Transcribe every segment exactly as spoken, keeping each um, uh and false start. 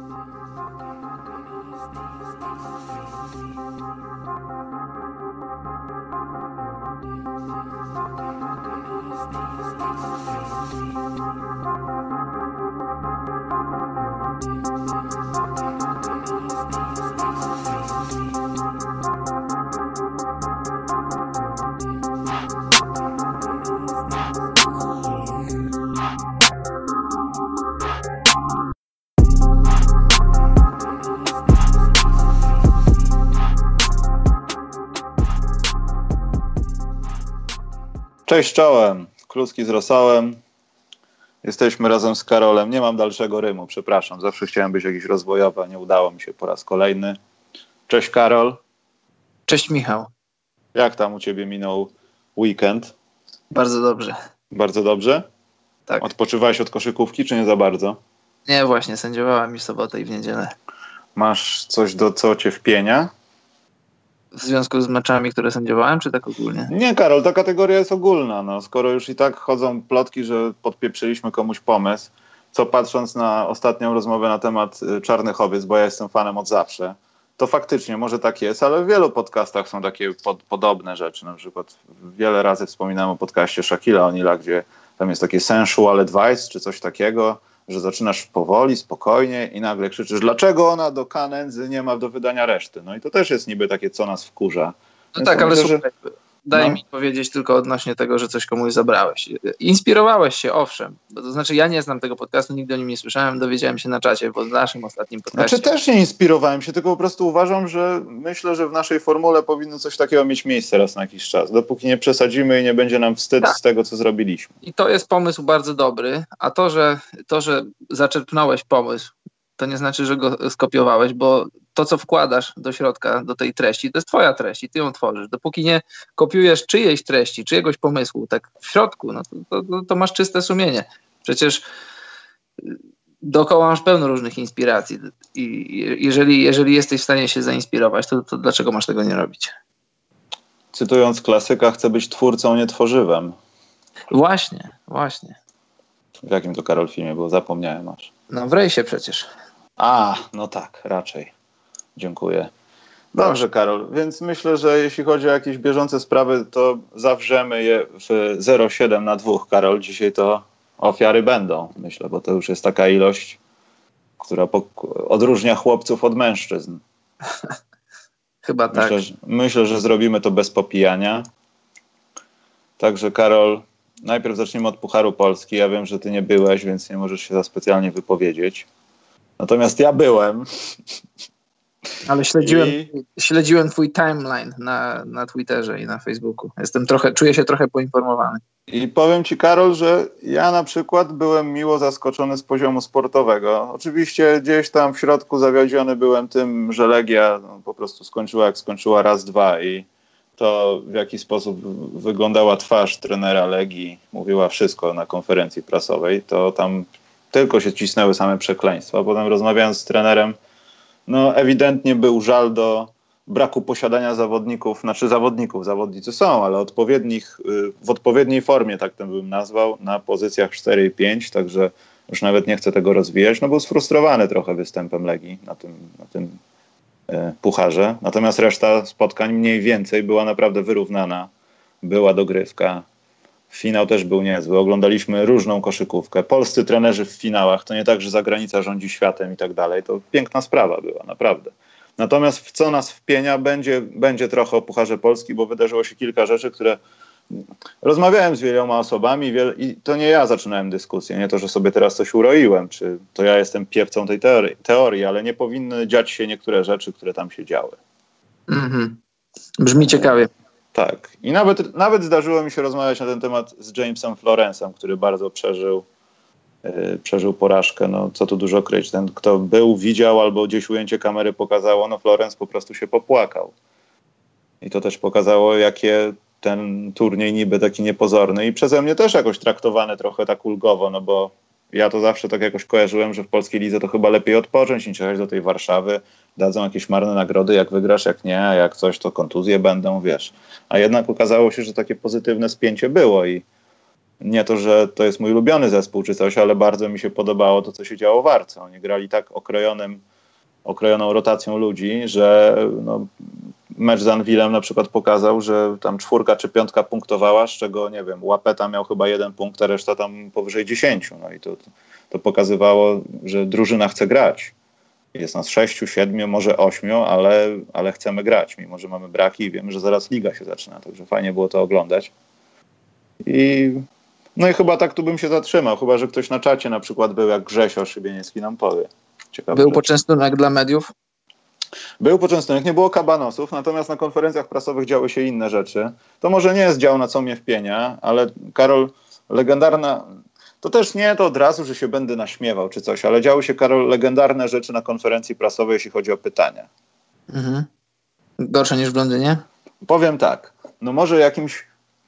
Cześć czołem, kluski z rosołem. Jesteśmy razem z Karolem. Nie mam dalszego rymu, przepraszam. Zawsze chciałem być jakiś rozwojowy, a nie udało mi się po raz kolejny. Cześć Karol. Cześć Michał. Jak tam u ciebie minął weekend? Bardzo dobrze. Bardzo dobrze? Tak. Odpoczywałeś od koszykówki, czy nie za bardzo? Nie, właśnie, sędziowałem już w sobotę i w niedzielę. Masz coś, do co cię wpienia? W związku z meczami, które sędziowałem, czy tak ogólnie? Nie, Karol, ta kategoria jest ogólna. No, skoro już i tak chodzą plotki, że podpieprzyliśmy komuś pomysł, co patrząc na ostatnią rozmowę na temat y, Czarnych Owiec, bo ja jestem fanem od zawsze, to faktycznie może tak jest, ale w wielu podcastach są takie pod, podobne rzeczy. Na przykład wiele razy wspominałem o podcaście Shaquille O'Neala, gdzie tam jest takie sensual advice, czy coś takiego, że zaczynasz powoli, spokojnie i nagle krzyczysz, dlaczego ona do K nędzy nie ma do wydania reszty. No i to też jest niby takie, co nas wkurza. No Więc tak, ale myślę, słuchaj, że... daj no. mi powiedzieć tylko odnośnie tego, że coś komuś zabrałeś. Inspirowałeś się, owszem. Bo to znaczy ja nie znam tego podcastu, nigdy o nim nie słyszałem, dowiedziałem się na czacie, bo w naszym ostatnim podcaście... Znaczy też nie inspirowałem się, tylko po prostu uważam, że myślę, że w naszej formule powinno coś takiego mieć miejsce raz na jakiś czas, dopóki nie przesadzimy i nie będzie nam wstyd tak. z tego, co zrobiliśmy. I to jest pomysł bardzo dobry, a to, że, to, że zaczerpnąłeś pomysł, to nie znaczy, że go skopiowałeś, bo to, co wkładasz do środka, do tej treści, to jest twoja treść i ty ją tworzysz. Dopóki nie kopiujesz czyjejś treści, czyjegoś pomysłu, tak w środku, no to, to, to masz czyste sumienie. Przecież dookoła masz pełno różnych inspiracji i jeżeli, jeżeli jesteś w stanie się zainspirować, to, to dlaczego masz tego nie robić? Cytując klasyka, chcę być twórcą, nie tworzywem. Właśnie, właśnie. W jakim to, Karol, filmie było? Zapomniałem aż. No w Rejsie przecież. A, no tak, raczej. Dziękuję. Dobrze, Karol, więc myślę, że jeśli chodzi o jakieś bieżące sprawy, to zawrzemy je w zero przecinek siedem na dwa, Karol. Dzisiaj to ofiary będą, myślę, bo to już jest taka ilość, która odróżnia chłopców od mężczyzn. Chyba tak. Myślę, że, myślę, że zrobimy to bez popijania. Także, Karol, najpierw zaczniemy od Pucharu Polski. Ja wiem, że ty nie byłeś, więc nie możesz się za specjalnie wypowiedzieć. Natomiast ja byłem. Ale śledziłem, I... śledziłem twój timeline na, na Twitterze i na Facebooku. Jestem trochę, czuję się trochę poinformowany. I powiem ci, Karol, że ja na przykład byłem miło zaskoczony z poziomu sportowego. Oczywiście gdzieś tam w środku zawiedziony byłem tym, że Legia no, po prostu skończyła jak skończyła raz, dwa i to w jaki sposób wyglądała twarz trenera Legii, mówiła wszystko na konferencji prasowej, to tam tylko się cisnęły same przekleństwa. Potem rozmawiając z trenerem, no ewidentnie był żal do braku posiadania zawodników, znaczy zawodników, zawodnicy są, ale odpowiednich, w odpowiedniej formie, tak to bym nazwał, na pozycjach cztery i pięć, także już nawet nie chcę tego rozwijać. No był sfrustrowany trochę występem Legii na tym, na tym e, pucharze. Natomiast reszta spotkań mniej więcej była naprawdę wyrównana. Była dogrywka. Finał też był niezły. Oglądaliśmy różną koszykówkę. Polscy trenerzy w finałach, to nie tak, że zagranica rządzi światem i tak dalej. To piękna sprawa była, naprawdę. Natomiast w co nas wpienia, będzie, będzie trochę o Pucharze Polski, bo wydarzyło się kilka rzeczy, które... Rozmawiałem z wieloma osobami wiel... i to nie ja zaczynałem dyskusję, nie to, że sobie teraz coś uroiłem, czy to ja jestem piewcą tej teorii, teorii ale nie powinny dziać się niektóre rzeczy, które tam się działy. Mm-hmm. Brzmi ciekawie. Tak. I nawet, nawet zdarzyło mi się rozmawiać na ten temat z Jamesem Florence'em, który bardzo przeżył, yy, przeżył porażkę. No, co tu dużo kryć. Ten, kto był, widział albo gdzieś ujęcie kamery pokazało, no Florence po prostu się popłakał. I to też pokazało, jakie ten turniej niby taki niepozorny i przeze mnie też jakoś traktowany trochę tak ulgowo, no bo ja to zawsze tak jakoś kojarzyłem, że w polskiej lidze to chyba lepiej odpocząć niż jechać do tej Warszawy. Dadzą jakieś marne nagrody, jak wygrasz, jak nie, a jak coś, to kontuzje będą, wiesz. A jednak okazało się, że takie pozytywne spięcie było i Nie to, że to jest mój ulubiony zespół czy coś, ale bardzo mi się podobało to, co się działo w Arce. Oni grali tak okrojonym, okrojoną rotacją ludzi, że no, mecz z Anwilem na przykład pokazał, że tam czwórka czy piątka punktowała, z czego, nie wiem, Łapeta miał chyba jeden punkt, a reszta tam powyżej dziesięciu. No i to, to pokazywało, że drużyna chce grać. Jest nas sześciu, siedmiu, może ośmiu, ale, ale chcemy grać, mimo że mamy braki i wiemy, że zaraz liga się zaczyna, także fajnie było to oglądać. I no i chyba tak tu bym się zatrzymał, chyba że ktoś na czacie na przykład był, jak Grzesio Szybieniecki nam powie. Ciekawe Był rzeczy. poczęstunek dla mediów? Był poczęstunek, nie było kabanosów, natomiast na konferencjach prasowych działy się inne rzeczy. To może nie jest dział, na co mnie wpienia, ale Karol, legendarna... To też nie to od razu, że się będę naśmiewał czy coś, ale działy się, Karol, legendarne rzeczy na konferencji prasowej, jeśli chodzi o pytania. Mhm. Gorsze niż w Londynie? Powiem tak, no może jakimś,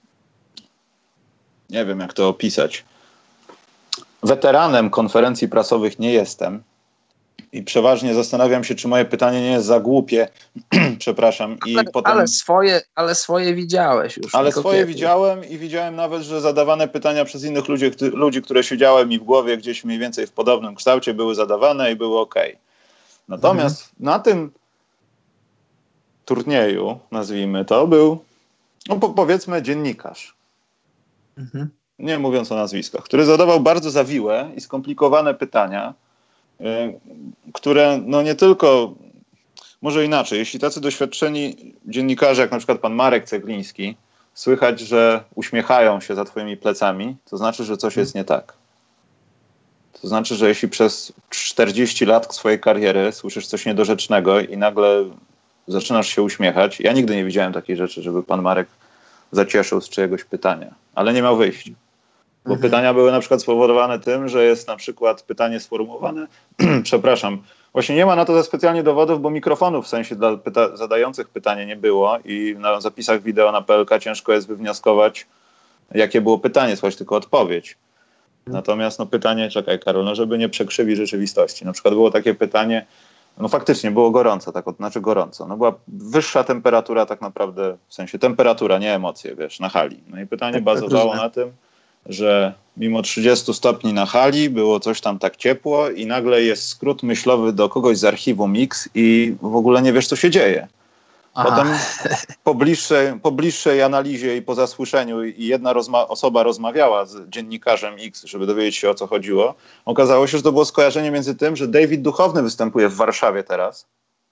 nie wiem jak to opisać, weteranem konferencji prasowych nie jestem i przeważnie zastanawiam się, czy moje pytanie nie jest za głupie, przepraszam. I ale, potem... ale, swoje, ale swoje widziałeś już. Ale swoje widziałem i widziałem nawet, że zadawane pytania przez innych ludzi, ludzi, które siedziały mi w głowie gdzieś mniej więcej w podobnym kształcie, były zadawane i były ok. Natomiast mhm. na tym turnieju, nazwijmy to, był, no po, powiedzmy, dziennikarz. Mhm. Nie mówiąc o nazwiskach, który zadawał bardzo zawiłe i skomplikowane pytania, yy, które no nie tylko... Może inaczej, jeśli tacy doświadczeni dziennikarze, jak na przykład pan Marek Cegliński, słychać, że uśmiechają się za twoimi plecami, to znaczy, że coś jest nie tak. To znaczy, że jeśli przez czterdzieści lat swojej kariery słyszysz coś niedorzecznego i nagle zaczynasz się uśmiechać. Ja nigdy nie widziałem takiej rzeczy, żeby pan Marek zacieszył z czyjegoś pytania, ale nie miał wyjścia. Bo mhm. pytania były na przykład spowodowane tym, że jest na przykład pytanie sformułowane, przepraszam, właśnie nie ma na to za specjalnie dowodów, bo mikrofonów w sensie dla pyta- zadających pytanie nie było i na zapisach wideo na P L K ciężko jest wywnioskować, jakie było pytanie, słuchać tylko odpowiedź. Natomiast no pytanie, czekaj Karol, no żeby nie przekrzywić rzeczywistości. Na przykład było takie pytanie, no faktycznie było gorąco, tak, znaczy gorąco. No była wyższa temperatura tak naprawdę, w sensie temperatura, nie emocje, wiesz, na hali. No i pytanie tak, bazowało tak, na tym, że mimo trzydziestu stopni na hali było coś tam tak ciepło i nagle jest skrót myślowy do kogoś z archiwum X i w ogóle nie wiesz, co się dzieje. Aha. Potem po bliższej, po bliższej analizie i po zasłyszeniu i jedna rozma- osoba rozmawiała z dziennikarzem X, żeby dowiedzieć się, o co chodziło, okazało się, że to było skojarzenie między tym, że David Duchowny występuje w Warszawie teraz.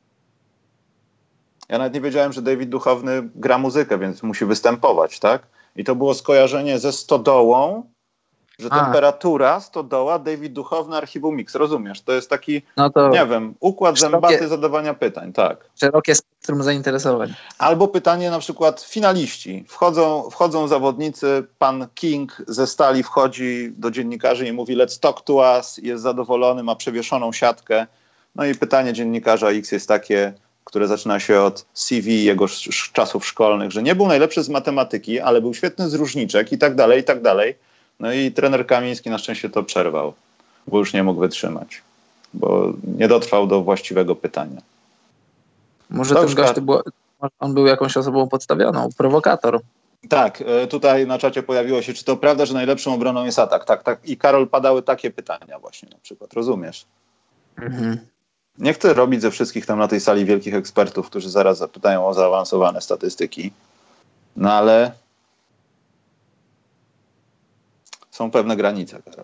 Ja nawet nie wiedziałem, że David Duchowny gra muzykę, więc musi występować, tak? I to było skojarzenie ze stodołą, że A. temperatura, stodoła, David Duchowny, archiwum Mix. Rozumiesz? To jest taki, no to nie wiem, układ szerokie, zębaty zadawania pytań. Tak. Szerokie spektrum zainteresowań. Albo pytanie na przykład finaliści. Wchodzą, wchodzą zawodnicy, pan King ze Stali wchodzi do dziennikarzy i mówi let's talk to us, jest zadowolony, ma przewieszoną siatkę. No i pytanie dziennikarza X jest takie, które zaczyna się od C V jego sz- czasów szkolnych, że nie był najlepszy z matematyki, ale był świetny z różniczek i tak dalej, i tak dalej. No i trener Kamiński na szczęście to przerwał, bo już nie mógł wytrzymać, bo nie dotrwał do właściwego pytania. Może ten gość był, on był jakąś osobą podstawioną, prowokator. Tak, tutaj na czacie pojawiło się, czy to prawda, że najlepszą obroną jest atak. Tak, tak. I Karol, padały takie pytania właśnie na przykład, rozumiesz? Mhm. Nie chcę robić ze wszystkich tam na tej sali wielkich ekspertów, którzy zaraz zapytają o zaawansowane statystyki, no ale są pewne granice, Karol.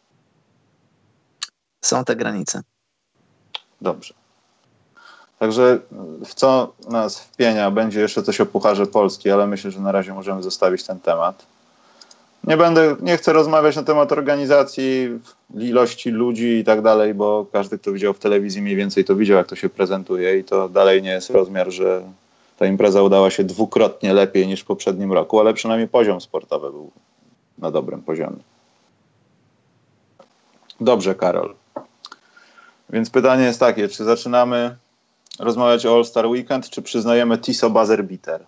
Są te granice. Dobrze. Także w co nas wpienia, będzie jeszcze coś o Pucharze Polski, ale myślę, że na razie możemy zostawić ten temat. Nie będę, nie chcę rozmawiać na temat organizacji, ilości ludzi i tak dalej, bo każdy, kto widział w telewizji, mniej więcej to widział, jak to się prezentuje i to dalej nie jest rozmiar, że ta impreza udała się dwukrotnie lepiej niż w poprzednim roku, ale przynajmniej poziom sportowy był na dobrym poziomie. Dobrze, Karol. Więc pytanie jest takie, czy zaczynamy rozmawiać o All-Star Weekend, czy przyznajemy Tiso buzzer beater?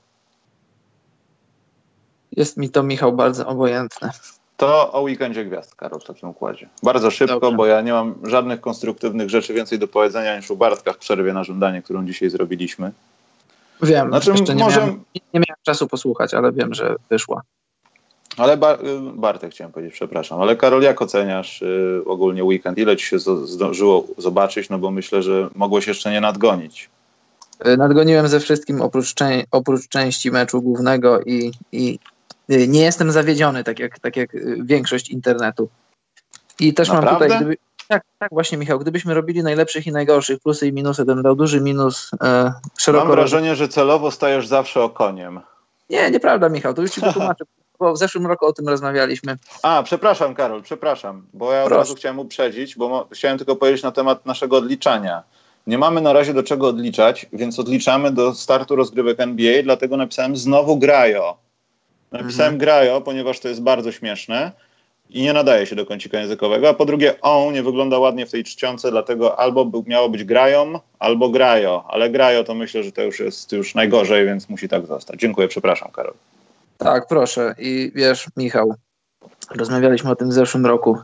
Jest mi to, Michał, bardzo obojętne. To o weekendzie gwiazd, Karol, w takim układzie. Bardzo szybko, Dobrze. Bo ja nie mam żadnych konstruktywnych rzeczy więcej do powiedzenia niż u Bartka w przerwie na żądanie, którą dzisiaj zrobiliśmy. Wiem, znaczy, jeszcze nie, może... miałem, nie miałem czasu posłuchać, ale wiem, że wyszła. Ale Bar- Bartek chciałem powiedzieć, przepraszam, ale Karol, jak oceniasz y, ogólnie weekend? Ile ci się z- zdążyło zobaczyć? No bo myślę, że mogłeś jeszcze nie nadgonić. Nadgoniłem ze wszystkim oprócz, czę- oprócz części meczu głównego i, i y, nie jestem zawiedziony, tak jak, tak jak y, większość internetu. I też Naprawdę? mam tutaj, gdyby, tak, tak właśnie Michał, gdybyśmy robili najlepszych i najgorszych, plusy i minusy, to bym dał duży minus e, szeroko. Mam wrażenie, że celowo stajesz zawsze okoniem. Nie, nieprawda Michał, to już ci wytłumaczę, bo w zeszłym roku o tym rozmawialiśmy. A, przepraszam Karol, przepraszam, bo ja od Proszę. razu chciałem uprzedzić, bo mo- chciałem tylko powiedzieć na temat naszego odliczania. Nie mamy na razie do czego odliczać, więc odliczamy do startu rozgrywek N B A, dlatego napisałem znowu grajo. Napisałem Mhm. grajo, ponieważ to jest bardzo śmieszne i nie nadaje się do kącika językowego, a po drugie on nie wygląda ładnie w tej czcionce, dlatego albo by, miało być grajom, albo grajo, ale grajo to myślę, że to już jest już najgorzej, więc musi tak zostać. Dziękuję, przepraszam Karol. Tak, proszę. I wiesz, Michał, rozmawialiśmy o tym w zeszłym roku.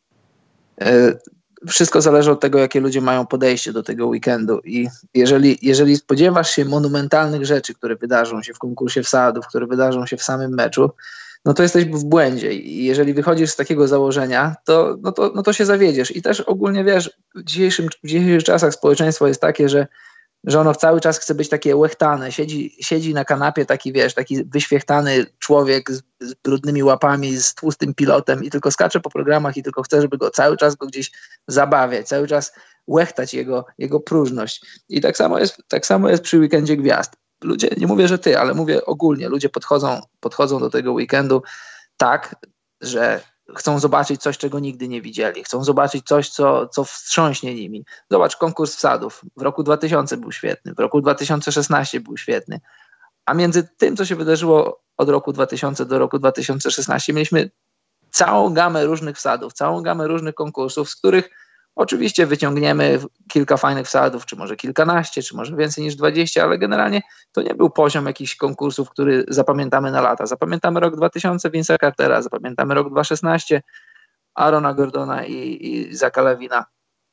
E, Wszystko zależy od tego, jakie ludzie mają podejście do tego weekendu. I jeżeli, jeżeli spodziewasz się monumentalnych rzeczy, które wydarzą się w konkursie wsadów, które wydarzą się w samym meczu, no to jesteś w błędzie. I jeżeli wychodzisz z takiego założenia, to, no to, no to się zawiedziesz. I też ogólnie wiesz, w dzisiejszym, w dzisiejszych czasach społeczeństwo jest takie, że że ono cały czas chce być takie łechtane, siedzi, siedzi na kanapie taki, wiesz, taki wyświechtany człowiek z, z brudnymi łapami, z tłustym pilotem i tylko skacze po programach i tylko chce, żeby go cały czas go gdzieś zabawiać, cały czas łechtać jego, jego próżność. I tak samo jest, tak samo jest przy Weekendzie Gwiazd. Ludzie, nie mówię, że ty, ale mówię ogólnie, ludzie podchodzą, podchodzą do tego weekendu tak, że chcą zobaczyć coś, czego nigdy nie widzieli. Chcą zobaczyć coś, co, co wstrząśnie nimi. Zobacz, konkurs wsadów. W roku dwa tysiące był świetny, w roku dwa tysiące szesnastym był świetny. A między tym, co się wydarzyło od roku dwa tysiące do roku dwa tysiące szesnastego, mieliśmy całą gamę różnych wsadów, całą gamę różnych konkursów, z których oczywiście wyciągniemy kilka fajnych wsadów, czy może kilkanaście, czy może więcej niż dwadzieścia, ale generalnie to nie był poziom jakichś konkursów, który zapamiętamy na lata. Zapamiętamy rok dwa tysiące Vince'a Cartera, zapamiętamy rok dwa tysiące szesnasty Aarona Gordona i, i Zacka Levina.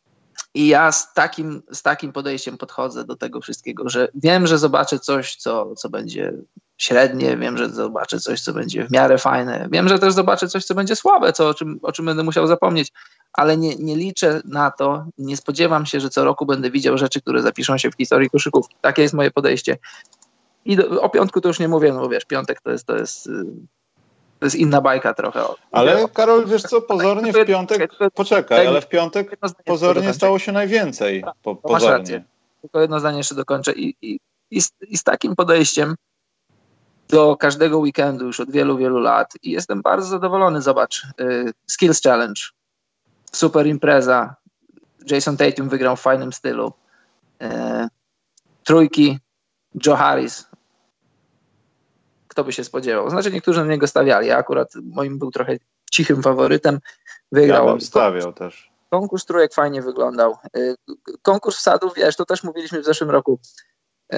I ja z takim, z takim podejściem podchodzę do tego wszystkiego, że wiem, że zobaczę coś, co, co będzie średnie, wiem, że zobaczę coś, co będzie w miarę fajne, wiem, że też zobaczę coś, co będzie słabe, co, o, czym, o czym będę musiał zapomnieć, ale nie, nie liczę na to, nie spodziewam się, że co roku będę widział rzeczy, które zapiszą się w historii koszykówki. Takie jest moje podejście. I do, o piątku to już nie mówię, no bo wiesz, piątek to jest, to jest, to jest inna bajka trochę. Ale Karol, wiesz co, pozornie w piątek, poczekaj, ale w piątek pozornie stało się najwięcej. Po, pozornie. Tylko jedno zdanie jeszcze dokończę. I, i, i, z, I z takim podejściem do każdego weekendu już od wielu, wielu lat i jestem bardzo zadowolony. Zobacz, y, Skills Challenge, super impreza, Jason Tatum wygrał w fajnym stylu, y, trójki, Joe Harris, kto by się spodziewał. Znaczy niektórzy na niego stawiali, ja akurat moim był trochę cichym faworytem, wygrał. Ja bym stawiał też. Konkurs trójek fajnie wyglądał. Y, konkurs wsadów, wiesz, to też mówiliśmy w zeszłym roku. Y,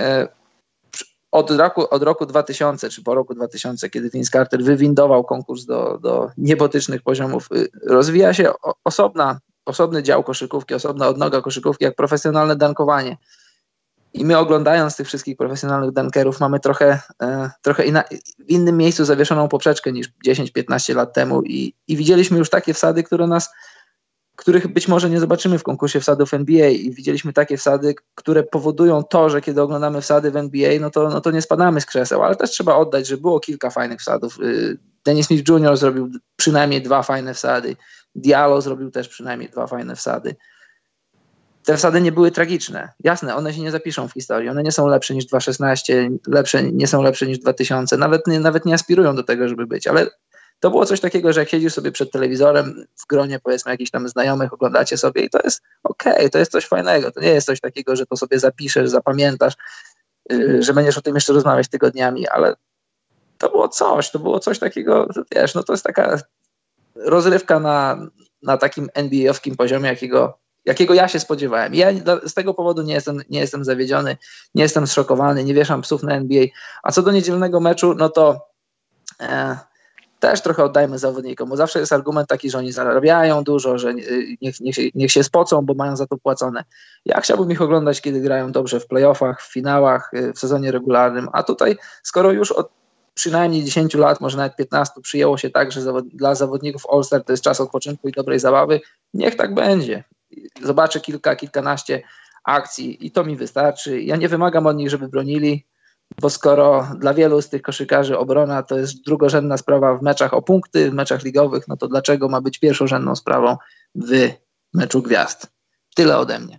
Od roku, od roku dwa tysiące, czy po roku dwa tysiące, kiedy Vince Carter wywindował konkurs do, do niebotycznych poziomów, rozwija się osobna, osobny dział koszykówki, osobna odnoga koszykówki, jak profesjonalne dankowanie. I my oglądając tych wszystkich profesjonalnych dankerów mamy trochę, e, trochę inna, w innym miejscu zawieszoną poprzeczkę niż dziesięć piętnaście lat temu i, i widzieliśmy już takie wsady, które nas których być może nie zobaczymy w konkursie wsadów N B A i widzieliśmy takie wsady, które powodują to, że kiedy oglądamy wsady w N B A, no to, no to nie spadamy z krzeseł, ale też trzeba oddać, że było kilka fajnych wsadów. Dennis Smith junior zrobił przynajmniej dwa fajne wsady, Diallo zrobił też przynajmniej dwa fajne wsady. Te wsady nie były tragiczne. Jasne, one się nie zapiszą w historii, one nie są lepsze niż dwa tysiące szesnaście, lepsze, nie są lepsze niż dwa tysiące, nawet nie, nawet nie aspirują do tego, żeby być, ale to było coś takiego, że jak siedzisz sobie przed telewizorem w gronie powiedzmy jakichś tam znajomych, oglądacie sobie i to jest okej, okay, to jest coś fajnego. To nie jest coś takiego, że to sobie zapiszesz, zapamiętasz, yy, że będziesz o tym jeszcze rozmawiać tygodniami, ale to było coś, to było coś takiego, wiesz, no to jest taka rozrywka na, na takim N B A-owskim poziomie, jakiego, jakiego ja się spodziewałem. I ja z tego powodu nie jestem, nie jestem zawiedziony, nie jestem zszokowany, nie wieszam psów na N B A. A co do niedzielnego meczu, no to e, też trochę oddajmy zawodnikom, bo zawsze jest argument taki, że oni zarabiają dużo, że niech, niech, niech się spocą, bo mają za to płacone. Ja chciałbym ich oglądać, kiedy grają dobrze w playoffach, w finałach, w sezonie regularnym, a tutaj skoro już od przynajmniej dziesięć lat, może nawet piętnaście przyjęło się tak, że zawod- dla zawodników All-Star to jest czas odpoczynku i dobrej zabawy. Niech tak będzie. Zobaczę kilka, kilkanaście akcji i to mi wystarczy. Ja nie wymagam od nich, żeby bronili, bo skoro dla wielu z tych koszykarzy obrona to jest drugorzędna sprawa w meczach o punkty, w meczach ligowych, no to dlaczego ma być pierwszorzędną sprawą w meczu gwiazd? Tyle ode mnie.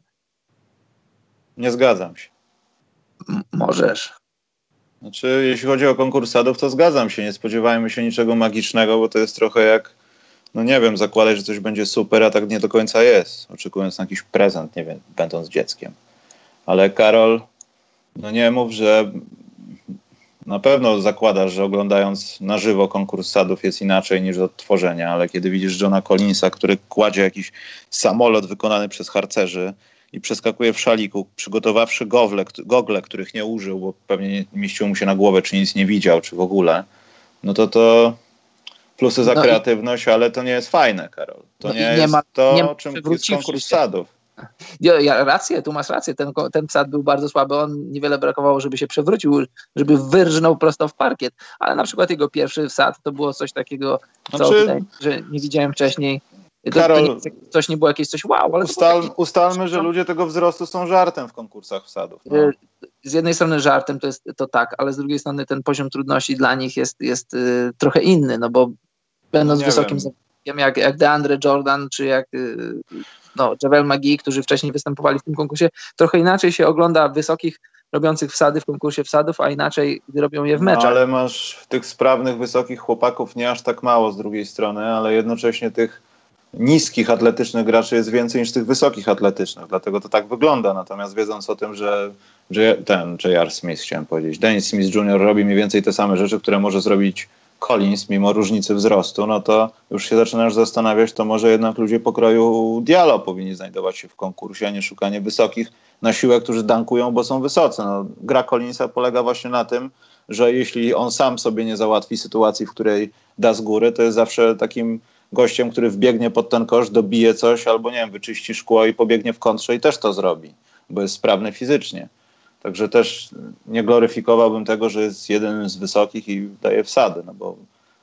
Nie zgadzam się. M- możesz. Znaczy, jeśli chodzi o konkurs sadów, to zgadzam się. Nie spodziewajmy się niczego magicznego, bo to jest trochę jak, no nie wiem, zakładać, że coś będzie super, a tak nie do końca jest. Oczekując na jakiś prezent, nie wiem, będąc dzieckiem. Ale Karol, no nie mów, że na pewno zakładasz, że oglądając na żywo konkurs sadów jest inaczej niż od tworzenia, ale kiedy widzisz Johna Collinsa, który kładzie jakiś samolot wykonany przez harcerzy i przeskakuje w szaliku, przygotowawszy gogle, gogle, których nie użył, bo pewnie nie mieściło mu się na głowę, czy nic nie widział, czy w ogóle, no to to plusy za no kreatywność, ale to nie jest fajne, Karol. To no nie, nie jest ma, to, nie ma czym jest konkurs się. sadów. Ja, ja rację, tu masz rację, ten, ten psad był bardzo słaby, on niewiele brakowało, żeby się przewrócił, żeby wyrżnął prosto w parkiet, ale na przykład jego pierwszy wsad to było coś takiego, co Znaczy, wydaje mi się, że nie widziałem wcześniej. To, Karol, to nie, coś nie było jakieś coś wow, ale ustal, taki, ustalmy, że ludzie tego wzrostu są żartem w konkursach wsadów. No. z jednej strony żartem to jest to tak, ale z drugiej strony ten poziom trudności dla nich jest, jest y, trochę inny, no bo będąc Nie wysokim wiem. zawodnikiem jak, jak DeAndre Jordan, czy jak y, no, JaVale McGee, którzy wcześniej występowali w tym konkursie, trochę inaczej się ogląda wysokich robiących wsady w konkursie wsadów, a inaczej, gdy robią je w meczach. No, ale masz tych sprawnych, wysokich chłopaków nie aż tak mało z drugiej strony, ale jednocześnie tych niskich atletycznych graczy jest więcej niż tych wysokich atletycznych, dlatego to tak wygląda. Natomiast wiedząc o tym, że, że ten J R. Smith, chciałem powiedzieć, Dennis Smith junior robi mniej więcej te same rzeczy, które może zrobić Collins mimo różnicy wzrostu, no to już się zaczynasz zastanawiać, to może jednak ludzie pokroju Diallo powinni znajdować się w konkursie, a nie szukanie wysokich na siłę, którzy dankują, bo są wysocy. No, gra Collinsa polega właśnie na tym, że jeśli on sam sobie nie załatwi sytuacji, w której da z góry, to jest zawsze takim gościem, który wbiegnie pod ten kosz, dobije coś albo nie wiem, wyczyści szkło i pobiegnie w kontrze i też to zrobi, bo jest sprawny fizycznie. Także też nie gloryfikowałbym tego, że jest jeden z wysokich i daje wsady, no bo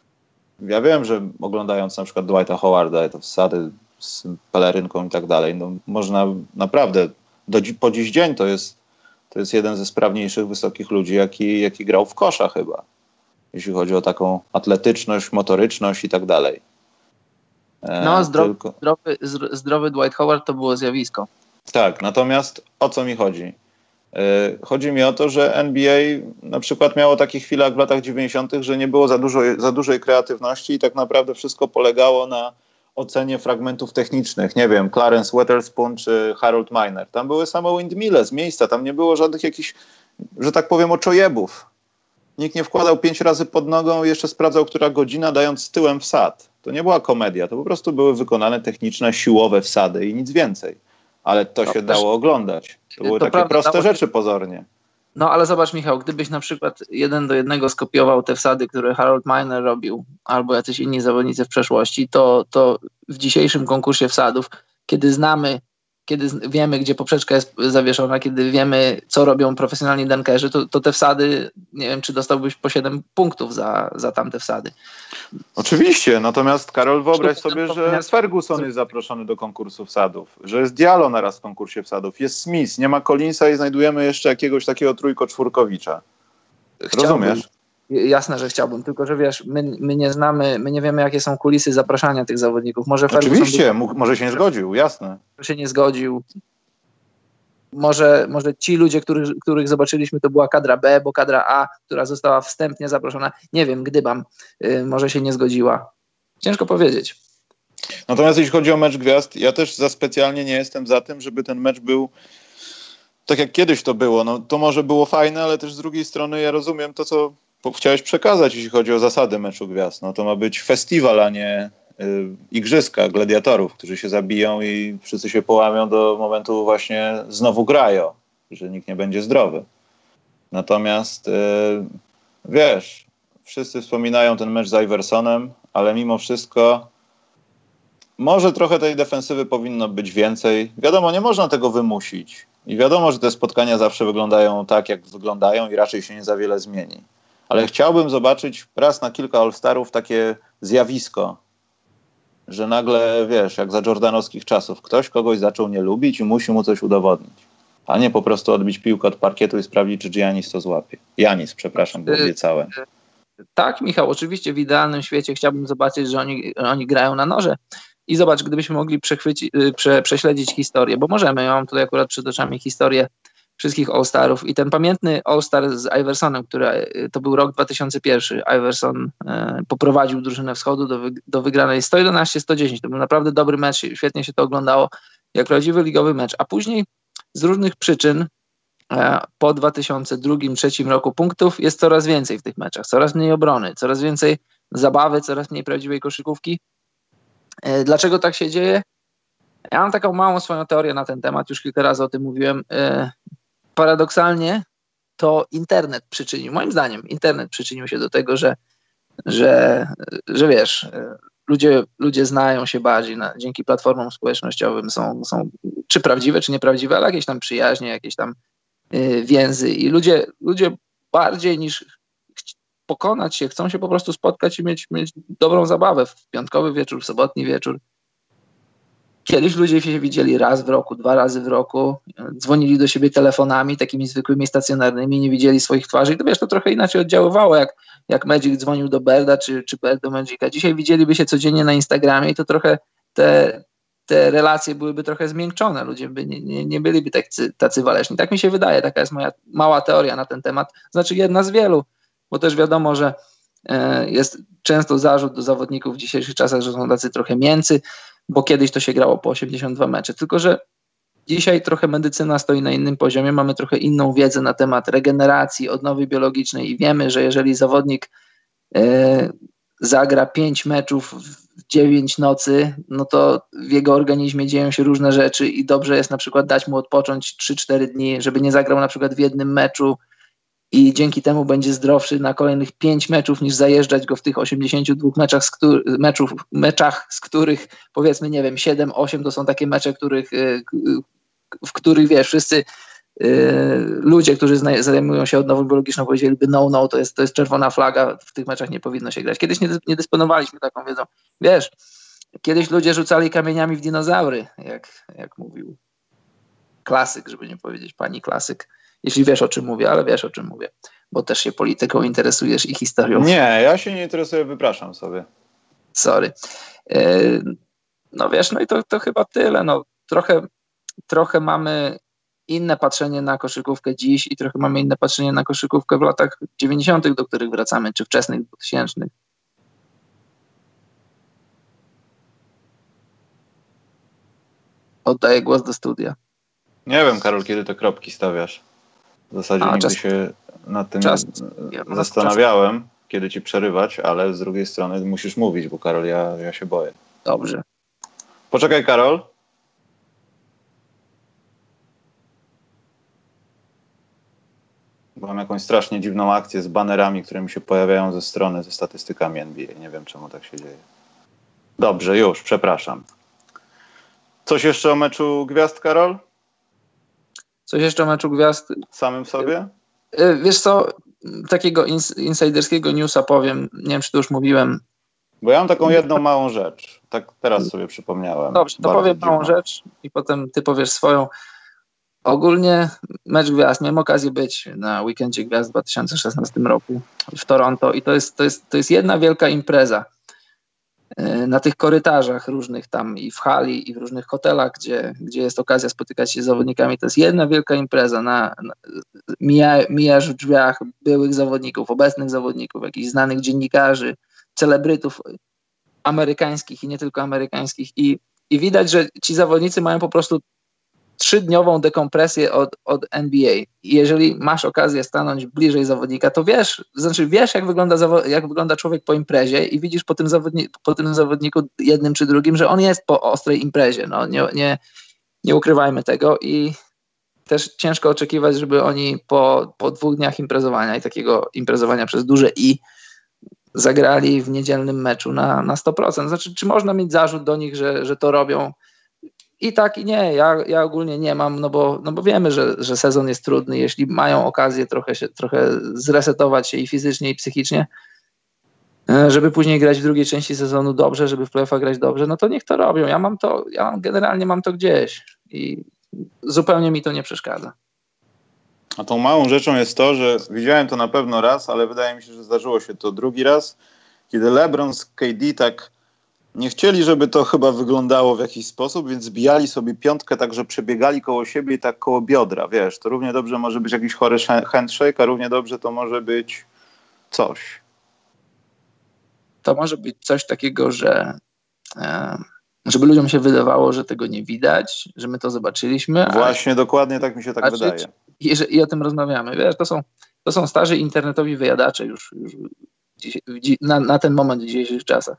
ja wiem, że oglądając na przykład Dwighta Howarda, to wsady z pelerynką i tak dalej, no można naprawdę, do, dzi- po dziś dzień to jest, to jest jeden ze sprawniejszych wysokich ludzi, jaki, jaki grał w kosza chyba, jeśli chodzi o taką atletyczność, motoryczność i tak dalej. E, No, zdrowy, tylko... zdrowy, zdrowy Dwight Howard to było zjawisko. Tak, natomiast o co mi chodzi? Chodzi mi o to, że N B A na przykład miało takie chwile jak w latach dziewięćdziesiątych, że nie było za, dużo, za dużej kreatywności i tak naprawdę wszystko polegało na ocenie fragmentów technicznych. Nie wiem, Clarence Weatherspoon czy Harold Miner. Tam były same windmille z miejsca, tam nie było żadnych jakichś, że tak powiem, oczojebów. Nikt nie wkładał pięć razy pod nogą i jeszcze sprawdzał, która godzina, dając tyłem wsad. To nie była komedia, to po prostu były wykonane techniczne, siłowe wsady i nic więcej. Ale to się dało oglądać. To były to takie prawda, proste dało... rzeczy pozornie. No ale zobacz, Michał, gdybyś na przykład jeden do jednego skopiował te wsady, które Harold Miner robił, albo jacyś inni zawodnicy w przeszłości, to, to w dzisiejszym konkursie wsadów, kiedy znamy, kiedy wiemy, gdzie poprzeczka jest zawieszona, kiedy wiemy, co robią profesjonalni dunkerzy, to, to te wsady, nie wiem, czy dostałbyś po siedem punktów za, za tamte wsady. Oczywiście, natomiast Karol, wyobraź sobie, że Ferguson jest zaproszony do konkursu wsadów, że jest Diallo naraz w konkursie wsadów, jest Smith, nie ma Collinsa i znajdujemy jeszcze jakiegoś takiego trójko-czwórkowicza. Rozumiesz? Jasne, że chciałbym, tylko że wiesz, my, my nie znamy, my nie wiemy, jakie są kulisy zapraszania tych zawodników. Może Oczywiście, Ferguson mógł, może się nie zgodził, jasne. się nie zgodził. Może, może ci ludzie, których, których zobaczyliśmy, to była kadra B, bo kadra A, która została wstępnie zaproszona, nie wiem, gdybam, yy, może się nie zgodziła. Ciężko powiedzieć. Natomiast jeśli chodzi o mecz gwiazd, ja też za specjalnie nie jestem za tym, żeby ten mecz był tak jak kiedyś to było. No, to może było fajne, ale też z drugiej strony ja rozumiem to, co chciałeś przekazać, jeśli chodzi o zasady meczu gwiazd. No, to ma być festiwal, a nie y, igrzyska gladiatorów, którzy się zabiją i wszyscy się połamią do momentu właśnie znowu grają, że nikt nie będzie zdrowy. Natomiast y, wiesz, wszyscy wspominają ten mecz z Iversonem, ale mimo wszystko może trochę tej defensywy powinno być więcej. Wiadomo, nie można tego wymusić. I wiadomo, że te spotkania zawsze wyglądają tak, jak wyglądają i raczej się nie za wiele zmieni. ale chciałbym zobaczyć raz na kilka All-Starów takie zjawisko, że nagle, wiesz, jak za jordanowskich czasów, ktoś kogoś zaczął nie lubić i musi mu coś udowodnić, a nie po prostu odbić piłkę od parkietu i sprawdzić, czy Giannis to złapie. Janis, przepraszam, bo obiecałem. Tak, Michał, oczywiście w idealnym świecie chciałbym zobaczyć, że oni, oni grają na noże. I zobacz, gdybyśmy mogli przechwycić, prze, prześledzić historię, bo możemy, ja mam tutaj akurat przed oczami historię wszystkich All-Starów i ten pamiętny All-Star z Iversonem, który to był rok dwa tysiące pierwszy, Iverson e, poprowadził drużynę wschodu do, wy, do wygranej sto jedenaście sto dziesięć, to był naprawdę dobry mecz, świetnie się to oglądało, jak prawdziwy ligowy mecz, a później z różnych przyczyn e, po dwa tysiące drugi dwa tysiące trzeci roku punktów jest coraz więcej w tych meczach, coraz mniej obrony, coraz więcej zabawy, coraz mniej prawdziwej koszykówki. E, dlaczego tak się dzieje? Ja mam taką małą swoją teorię na ten temat, już kilka razy o tym mówiłem. E, paradoksalnie to internet przyczynił, moim zdaniem, internet przyczynił się do tego, że, że, że wiesz, ludzie, ludzie znają się bardziej na, dzięki platformom społecznościowym, są, są czy prawdziwe, czy nieprawdziwe, ale jakieś tam przyjaźnie, jakieś tam y, więzy i ludzie, ludzie bardziej niż pokonać się, chcą się po prostu spotkać i mieć, mieć dobrą zabawę w piątkowy wieczór, w sobotni wieczór. Kiedyś ludzie się widzieli raz w roku, dwa razy w roku, dzwonili do siebie telefonami takimi zwykłymi, stacjonarnymi, nie widzieli swoich twarzy i to wiesz, to trochę inaczej oddziaływało, jak, jak Magic dzwonił do Birda, czy, czy Bird do Magica. Dzisiaj widzieliby się codziennie na Instagramie i to trochę te, te relacje byłyby trochę zmiękczone, ludzie by nie, nie, nie byliby tacy, tacy waleczni. Tak mi się wydaje, taka jest moja mała teoria na ten temat, znaczy jedna z wielu, bo też wiadomo, że e, jest często zarzut do zawodników w dzisiejszych czasach, że są tacy trochę mięcy, bo kiedyś to się grało po osiemdziesiąt dwa mecze, tylko że dzisiaj trochę medycyna stoi na innym poziomie, mamy trochę inną wiedzę na temat regeneracji, odnowy biologicznej i wiemy, że jeżeli zawodnik e, zagra pięć meczów w dziewięć nocy, no to w jego organizmie dzieją się różne rzeczy i dobrze jest na przykład dać mu odpocząć trzy cztery dni, żeby nie zagrał na przykład w jednym meczu i dzięki temu będzie zdrowszy na kolejnych pięć meczów, niż zajeżdżać go w tych osiemdziesięciu dwóch meczach, z których, meczów, meczach, z których powiedzmy, nie wiem, siedem osiem to są takie mecze, których, w których, wiesz, wszyscy ludzie, którzy zajmują się odnową biologiczną, powiedzieliby no, no, to jest, to jest czerwona flaga, w tych meczach nie powinno się grać. Kiedyś nie, nie dysponowaliśmy taką wiedzą. Wiesz, kiedyś ludzie rzucali kamieniami w dinozaury, jak, jak mówił klasyk, żeby nie powiedzieć pani klasyk. Jeśli wiesz, o czym mówię, ale wiesz, o czym mówię, bo też się polityką interesujesz i historią. Nie, ja się nie interesuję, wypraszam sobie. Sorry. Yy, no wiesz, no i to, to chyba tyle. No, trochę, trochę mamy inne patrzenie na koszykówkę dziś i trochę mamy inne patrzenie na koszykówkę w latach dziewięćdziesiątych, do których wracamy, czy wczesnych dwutysięcznych. Oddaję głos do studia. Nie wiem, Karol, kiedy te kropki stawiasz. W zasadzie A, nigdy czas, się nad tym czas, ja zastanawiałem, czas. kiedy ci przerywać, ale z drugiej strony musisz mówić, bo Karol, ja, ja się boję. Dobrze. Poczekaj, Karol. Mam jakąś strasznie dziwną akcję z banerami, które mi się pojawiają ze strony, ze statystykami N B A. Nie wiem, czemu tak się dzieje. Dobrze, już, przepraszam. Coś jeszcze o meczu gwiazd, Karol? Coś jeszcze o meczu gwiazd? Samym sobie? Wiesz co, takiego ins- insiderskiego newsa powiem, nie wiem, czy to już mówiłem. Bo ja mam taką jedną małą rzecz. Tak teraz sobie przypomniałem. Dobrze, to powiem dziwną. małą rzecz i potem ty powiesz swoją. Ogólnie mecz gwiazd, miałem okazję być na weekendzie gwiazd w dwa tysiące szesnastym roku w Toronto i to jest, to jest, to jest jedna wielka impreza. Na tych korytarzach różnych tam i w hali i w różnych hotelach, gdzie, gdzie jest okazja spotykać się z zawodnikami, to jest jedna wielka impreza. Na, na, mija, mijasz w drzwiach byłych zawodników, obecnych zawodników, jakichś znanych dziennikarzy, celebrytów amerykańskich i nie tylko amerykańskich i, i widać, że ci zawodnicy mają po prostu trzydniową dekompresję od, od N B A. I jeżeli masz okazję stanąć bliżej zawodnika, to wiesz, znaczy wiesz, jak wygląda, zawo- jak wygląda człowiek po imprezie i widzisz po tym, zawodni- po tym zawodniku jednym czy drugim, że on jest po ostrej imprezie. No, nie, nie, nie ukrywajmy tego i też ciężko oczekiwać, żeby oni po, po dwóch dniach imprezowania i takiego imprezowania przez duże I zagrali w niedzielnym meczu na, na sto procent. Znaczy, czy można mieć zarzut do nich, że, że to robią? I tak, i nie. Ja, ja ogólnie nie mam, no bo, no bo wiemy, że, że sezon jest trudny. Jeśli mają okazję trochę się, trochę zresetować się i fizycznie, i psychicznie, żeby później grać w drugiej części sezonu dobrze, żeby w playoffach grać dobrze, no to niech to robią. Ja mam to, ja mam, generalnie mam to gdzieś i zupełnie mi to nie przeszkadza. A tą małą rzeczą jest to, że widziałem to na pewno raz, ale wydaje mi się, że zdarzyło się to drugi raz, kiedy LeBron z K D tak nie chcieli, żeby to chyba wyglądało w jakiś sposób, więc zbijali sobie piątkę tak, że przebiegali koło siebie i tak koło biodra, wiesz, to równie dobrze może być jakiś chory handshake, a równie dobrze to może być coś. To może być coś takiego, że e, żeby ludziom się wydawało, że tego nie widać, że my to zobaczyliśmy. Właśnie, dokładnie tak mi się tak wydaje. I, że, I o tym rozmawiamy. Wiesz, to są, to są starzy internetowi wyjadacze już, już dziś, na, na ten moment w dzisiejszych czasach.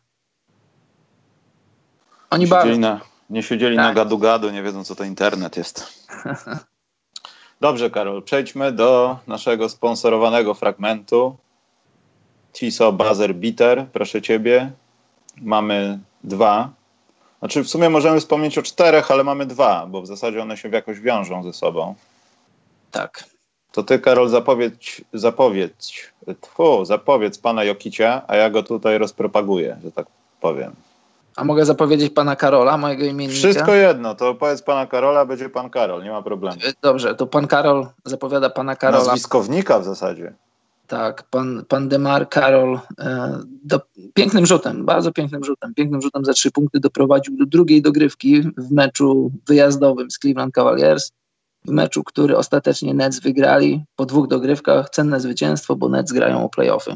Oni nie siedzieli, na, nie siedzieli tak. na gadu-gadu, nie wiedzą, co to internet jest. Dobrze, Karol, przejdźmy do naszego sponsorowanego fragmentu. Tiso Buzzer Beater, proszę ciebie. Mamy dwa. Znaczy w sumie możemy wspomnieć o czterech, ale mamy dwa, bo w zasadzie one się jakoś wiążą ze sobą. Tak. To ty, Karol, zapowiedź, zapowiedź, tfu, zapowiedz pana Jokicia, a ja go tutaj rozpropaguję, że tak powiem. A mogę zapowiedzieć pana Karola, mojego imiennika? Wszystko jedno, to powiedz pana Karola, będzie pan Karol, nie ma problemu. Dobrze, to pan Karol zapowiada pana Karola. Nazwiskownika w zasadzie. Tak, pan, pan Demar Karol e, do, pięknym rzutem, bardzo pięknym rzutem, pięknym rzutem za trzy punkty doprowadził do drugiej dogrywki w meczu wyjazdowym z Cleveland Cavaliers. W meczu, który ostatecznie Nets wygrali po dwóch dogrywkach. Cenne zwycięstwo, bo Nets grają o play-offy.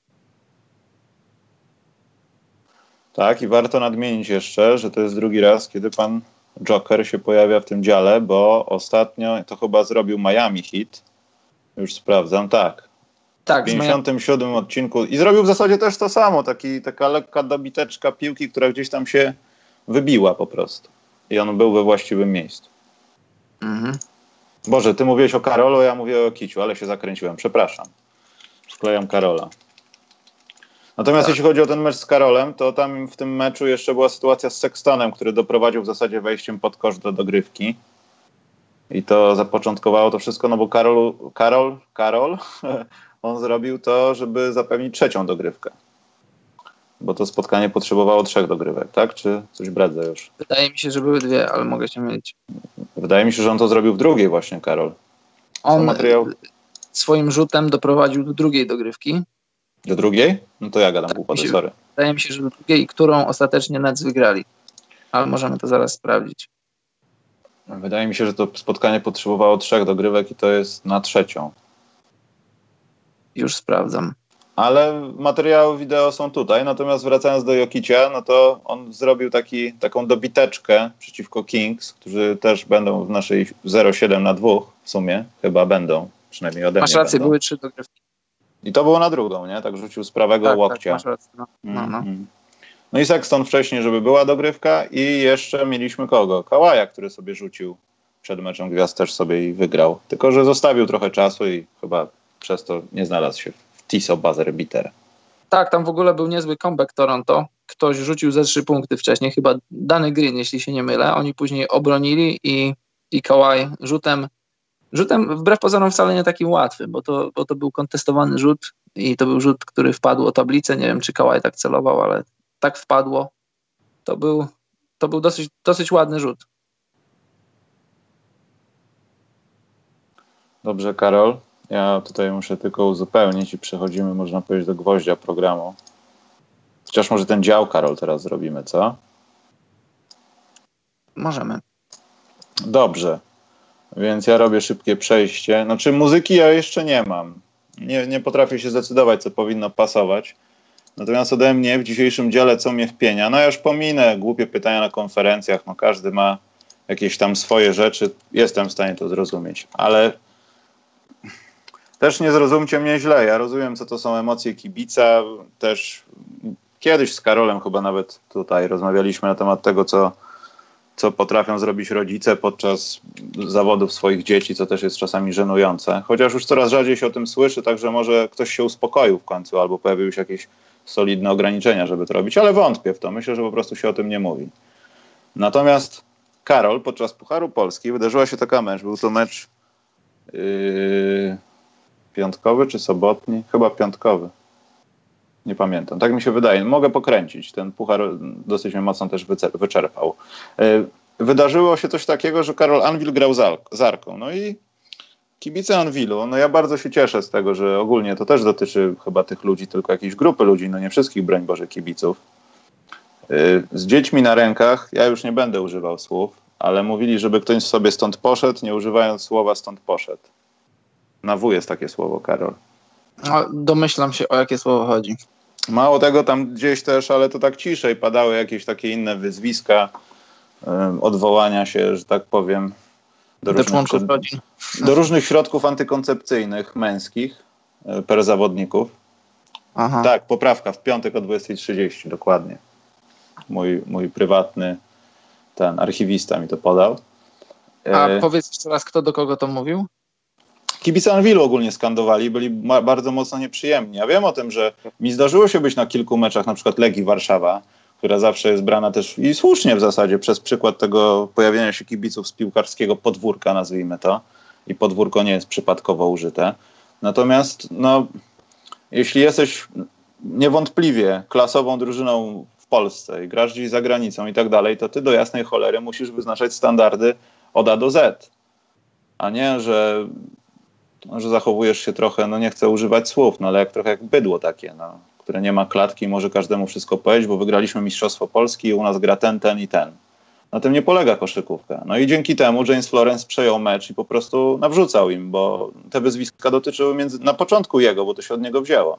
Tak, i warto nadmienić jeszcze, że to jest drugi raz, kiedy pan Joker się pojawia w tym dziale, bo ostatnio to chyba zrobił Miami Heat. Już sprawdzam, tak. Tak, w pięćdziesiątym siódmym odcinku. I zrobił w zasadzie też to samo, taki, taka lekka dobiteczka piłki, która gdzieś tam się wybiła po prostu. I on był we właściwym miejscu. Mhm. Boże, ty mówiłeś o Karolu, ja mówię o Kiciu, ale się zakręciłem. Przepraszam. Sklejam Karola. Natomiast tak. Jeśli chodzi o ten mecz z Karolem, to tam w tym meczu jeszcze była sytuacja z Sextonem, który doprowadził w zasadzie wejściem pod kosz do dogrywki. I to zapoczątkowało to wszystko, no bo Karol, Karol, Karol on zrobił to, żeby zapewnić trzecią dogrywkę. Bo to spotkanie potrzebowało trzech dogrywek, tak? Czy coś bredzę już? Wydaje mi się, że były dwie, ale mogę się mylić. Wydaje mi się, że on to zrobił w drugiej właśnie, Karol. On materiał... swoim rzutem doprowadził do drugiej dogrywki. Do drugiej? No to ja gadam tak głupoty, sorry. Wydaje mi się, że do drugiej, którą ostatecznie Nets wygrali. Ale możemy to zaraz sprawdzić. Wydaje mi się, że to spotkanie potrzebowało trzech dogrywek i to jest na trzecią. Już sprawdzam. Ale materiały wideo są tutaj, natomiast wracając do Jokicia, no to on zrobił taki, taką dobiteczkę przeciwko Kings, którzy też będą w naszej zero siedem na dwa w sumie, chyba będą, przynajmniej ode mnie Masz rację, będą. były trzy dogrywki. I to było na drugą, nie? Tak rzucił z prawego tak, łokcia. Tak, masz rację. No, no, no. Mm-hmm. No i Sexton wcześniej, żeby była dogrywka i jeszcze mieliśmy kogo? Kawaja, który sobie rzucił przed meczem gwiazd, też sobie i wygrał. Tylko że zostawił trochę czasu i chyba przez to nie znalazł się w Tiso Buzzer Beater. Tak, tam w ogóle był niezły comeback Toronto. Ktoś rzucił ze trzy punkty wcześniej, chyba Danny Green, jeśli się nie mylę. Oni później obronili i, i Kawhi rzutem, rzutem wbrew pozorom wcale nie takim łatwym, bo to, bo to był kontestowany rzut i to był rzut, który wpadł o tablicę. Nie wiem, czy Kawhi tak celował, ale tak wpadło. To był, to był dosyć, dosyć ładny rzut. Dobrze, Karol. Ja tutaj muszę tylko uzupełnić i przechodzimy, można powiedzieć, do gwoździa programu. Chociaż może ten dział, Karol, teraz zrobimy, co? Możemy. Dobrze. Więc ja robię szybkie przejście. Znaczy muzyki ja jeszcze nie mam. Nie, nie potrafię się zdecydować, co powinno pasować. Natomiast ode mnie w dzisiejszym dziale co mnie wpienia? No ja już pominę głupie pytania na konferencjach. No każdy ma jakieś tam swoje rzeczy. Jestem w stanie to zrozumieć. Ale też nie zrozumcie mnie źle. Ja rozumiem, co to są emocje kibica. Też kiedyś z Karolem chyba nawet tutaj rozmawialiśmy na temat tego, co, co potrafią zrobić rodzice podczas zawodów swoich dzieci, co też jest czasami żenujące. Chociaż już coraz rzadziej się o tym słyszy, także może ktoś się uspokoił w końcu albo pojawiły się jakieś solidne ograniczenia, żeby to robić, ale wątpię w to. Myślę, że po prostu się o tym nie mówi. Natomiast Karol, podczas Pucharu Polski wydarzyła się taka mecz. Był to mecz yy, piątkowy czy sobotni? Chyba piątkowy. Nie pamiętam. Tak mi się wydaje. Mogę pokręcić. Ten puchar dosyć mnie mocno też wyczerpał. Yy, wydarzyło się coś takiego, że Karol Anwil grał z Arką. No i kibice Anwilu, no ja bardzo się cieszę z tego, że ogólnie to też dotyczy chyba tych ludzi, tylko jakiejś grupy ludzi, no nie wszystkich, broń Boże, kibiców. Z dziećmi na rękach, ja już nie będę używał słów, ale mówili, żeby ktoś sobie stąd poszedł, nie używając słowa stąd poszedł. Na W jest takie słowo, Karol. No, domyślam się, o jakie słowo chodzi. Mało tego, tam gdzieś też, ale to tak ciszej, padały jakieś takie inne wyzwiska, um, odwołania się, że tak powiem, do, do, różnych, do różnych środków antykoncepcyjnych męskich per zawodników. Aha. Tak, poprawka w piątek o dwudziestej trzydzieści, dokładnie. Mój, mój prywatny ten archiwista mi to podał. A e... powiedz jeszcze raz, kto do kogo to mówił? Kibice Anwilu ogólnie skandowali, byli ma- bardzo mocno nieprzyjemni. Ja wiem o tym, że mi zdarzyło się być na kilku meczach, na przykład Legii Warszawa, która zawsze jest brana też, i słusznie w zasadzie, przez przykład tego pojawienia się kibiców z piłkarskiego podwórka, nazwijmy to. I podwórko nie jest przypadkowo użyte. Natomiast, no, jeśli jesteś niewątpliwie klasową drużyną w Polsce i grasz gdzieś za granicą i tak dalej, to ty do jasnej cholery musisz wyznaczać standardy od A do Z. A nie, że, że zachowujesz się trochę, no nie chcę używać słów, no ale jak trochę jak bydło takie, no, które nie ma klatki i może każdemu wszystko powiedzieć, bo wygraliśmy Mistrzostwo Polski i u nas gra ten, ten i ten. Na tym nie polega koszykówka. No i dzięki temu James Florence przejął mecz i po prostu nawrzucał im, bo te wyzwiska dotyczyły między, na początku jego, bo to się od niego wzięło.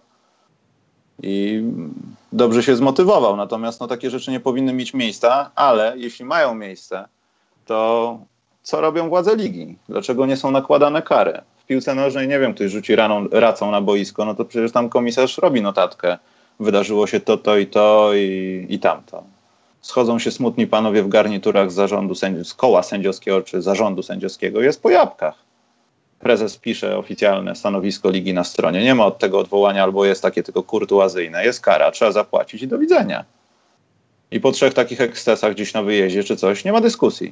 I dobrze się zmotywował. Natomiast no, takie rzeczy nie powinny mieć miejsca, ale jeśli mają miejsce, to co robią władze ligi? Dlaczego nie są nakładane kary? W piłce nożnej, nie wiem, ktoś rzuci raną, racą na boisko, no to przecież tam komisarz robi notatkę. Wydarzyło się to, to i to i, i tamto. Schodzą się smutni panowie w garniturach z zarządu sędzi- z koła sędziowskiego czy zarządu sędziowskiego. Jest po jabłkach. Prezes pisze oficjalne stanowisko ligi na stronie. Nie ma od tego odwołania, albo jest takie tylko kurtuazyjne. Jest kara, trzeba zapłacić i do widzenia. I po trzech takich ekscesach gdzieś na wyjeździe czy coś, nie ma dyskusji.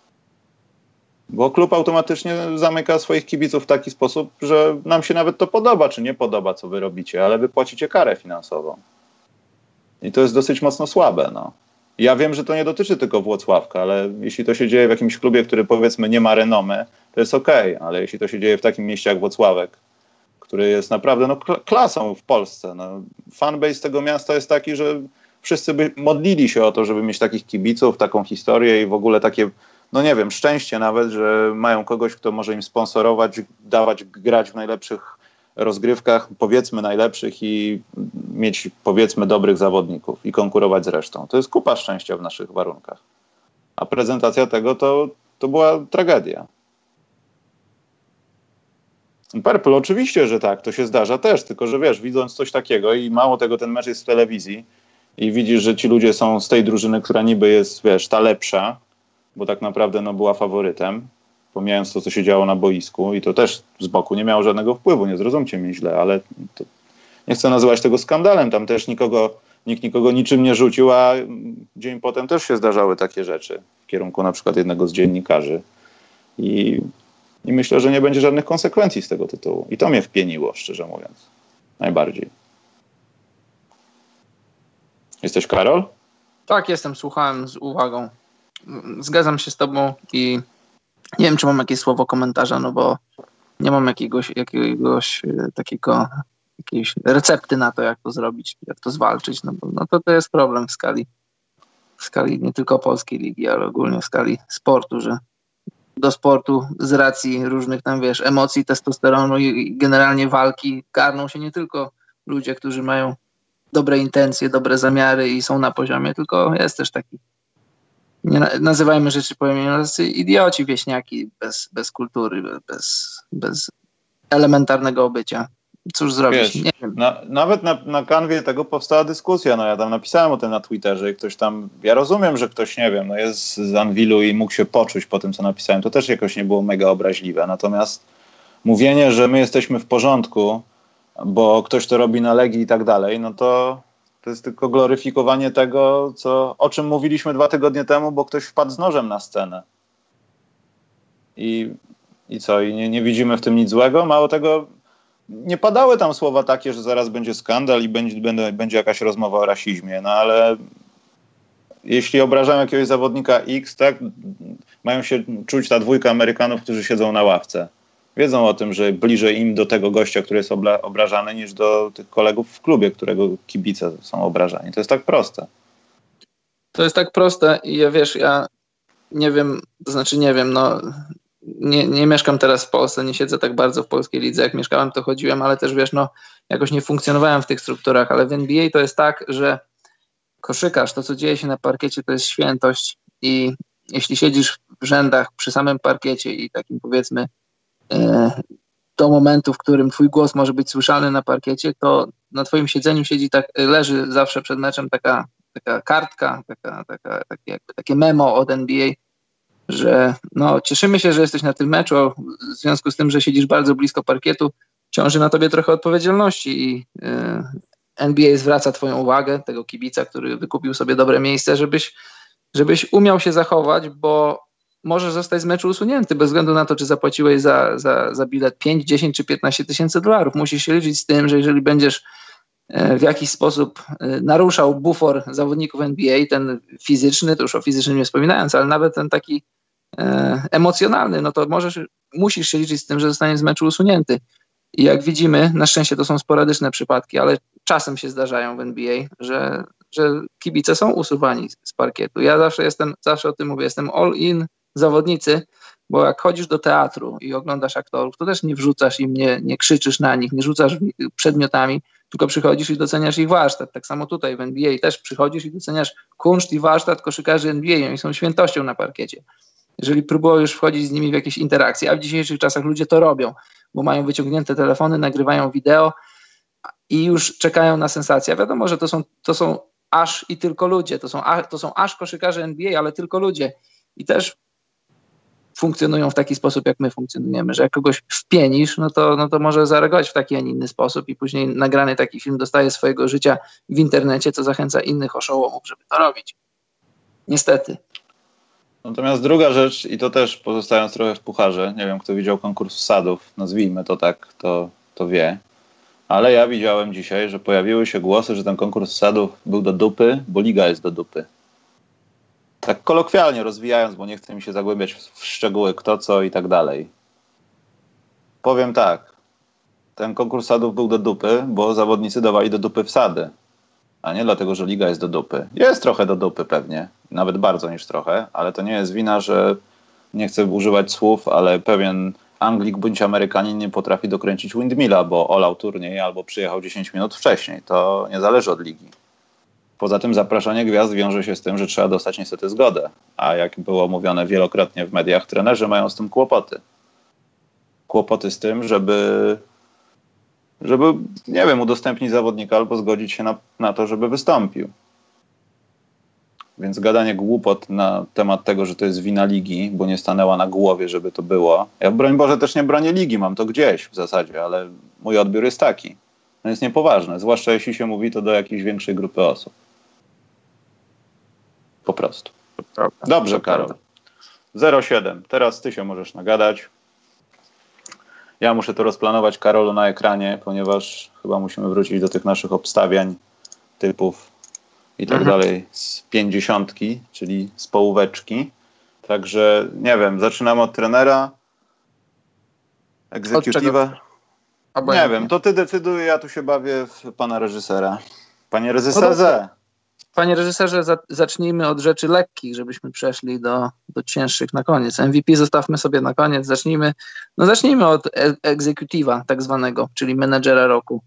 Bo klub automatycznie zamyka swoich kibiców w taki sposób, że nam się nawet to podoba, czy nie podoba, co wy robicie, ale wy płacicie karę finansową. I to jest dosyć mocno słabe, no. Ja wiem, że to nie dotyczy tylko Włocławka, ale jeśli to się dzieje w jakimś klubie, który powiedzmy nie ma renomy, to jest okej, okay, ale jeśli to się dzieje w takim mieście jak Włocławek, który jest naprawdę no, klasą w Polsce, no, fanbase tego miasta jest taki, że wszyscy by modlili się o to, żeby mieć takich kibiców, taką historię i w ogóle takie, no nie wiem, szczęście nawet, że mają kogoś, kto może im sponsorować, dawać, grać w najlepszych rozgrywkach, powiedzmy najlepszych i mieć powiedzmy dobrych zawodników i konkurować z resztą. To jest kupa szczęścia w naszych warunkach. A prezentacja tego to, to była tragedia. Purple, oczywiście, że tak, to się zdarza też, tylko że wiesz, widząc coś takiego i mało tego, ten mecz jest w telewizji i widzisz, że ci ludzie są z tej drużyny, która niby jest, wiesz, ta lepsza, bo tak naprawdę no, była faworytem, pomijając to, co się działo na boisku i to też z boku nie miało żadnego wpływu, nie zrozumcie mnie źle, ale to, nie chcę nazywać tego skandalem, tam też nikogo, nikt nikogo niczym nie rzucił, a dzień potem też się zdarzały takie rzeczy w kierunku na przykład jednego z dziennikarzy i, i myślę, że nie będzie żadnych konsekwencji z tego tytułu i to mnie wpieniło, szczerze mówiąc, najbardziej. Jesteś, Karol? Tak, jestem, słuchałem z uwagą. Zgadzam się z tobą i nie wiem, czy mam jakieś słowo komentarza, no bo nie mam jakiegoś, jakiegoś takiego, jakiejś recepty na to, jak to zrobić, jak to zwalczyć, no bo no to, to jest problem w skali, w skali nie tylko polskiej ligi, ale ogólnie w skali sportu, że do sportu z racji różnych tam, wiesz, emocji, testosteronu i generalnie walki garną się nie tylko ludzie, którzy mają dobre intencje, dobre zamiary i są na poziomie, tylko jest też taki, nie nazywajmy rzeczy po imieniu, idioci, wieśniaki bez, bez kultury, bez, bez elementarnego obycia. Cóż zrobić? Wiesz, nie wiem. Na, nawet na, na kanwie tego powstała dyskusja, no ja tam napisałem o tym na Twitterze i ktoś tam, ja rozumiem, że ktoś, nie wiem, no jest z Anwilu i mógł się poczuć po tym, co napisałem, to też jakoś nie było mega obraźliwe, natomiast mówienie, że my jesteśmy w porządku, bo ktoś to robi na Legii i tak dalej, no to To jest tylko gloryfikowanie tego, co, o czym mówiliśmy dwa tygodnie temu, bo ktoś wpadł z nożem na scenę. I, i co? I nie, nie widzimy w tym nic złego? Mało tego, nie padały tam słowa takie, że zaraz będzie skandal i będzie, będzie, będzie jakaś rozmowa o rasizmie, no ale jeśli obrażają jakiegoś zawodnika X, tak, mają się czuć ta dwójka Amerykanów, którzy siedzą na ławce. Wiedzą o tym, że bliżej im do tego gościa, który jest obla- obrażany, niż do tych kolegów w klubie, którego kibice są obrażani. To jest tak proste. To jest tak proste i ja wiesz, ja nie wiem, to znaczy nie wiem, no nie, nie mieszkam teraz w Polsce, nie siedzę tak bardzo w polskiej lidze, jak mieszkałem, to chodziłem, ale też wiesz, no jakoś nie funkcjonowałem w tych strukturach, ale w N B A to jest tak, że koszykarz, to co dzieje się na parkiecie, to jest świętość i jeśli siedzisz w rzędach przy samym parkiecie i takim powiedzmy do momentu, w którym twój głos może być słyszalny na parkiecie, to na twoim siedzeniu siedzi tak, leży zawsze przed meczem taka, taka kartka, taka, taka, takie, jakby takie memo od N B A, że no, cieszymy się, że jesteś na tym meczu, a w związku z tym, że siedzisz bardzo blisko parkietu, ciąży na tobie trochę odpowiedzialności i yy, N B A zwraca twoją uwagę, tego kibica, który wykupił sobie dobre miejsce, żebyś, żebyś umiał się zachować, bo możesz zostać z meczu usunięty bez względu na to, czy zapłaciłeś za, za, za bilet pięć, dziesięć czy piętnaście tysięcy dolarów. Musisz się liczyć z tym, że jeżeli będziesz w jakiś sposób naruszał bufor zawodników N B A, ten fizyczny, to już o fizycznym nie wspominając, ale nawet ten taki e, emocjonalny, no to możesz, musisz się liczyć z tym, że zostaniesz z meczu usunięty. I jak widzimy, na szczęście to są sporadyczne przypadki, ale czasem się zdarzają w N B A, że, że kibice są usuwani z parkietu. Ja zawsze jestem, zawsze o tym mówię, jestem all in zawodnicy, bo jak chodzisz do teatru i oglądasz aktorów, to też nie wrzucasz im, nie, nie krzyczysz na nich, nie rzucasz przedmiotami, tylko przychodzisz i doceniasz ich warsztat. Tak samo tutaj w N B A też przychodzisz i doceniasz kunszt i warsztat koszykarzy N B A. Oni są świętością na parkiecie. Jeżeli próbujesz wchodzić z nimi w jakieś interakcje, a w dzisiejszych czasach ludzie to robią, bo mają wyciągnięte telefony, nagrywają wideo i już czekają na sensację. Wiadomo, że to są, to są aż i tylko ludzie, to są, to są aż koszykarze N B A, ale tylko ludzie. I też funkcjonują w taki sposób, jak my funkcjonujemy, że jak kogoś wpienisz, no to, no to może zareagować w taki, a nie inny sposób i później nagrany taki film dostaje swojego życia w internecie, co zachęca innych oszołomów, żeby to robić. Niestety. Natomiast druga rzecz, i to też pozostając trochę w pucharze, nie wiem, kto widział konkurs wsadów, nazwijmy to tak, to, to wie, ale ja widziałem dzisiaj, że pojawiły się głosy, że ten konkurs wsadów był do dupy, bo liga jest do dupy. Tak kolokwialnie rozwijając, bo nie chcę mi się zagłębiać w szczegóły kto, co i tak dalej. Powiem tak, ten konkurs wsadów był do dupy, bo zawodnicy dawali do dupy wsady, a nie dlatego, że liga jest do dupy. Jest trochę do dupy pewnie, nawet bardzo niż trochę, ale to nie jest wina, że nie chcę używać słów, ale pewien Anglik bądź Amerykanin nie potrafi dokręcić windmilla, bo olał turniej albo przyjechał dziesięć minut wcześniej. To nie zależy od ligi. Poza tym zapraszanie gwiazd wiąże się z tym, że trzeba dostać niestety zgodę. A jak było mówione wielokrotnie w mediach, trenerzy mają z tym kłopoty. Kłopoty z tym, żeby, żeby nie wiem, udostępnić zawodnika albo zgodzić się na, na to, żeby wystąpił. Więc gadanie głupot na temat tego, że to jest wina ligi, bo nie stanęła na głowie, żeby to było. Ja broń Boże też nie bronię ligi, mam to gdzieś w zasadzie, ale mój odbiór jest taki. To jest niepoważne, zwłaszcza jeśli się mówi to do jakiejś większej grupy osób. Po prostu. Dobrze, Karol. zero siedem. Teraz ty się możesz nagadać. Ja muszę to rozplanować, Karolu, na ekranie, ponieważ chyba musimy wrócić do tych naszych obstawiań typów i tak mhm. dalej z pięćdziesiątki, czyli z połóweczki. Także nie wiem, zaczynamy od trenera, egzekutywa. Nie wiem, to ty decyduj, ja tu się bawię w pana reżysera. Panie reżyserze. Panie reżyserze, za, zacznijmy od rzeczy lekkich, żebyśmy przeszli do, do cięższych na koniec. M V P zostawmy sobie na koniec. Zacznijmy, no zacznijmy od e- egzekutywa tak zwanego, czyli menedżera roku.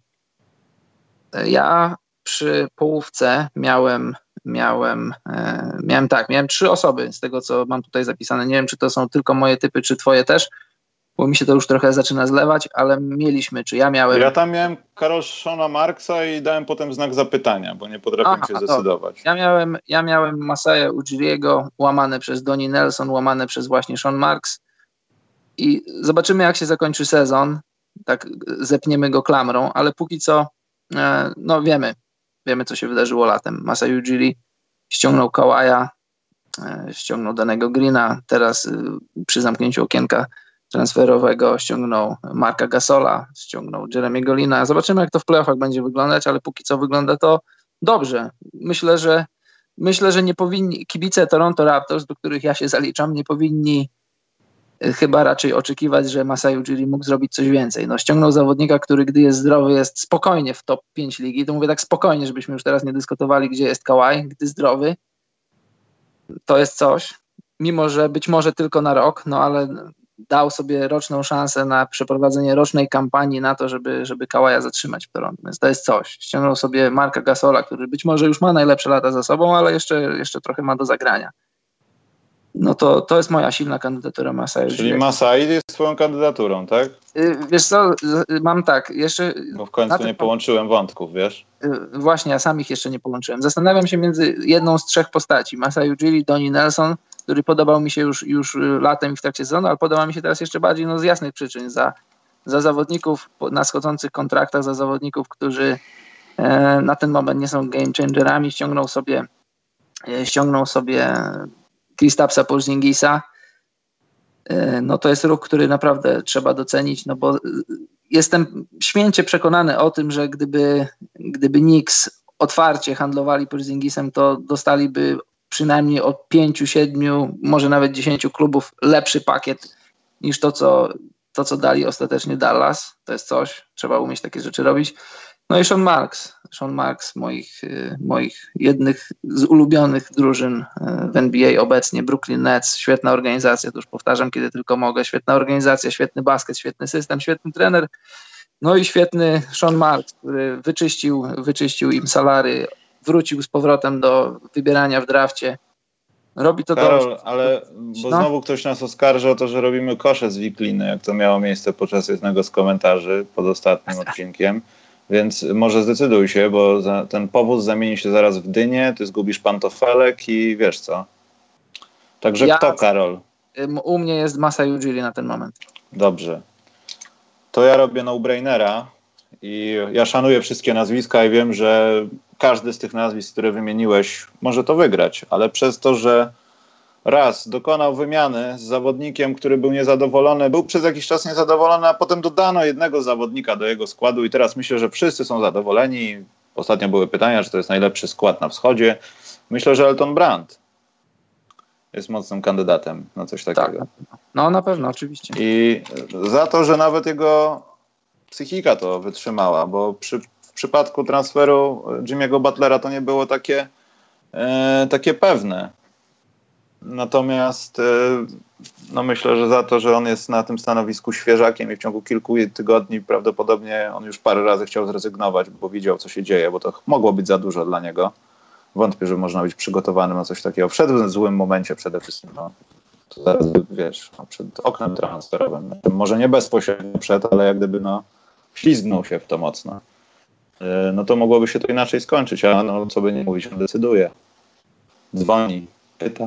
Ja przy połówce miałem, miałem, e, miałem tak, miałem trzy osoby z tego, co mam tutaj zapisane. Nie wiem, czy to są tylko moje typy, czy twoje też, bo mi się to już trochę zaczyna zlewać, ale mieliśmy, czy ja miałem... Ja tam miałem Karol Shona Marksa i dałem potem znak zapytania, bo nie potrafiłem Aha, się zdecydować. Ja miałem, ja miałem Masaya Ujiriego, łamane przez Donnie Nelson, łamane przez właśnie Sean Marks i zobaczymy, jak się zakończy sezon, tak zepniemy go klamrą, ale póki co, no wiemy, wiemy, co się wydarzyło latem. Masai Ujiri ściągnął Kawaja, ściągnął Danego Greena, teraz przy zamknięciu okienka transferowego ściągnął Marka Gasola, ściągnął Jeremiego Lina. Zobaczymy, jak to w playoffach będzie wyglądać, ale póki co wygląda to dobrze. Myślę, że myślę, że nie powinni kibice Toronto Raptors, do których ja się zaliczam, nie powinni chyba raczej oczekiwać, że Masai Ujiri mógł zrobić coś więcej. No, ściągnął zawodnika, który gdy jest zdrowy, jest spokojnie w top pięć ligi. To mówię tak spokojnie, żebyśmy już teraz nie dyskutowali, gdzie jest Kawhi, gdy zdrowy. To jest coś, mimo że być może tylko na rok, no ale dał sobie roczną szansę na przeprowadzenie rocznej kampanii na to, żeby, żeby Kawaja zatrzymać w Toronto. Więc to jest coś. Ściągnął sobie Marka Gasola, który być może już ma najlepsze lata za sobą, ale jeszcze, jeszcze trochę ma do zagrania. No to, to jest moja silna kandydatura Masai. Czyli Masai jest twoją kandydaturą, tak? Yy, wiesz co, mam tak, jeszcze... Bo w końcu nie połączyłem wątków, wiesz? Yy, właśnie, ja sam ich jeszcze nie połączyłem. Zastanawiam się między jedną z trzech postaci. Masai Ujiri, Donnie Nelson, który podobał mi się już, już latem i w trakcie sezonu, ale podoba mi się teraz jeszcze bardziej no, z jasnych przyczyn. Za, za zawodników na schodzących kontraktach, za zawodników, którzy e, na ten moment nie są game changerami, ściągnął sobie e, ściągnął sobie Kristapsa Porzingisa. E, no to jest ruch, który naprawdę trzeba docenić, no bo jestem święcie przekonany o tym, że gdyby, gdyby Knicks otwarcie handlowali Porzingisem, to dostaliby przynajmniej od pięciu, siedmiu, może nawet dziesięciu klubów lepszy pakiet niż to co, to, co dali ostatecznie Dallas. To jest coś, trzeba umieć takie rzeczy robić. No i Sean Marks. Sean Marks, moich, moich jednych z ulubionych drużyn w N B A obecnie, Brooklyn Nets, świetna organizacja, to już powtarzam, kiedy tylko mogę, świetna organizacja, świetny basket, świetny system, świetny trener, no i świetny Sean Marks, który wyczyścił, wyczyścił im salary, wrócił z powrotem do wybierania w drafcie. Robi to Karol, dobrze. ale bo no. znowu ktoś nas oskarży o to, że robimy kosze z wikliny, jak to miało miejsce podczas jednego z komentarzy pod ostatnim odcinkiem. Więc może zdecyduj się, bo za, ten powóz zamieni się zaraz w dynię, ty zgubisz pantofelek i wiesz co. Także ja, kto, Karol? U mnie jest Masai Ujiri na ten moment. Dobrze. To ja robię no-brainera i ja szanuję wszystkie nazwiska i wiem, że każdy z tych nazwisk, które wymieniłeś, może to wygrać, ale przez to, że raz dokonał wymiany z zawodnikiem, który był niezadowolony, był przez jakiś czas niezadowolony, a potem dodano jednego zawodnika do jego składu i teraz myślę, że wszyscy są zadowoleni. Ostatnio były pytania, czy to jest najlepszy skład na wschodzie. Myślę, że Elton Brand jest mocnym kandydatem na coś takiego. Tak. No na pewno, oczywiście. I za to, że nawet jego psychika to wytrzymała, bo przy, w przypadku transferu Jimmy'ego Butlera to nie było takie, e, takie pewne. Natomiast no myślę, że za to, że on jest na tym stanowisku świeżakiem i w ciągu kilku tygodni prawdopodobnie on już parę razy chciał zrezygnować, bo widział, co się dzieje, bo to mogło być za dużo dla niego. Wątpię, że można być przygotowanym na coś takiego. Wszedł w złym momencie przede wszystkim. No. To zaraz, wiesz, no, przed oknem transferowym. Może nie bezpośrednio przed, ale jak gdyby no, ślizgnął się w to mocno. No to mogłoby się to inaczej skończyć, a no, co by nie mówić, on decyduje. Dzwoni, pyta.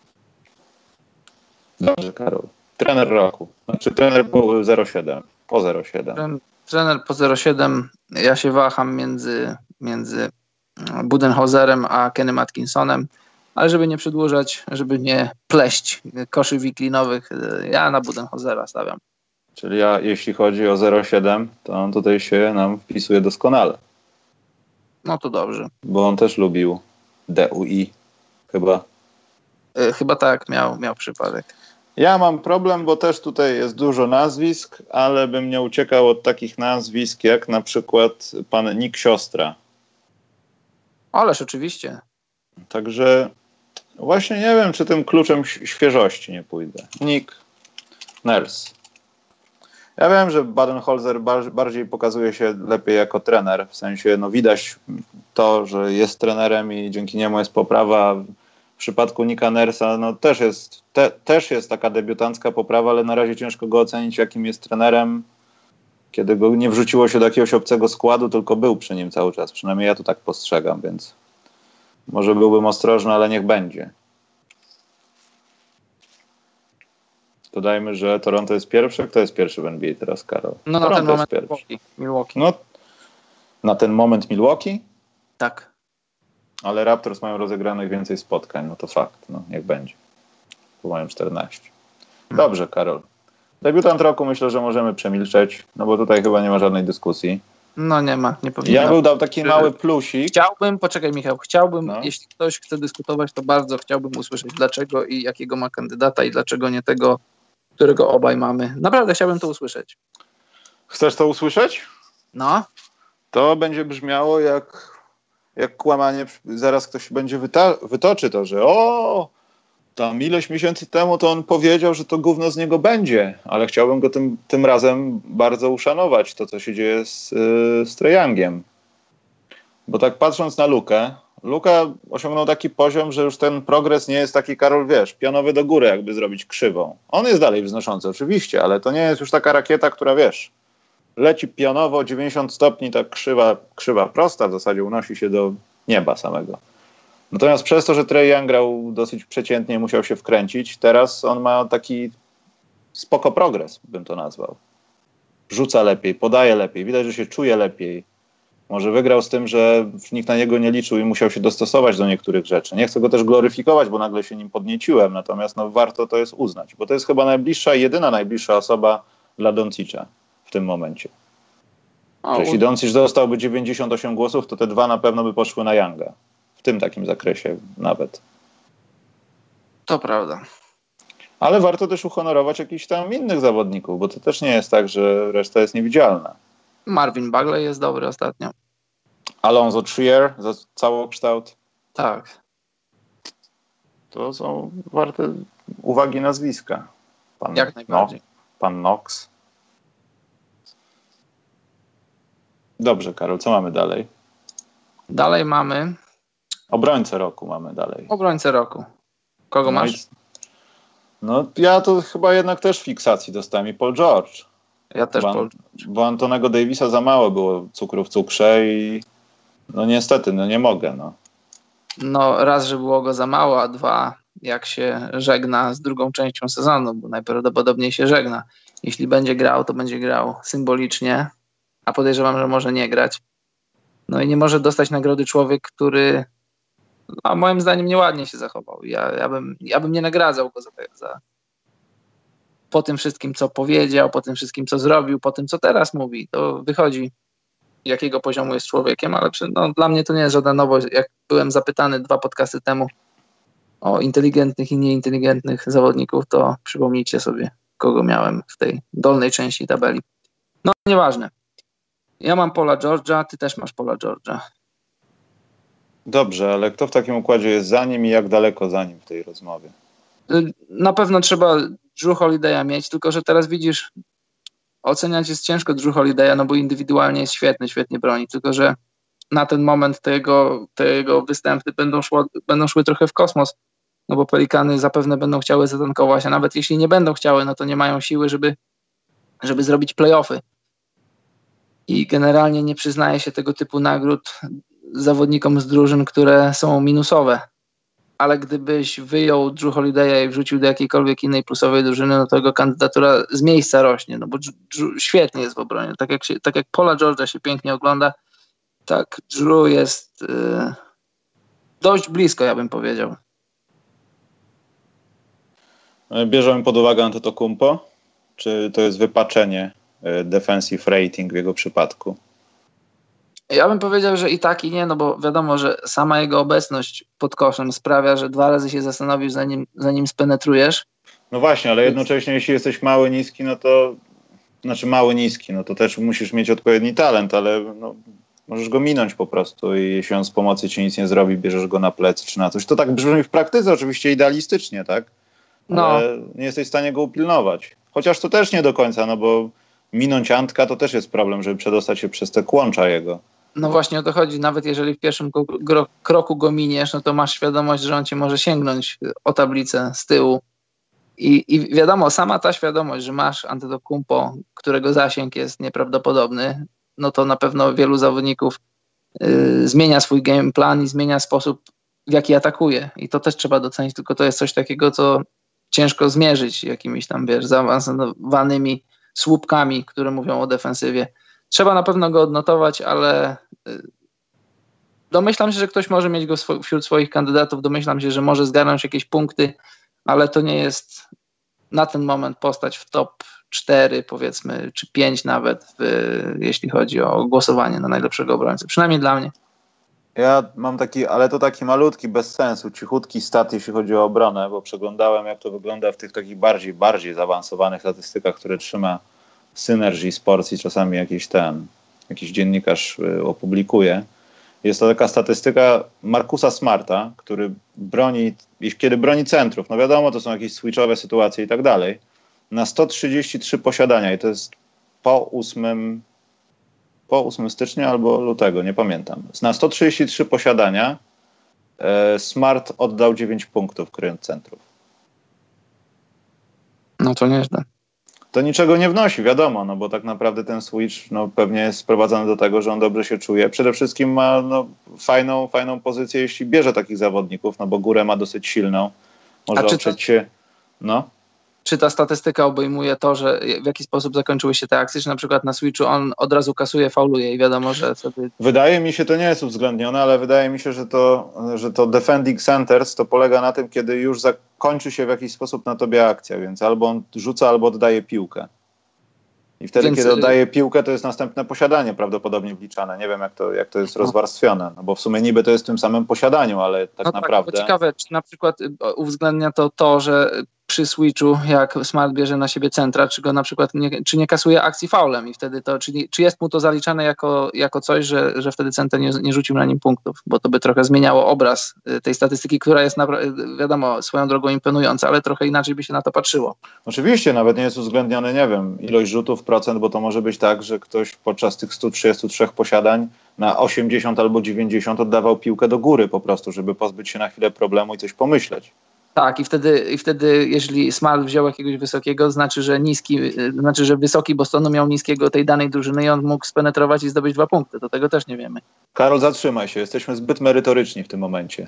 Dobrze, Karol. Trener roku. Znaczy trener po zero siedem. Po zero siedem. Trener po zero siedem. Ja się waham między, między Budenholzerem a Kennym Atkinsonem, ale żeby nie przedłużać, żeby nie pleść koszy wiklinowych, ja na Budenholzera stawiam. Czyli ja, jeśli chodzi o zero siedem, to on tutaj się nam wpisuje doskonale. No to dobrze. Bo on też lubił D U I. Chyba. Chyba tak miał, miał przypadek. Ja mam problem, bo też tutaj jest dużo nazwisk, ale bym nie uciekał od takich nazwisk jak na przykład pan Nick Siostra. Ależ oczywiście. Także właśnie nie wiem, czy tym kluczem świeżości nie pójdę. Nick Nurse. Ja wiem, że Budenholzer bardziej pokazuje się lepiej jako trener, w sensie no widać to, że jest trenerem i dzięki niemu jest poprawa. W przypadku Nicka Nurse'a no też jest, te, też jest taka debiutancka poprawa, ale na razie ciężko go ocenić, jakim jest trenerem, kiedy go nie wrzuciło się do jakiegoś obcego składu, tylko był przy nim cały czas. Przynajmniej ja to tak postrzegam, więc może byłbym ostrożny, ale niech będzie. Dodajmy, że Toronto jest pierwsze. Kto jest pierwszy w N B A teraz, Karol? No na Toronto ten moment jest pierwszy. Milwaukee. No, na ten moment Milwaukee? Tak. Ale Raptors mają rozegranych więcej spotkań, no to fakt, no niech będzie. Bo mają czternaście. Dobrze, Karol. Debiutant roku myślę, że możemy przemilczeć, no bo tutaj chyba nie ma żadnej dyskusji. No nie ma, nie powinno. Ja bym dał taki mały plusik. Chciałbym, poczekaj Michał, chciałbym, no. jeśli ktoś chce dyskutować, to bardzo chciałbym usłyszeć dlaczego i jakiego ma kandydata i dlaczego nie tego, którego obaj mamy. Naprawdę chciałbym to usłyszeć. Chcesz to usłyszeć? No. To będzie brzmiało jak, jak kłamanie. Zaraz ktoś będzie wyta- wytoczy to, że o, tam ileś miesięcy temu to on powiedział, że to gówno z niego będzie, ale chciałbym go tym, tym razem bardzo uszanować, to co się dzieje z, yy, z Trae Youngiem. Bo tak patrząc na Lukę, Luka osiągnął taki poziom, że już ten progres nie jest taki, Karol, wiesz, pionowy do góry, jakby zrobić krzywą. On jest dalej wznoszący oczywiście, ale to nie jest już taka rakieta, która, wiesz, leci pionowo, dziewięćdziesiąt stopni, tak krzywa, krzywa prosta, w zasadzie unosi się do nieba samego. Natomiast przez to, że Trae Young grał dosyć przeciętnie, musiał się wkręcić, teraz on ma taki spoko progres, bym to nazwał. Rzuca lepiej, podaje lepiej, widać, że się czuje lepiej. Może wygrał z tym, że nikt na niego nie liczył i musiał się dostosować do niektórych rzeczy. Nie chcę go też gloryfikować, bo nagle się nim podnieciłem, natomiast no, warto to jest uznać, bo to jest chyba najbliższa, jedyna najbliższa osoba dla Doncicza w tym momencie. O, jeśli Doncic dostałby dziewięćdziesiąt osiem głosów, to te dwa na pewno by poszły na Younga. W tym takim zakresie nawet. To prawda. Ale warto też uhonorować jakichś tam innych zawodników, bo to też nie jest tak, że reszta jest niewidzialna. Marvin Bagley jest dobry ostatnio. Alonzo Trier za całokształt. Tak. To są warte uwagi nazwiska. Pan Jak najbardziej. No, pan Knox. Dobrze, Karol, co mamy dalej? Dalej mamy... Obrońcę roku mamy dalej. Obrońcę roku. Kogo no masz? I, no ja to chyba jednak też fiksacji dostałem i Paul George. Ja też bo, Paul bo Antonego Davisa za mało było cukru w cukrze i no niestety, no nie mogę. No, no raz, że było go za mało, a dwa, jak się żegna z drugą częścią sezonu, bo najprawdopodobniej się żegna. Jeśli będzie grał, to będzie grał symbolicznie, a podejrzewam, że może nie grać. No i nie może dostać nagrody człowiek, który a moim zdaniem nieładnie się zachował. Ja, ja, bym, ja bym nie nagradzał go za, za po tym wszystkim, co powiedział, po tym wszystkim, co zrobił, po tym, co teraz mówi. To wychodzi, jakiego poziomu jest człowiekiem, ale przy, no, dla mnie to nie jest żadna nowość. Jak byłem zapytany dwa podcasty temu o inteligentnych i nieinteligentnych zawodników, to przypomnijcie sobie, kogo miałem w tej dolnej części tabeli. No, nieważne. Ja mam Paula George'a, ty też masz Paula George'a. Dobrze, ale kto w takim układzie jest za nim i jak daleko za nim w tej rozmowie? Na pewno trzeba Drew Holiday'a mieć, tylko że teraz widzisz, oceniać jest ciężko Drew Holiday'a, no bo indywidualnie jest świetny, świetnie broni, tylko że na ten moment te jego, te jego występy będą, szło, będą szły trochę w kosmos, no bo Pelikany zapewne będą chciały zatankować, a nawet jeśli nie będą chciały, no to nie mają siły, żeby, żeby zrobić play-offy. I generalnie nie przyznaje się tego typu nagród zawodnikom z drużyn, które są minusowe. Ale gdybyś wyjął Drew Holiday'a i wrzucił do jakiejkolwiek innej plusowej drużyny, no to jego kandydatura z miejsca rośnie, no bo Drew świetnie jest w obronie. Tak jak, się, tak jak Paula George'a się pięknie ogląda, tak Drew jest yy, dość blisko, ja bym powiedział. Bierzemy pod uwagę Antetokounmpo? Czy to jest wypaczenie defensive rating w jego przypadku? Ja bym powiedział, że i tak i nie, no bo wiadomo, że sama jego obecność pod koszem sprawia, że dwa razy się zastanowisz, zanim, zanim spenetrujesz. No właśnie, ale jednocześnie jeśli jesteś mały, niski, no to znaczy mały, niski, no to też musisz mieć odpowiedni talent, ale no, możesz go minąć po prostu i jeśli on z pomocy ci nic nie zrobi, bierzesz go na plecy czy na coś. To tak brzmi w praktyce oczywiście idealistycznie, tak? Ale no. Nie jesteś w stanie go upilnować. Chociaż to też nie do końca, no bo minąć Antka to też jest problem, żeby przedostać się przez te kłącza jego. No właśnie o to chodzi. Nawet jeżeli w pierwszym gro- kroku go miniesz, no to masz świadomość, że on cię może sięgnąć o tablicę z tyłu. I, i wiadomo, sama ta świadomość, że masz Antetokounmpo, którego zasięg jest nieprawdopodobny, no to na pewno wielu zawodników y, zmienia swój game plan i zmienia sposób, w jaki atakuje. I to też trzeba docenić, tylko to jest coś takiego, co ciężko zmierzyć jakimiś tam, wiesz, zaawansowanymi słupkami, które mówią o defensywie. Trzeba na pewno go odnotować, ale domyślam się, że ktoś może mieć go swo- wśród swoich kandydatów, domyślam się, że może zgarnąć jakieś punkty, ale to nie jest na ten moment postać w top cztery, powiedzmy, czy pięć nawet, w, jeśli chodzi o głosowanie na najlepszego obrońcę. Przynajmniej dla mnie. Ja mam taki, ale to taki malutki, bez sensu, cichutki stat, jeśli chodzi o obronę, bo przeglądałem, jak to wygląda w tych takich bardziej, bardziej zaawansowanych statystykach, które trzyma Synergy Sports i czasami jakiś ten, jakiś dziennikarz y, opublikuje. Jest to taka statystyka Marcusa Smarta, który broni, kiedy broni centrów, no wiadomo, to są jakieś switchowe sytuacje i tak dalej, na sto trzydzieści trzy posiadania i to jest po ósmym po ósmego stycznia albo lutego, nie pamiętam. Na sto trzydzieści trzy posiadania e, Smart oddał dziewięć punktów kryjąc centrów. No to nieźle. To niczego nie wnosi, wiadomo, no bo tak naprawdę ten switch no, pewnie jest sprowadzany do tego, że on dobrze się czuje. Przede wszystkim ma no, fajną, fajną pozycję, jeśli bierze takich zawodników, no bo górę ma dosyć silną. Może oprzeć to... się... No. Czy ta statystyka obejmuje to, że w jaki sposób zakończyły się te akcje, czy na przykład na switchu on od razu kasuje, fauluje i wiadomo, że wtedy... Wydaje mi się, to nie jest uwzględnione, ale wydaje mi się, że to, że to defending centers to polega na tym, kiedy już zakończy się w jakiś sposób na tobie akcja, więc albo on rzuca, albo oddaje piłkę. I wtedy, więc... kiedy oddaje piłkę, to jest następne posiadanie prawdopodobnie wliczane. Nie wiem, jak to, jak to jest rozwarstwione, no bo w sumie niby to jest w tym samym posiadaniu, ale tak no naprawdę... Tak, bo ciekawe, czy na przykład uwzględnia to to, że przy switchu, jak Smart bierze na siebie centra, czy go na przykład nie, czy nie kasuje akcji faulem i wtedy to, czy, czy jest mu to zaliczane jako, jako coś, że, że wtedy center nie, nie rzucił na nim punktów, bo to by trochę zmieniało obraz tej statystyki, która jest napra- wiadomo, swoją drogą imponująca, ale trochę inaczej by się na to patrzyło. Oczywiście, nawet nie jest uwzględnione, nie wiem, ilość rzutów, procent, bo to może być tak, że ktoś podczas tych stu trzydziestu trzech posiadań na osiemdziesiąt albo dziewięćdziesiąt oddawał piłkę do góry po prostu, żeby pozbyć się na chwilę problemu i coś pomyśleć. Tak, i wtedy, i wtedy jeśli Smart wziął jakiegoś wysokiego, znaczy, że niski, znaczy, że wysoki Bostonu miał niskiego tej danej drużyny i on mógł spenetrować i zdobyć dwa punkty. To tego też nie wiemy. Karol, zatrzymaj się. Jesteśmy zbyt merytoryczni w tym momencie.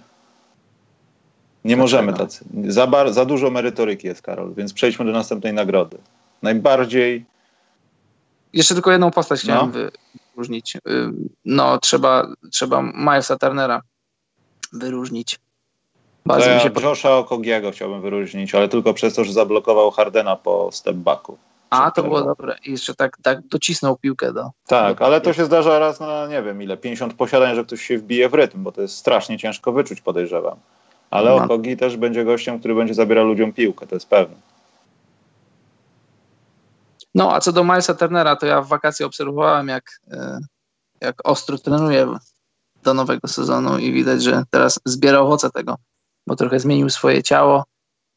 Nie możemy tacy. Za, bar, za dużo merytoryki jest, Karol, więc przejdźmy do następnej nagrody. Najbardziej... Jeszcze tylko jedną postać chciałem no. wyróżnić. No, trzeba, trzeba Milesa Turnera wyróżnić. Bardzo ja mi się Josha Okogiego chciałbym wyróżnić, ale tylko przez to, że zablokował Hardena po step-backu. A, to było dobre. I jeszcze tak, tak docisnął piłkę do... Tak, do... ale to się zdarza raz na nie wiem ile, pięćdziesiąt posiadań, że ktoś się wbije w rytm, bo to jest strasznie ciężko wyczuć, podejrzewam. Ale no. Okogi też będzie gościem, który będzie zabierał ludziom piłkę, to jest pewne. No, a co do Milesa Turnera, to ja w wakacje obserwowałem, jak, jak ostro trenuje do nowego sezonu i widać, że teraz zbiera owoce tego, bo trochę zmienił swoje ciało,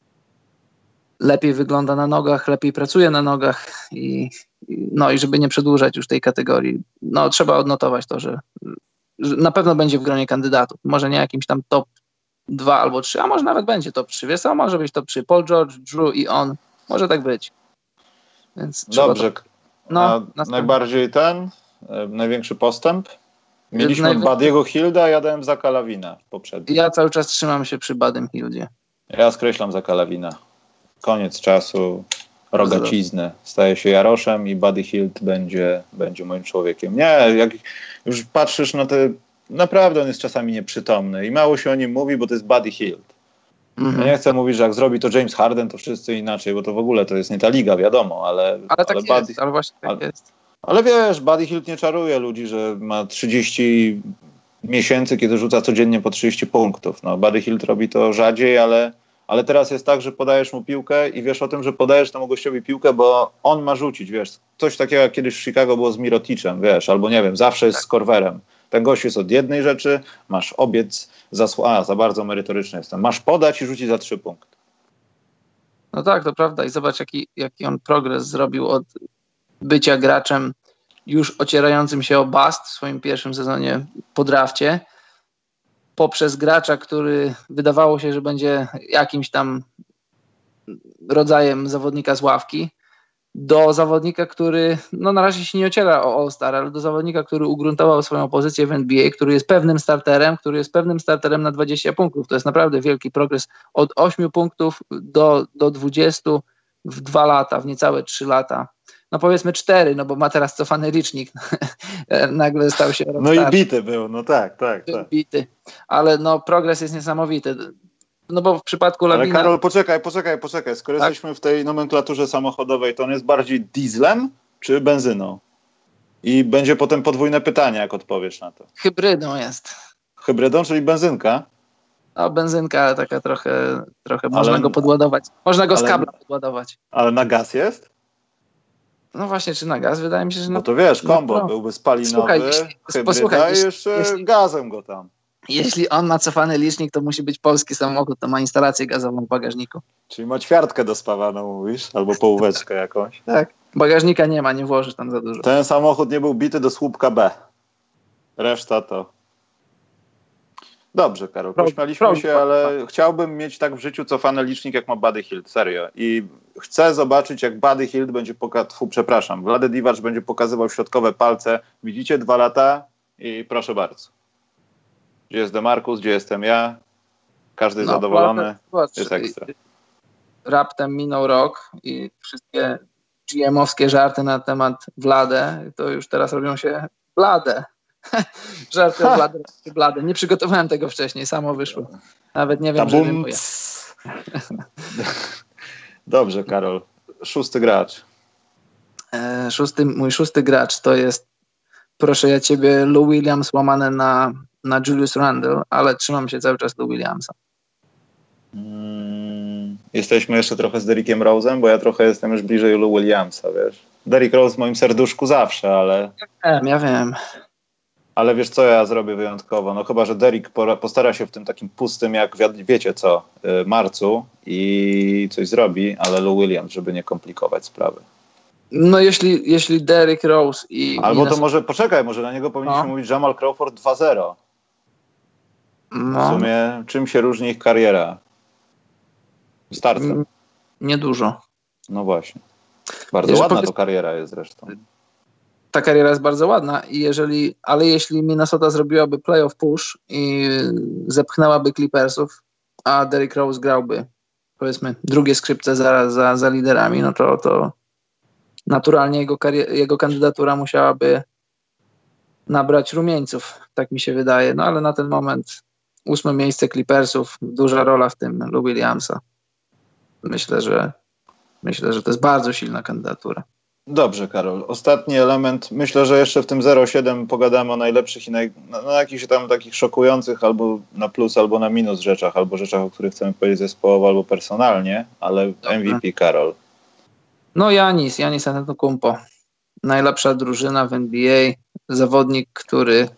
lepiej wygląda na nogach, lepiej pracuje na nogach i, no i żeby nie przedłużać już tej kategorii, no trzeba odnotować to, że, że na pewno będzie w gronie kandydatów, może nie jakimś tam top dwa albo trzy, a może nawet będzie top trzy, wiesz co, może być top trzy, Paul George, Drew i on, może tak być. Więc dobrze, to... no, a najbardziej ten, e, największy postęp? Mieliśmy Najwy... Buddy'ego Hilda, a ja dałem Zacka Lavina poprzednio. Ja cały czas trzymam się przy Buddym Hildzie. Ja skreślam Zacka Lavina. Koniec czasu, rogacizny. Staje się Jaroszem i Buddy Hield będzie, będzie moim człowiekiem. Nie, jak już patrzysz na te... Naprawdę on jest czasami nieprzytomny i mało się o nim mówi, bo to jest Buddy Hield. Mm-hmm. Ja nie chcę mówić, że jak zrobi to James Harden, to wszyscy inaczej, bo to w ogóle to jest nie ta liga, wiadomo, ale... Ale tak ale jest, Buddy, ale właśnie tak ale, jest. Ale wiesz, Buddy Hield nie czaruje ludzi, że ma trzydzieści miesięcy, kiedy rzuca codziennie po trzydzieści punktów. No, Buddy Hield robi to rzadziej, ale, ale teraz jest tak, że podajesz mu piłkę i wiesz o tym, że podajesz temu gościowi piłkę, bo on ma rzucić, wiesz. Coś takiego jak kiedyś w Chicago było z Miroticem, wiesz, albo nie wiem, zawsze jest tak. z Korwerem. Ten gość jest od jednej rzeczy, masz obiec, zasł- a za bardzo merytoryczny jestem, masz podać i rzucić za trzy punkty. No tak, to prawda i zobacz jaki, jaki on progres zrobił od bycia graczem już ocierającym się o bust w swoim pierwszym sezonie po drafcie, poprzez gracza, który wydawało się, że będzie jakimś tam rodzajem zawodnika z ławki, do zawodnika, który no na razie się nie ociera o All-Star, ale do zawodnika, który ugruntował swoją pozycję w N B A, który jest pewnym starterem, który jest pewnym starterem na dwadzieścia punktów. To jest naprawdę wielki progres od ośmiu punktów do, do dwudziestu w dwa lata, w niecałe trzy lata. no powiedzmy cztery, no bo ma teraz cofany licznik, nagle stał się rok No starszy. i bity był, no tak, tak, tak. Bity, ale no progres jest niesamowity. No bo w przypadku Labina... Ale Karol, poczekaj, poczekaj, poczekaj. Skoro tak? jesteśmy w tej nomenklaturze samochodowej, to on jest bardziej dieslem czy benzyną? I będzie potem podwójne pytanie, jak odpowiesz na to. Hybrydą jest. Hybrydą, czyli benzynka? No benzynka, ale taka trochę, trochę ale, można go podładować. Można go ale, z kabla podładować. Ale na gaz jest? No właśnie, czy na gaz? Wydaje mi się, że... No to wiesz, kombo, no, byłby spalinowy, Słuchaj, hybryda posłuchaj, i jeszcze jeśli, gazem go tam. Jeśli on ma cofany licznik, to musi być polski samochód, to ma instalację gazową w bagażniku. Czyli ma ćwiartkę dospawaną, mówisz? Albo połóweczkę jakąś. Tak, bagażnika nie ma, nie włożysz tam za dużo. Ten samochód nie był bity do słupka B. Reszta to... Dobrze, Karol, pośmialiśmy się, ale chciałbym mieć tak w życiu cofany licznik, jak ma Buddy Hield, serio. I chcę zobaczyć, jak Buddy Hield będzie pokazywał, przepraszam, Vlade Divac będzie pokazywał środkowe palce. Widzicie, dwa lata i proszę bardzo. Gdzie jest Demarcus, gdzie jestem ja? Każdy jest no, zadowolony, zobacz, jest ekstra. Raptem minął rok i wszystkie G M-owskie żarty na temat Vlade, to już teraz robią się blade. Żarty o blady, blady. Nie przygotowałem tego wcześniej, samo wyszło. Nawet nie wiem, że wiem, ja. Dobrze, Karol. Szósty gracz. E, szósty, mój szósty gracz to jest, proszę ja ciebie, Lou Williams łamane na, na Julius Randle, ale trzymam się cały czas Lou Williamsa. Hmm, jesteśmy jeszcze trochę z Derrickiem Rose'em, bo ja trochę jestem już bliżej Lou Williamsa, wiesz. Derrick Rose w moim serduszku zawsze, ale... Ja wiem, ja wiem. Ale wiesz, co ja zrobię wyjątkowo? No chyba, że Derrick postara się w tym takim pustym, jak wiecie co, marcu i coś zrobi, ale Lou Williams, żeby nie komplikować sprawy. No jeśli, jeśli Derrick Rose i... Albo i to może, poczekaj, może na niego powinniśmy no. mówić Jamal Crawford dwa zero. No. W sumie czym się różni ich kariera? Starcem. Niedużo. No właśnie. Bardzo Wiesz, ładna powiedz... to kariera jest zresztą. Ta kariera jest bardzo ładna, i jeżeli, ale jeśli Minnesota zrobiłaby playoff push i zepchnęłaby Clippersów, a Derrick Rose grałby, powiedzmy, drugie skrzypce za, za, za liderami, no to, to naturalnie jego, karier- jego kandydatura musiałaby nabrać rumieńców, tak mi się wydaje. No ale na ten moment ósme miejsce Clippersów, duża rola w tym Lou Williamsa. Myślę, że myślę, że to jest bardzo silna kandydatura. Dobrze, Karol. Ostatni element. Myślę, że jeszcze w tym zero przecinek siedem pogadamy o najlepszych i naj, no, no, jakichś tam takich szokujących albo na plus, albo na minus rzeczach, albo rzeczach, o których chcemy powiedzieć zespołowo albo personalnie, ale Dobra. M V P, Karol. No Giannis, Giannis Antetokounmpo. Najlepsza drużyna w N B A. Zawodnik, który,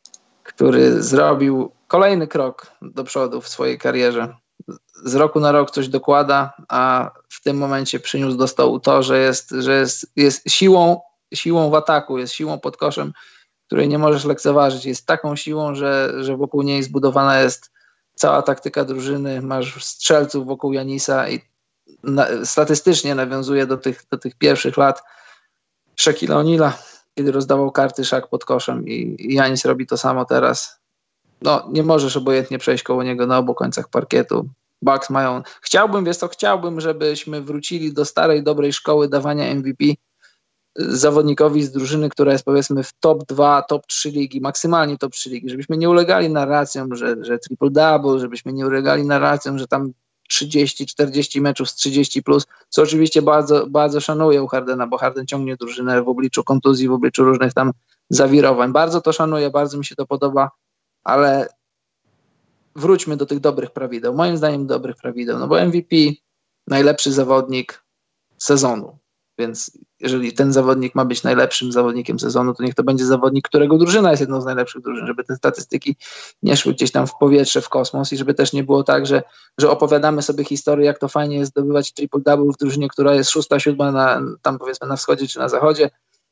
który zrobił kolejny krok do przodu w swojej karierze. Z roku na rok coś dokłada, a w tym momencie przyniósł do stołu to, że jest, że jest, jest siłą, siłą w ataku, jest siłą pod koszem, której nie możesz lekceważyć. Jest taką siłą, że, że wokół niej zbudowana jest cała taktyka drużyny. Masz strzelców wokół Giannisa i na, statystycznie nawiązuje do tych, do tych pierwszych lat Shaquilla O'Neala, kiedy rozdawał karty Shaq pod koszem, i Giannis robi to samo teraz. No, nie możesz obojętnie przejść koło niego na obu końcach parkietu. Bucks mają... Chciałbym, wiesz co, chciałbym, żebyśmy wrócili do starej, dobrej szkoły dawania M V P zawodnikowi z drużyny, która jest powiedzmy w top dwa, top trzy ligi, maksymalnie top trzy ligi, żebyśmy nie ulegali narracjom, że, że triple-double, żebyśmy nie ulegali narracjom, że tam trzydzieści czterdzieści meczów z trzydzieści plus, co oczywiście bardzo, bardzo szanuję u Hardena, bo Harden ciągnie drużynę w obliczu kontuzji, w obliczu różnych tam zawirowań. Bardzo to szanuję, bardzo mi się to podoba, ale wróćmy do tych dobrych prawideł. Moim zdaniem dobrych prawideł, no bo M V P, najlepszy zawodnik sezonu, więc jeżeli ten zawodnik ma być najlepszym zawodnikiem sezonu, to niech to będzie zawodnik, którego drużyna jest jedną z najlepszych drużyn, żeby te statystyki nie szły gdzieś tam w powietrze, w kosmos, i żeby też nie było tak, że, że opowiadamy sobie historię, jak to fajnie jest zdobywać triple-double w drużynie, która jest szósta, siódma na, tam powiedzmy na wschodzie czy na zachodzie.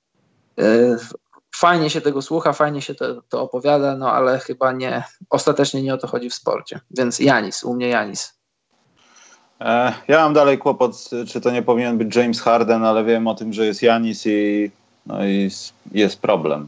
Yy, Fajnie się tego słucha, fajnie się to, to opowiada, no ale chyba nie, ostatecznie nie o to chodzi w sporcie. Więc Giannis, u mnie Giannis. E, ja mam dalej kłopot, czy to nie powinien być James Harden, ale wiem o tym, że jest Giannis i, no i jest problem.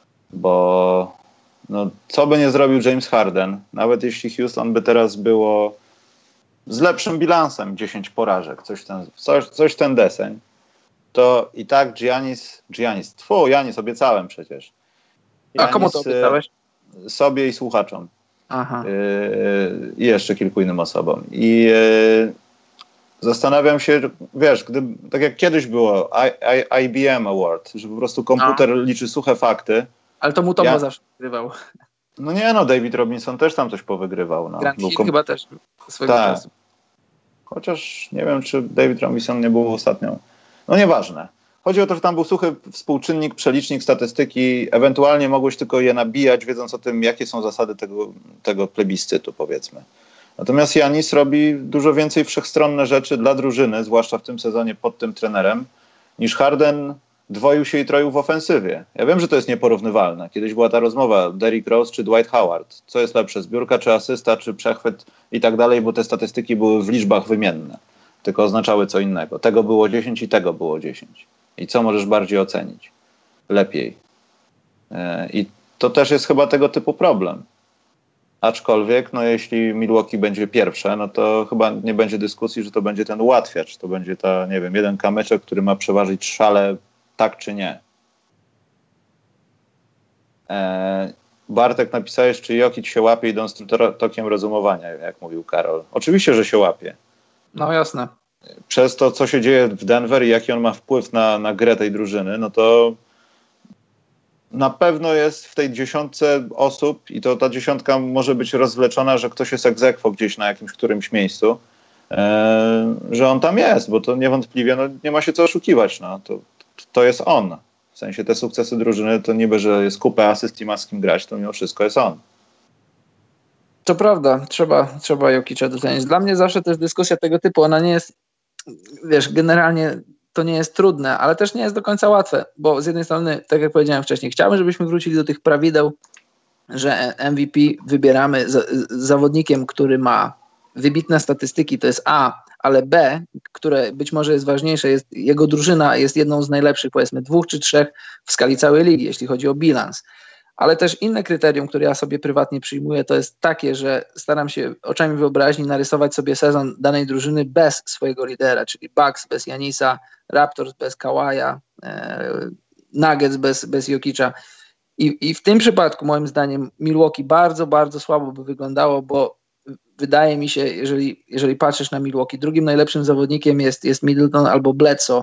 Bo no, co by nie zrobił James Harden, nawet jeśli Houston by teraz było z lepszym bilansem, dziesięć porażek, coś ten, coś, coś ten deseń, to i tak Giannis, Giannis, tfu, Janis, obiecałem przecież. Janis, a komu to obiecałeś? Sobie i słuchaczom. Aha. Yy, I jeszcze kilku innym osobom. I yy, zastanawiam się, wiesz, gdy, tak jak kiedyś było I, I, I B M Award, że po prostu komputer no. liczy suche fakty. Ale to mu to ja... zawsze wygrywał. No nie no, David Robinson też tam coś powygrywał. No. Grant Hill kom... chyba też swojego tak. czasu. Chociaż nie wiem, czy David Robinson nie był ostatnią. No nieważne. Chodzi o to, że tam był suchy współczynnik, przelicznik, statystyki. Ewentualnie mogłeś tylko je nabijać, wiedząc o tym, jakie są zasady tego, tego plebiscytu, powiedzmy. Natomiast Janis robi dużo więcej wszechstronne rzeczy dla drużyny, zwłaszcza w tym sezonie pod tym trenerem, niż Harden dwoił się i troił w ofensywie. Ja wiem, że to jest nieporównywalne. Kiedyś była ta rozmowa Derrick Rose czy Dwight Howard. Co jest lepsze, zbiórka czy asysta, czy przechwyt i tak dalej, bo te statystyki były w liczbach wymienne. Tylko oznaczały co innego. Tego było dziesięć i tego było dziesięć. I co możesz bardziej ocenić? Lepiej. I to też jest chyba tego typu problem. Aczkolwiek, no jeśli Milwaukee będzie pierwsze, no to chyba nie będzie dyskusji, że to będzie ten ułatwiacz. To będzie ta, nie wiem, jeden kamyczek, który ma przeważyć szale, tak czy nie. E, Bartek, napisałeś, czy Jokic się łapie idąc tym tokiem rozumowania, jak mówił Karol. Oczywiście, że się łapie. No jasne. Przez to, co się dzieje w Denver i jaki on ma wpływ na, na grę tej drużyny, no to na pewno jest w tej dziesiątce osób i to ta dziesiątka może być rozwleczona, że ktoś jest ex aequo gdzieś na jakimś którymś miejscu, e, że on tam jest, bo to niewątpliwie no, nie ma się co oszukiwać. No. To, to jest on. W sensie te sukcesy drużyny to niby, że jest kupę asyst i ma z kim grać, to mimo wszystko jest on. To prawda, trzeba, trzeba Jokicza docenić. Dla mnie zawsze też dyskusja tego typu, ona nie jest, wiesz, generalnie to nie jest trudne, ale też nie jest do końca łatwe, bo z jednej strony, tak jak powiedziałem wcześniej, chciałbym, żebyśmy wrócili do tych prawideł, że M V P wybieramy z, z zawodnikiem, który ma wybitne statystyki, to jest A, ale B, które być może jest ważniejsze, jest, jego drużyna jest jedną z najlepszych, powiedzmy dwóch czy trzech w skali całej ligi, jeśli chodzi o bilans. Ale też inne kryterium, które ja sobie prywatnie przyjmuję, to jest takie, że staram się oczami wyobraźni narysować sobie sezon danej drużyny bez swojego lidera, czyli Bucks bez Janisa, Raptors bez Kawaja, e, Nuggets bez, bez Jokicza. I, I w tym przypadku moim zdaniem Milwaukee bardzo, bardzo słabo by wyglądało, bo wydaje mi się, jeżeli, jeżeli patrzysz na Milwaukee, drugim najlepszym zawodnikiem jest, jest Middleton albo Bledsoe.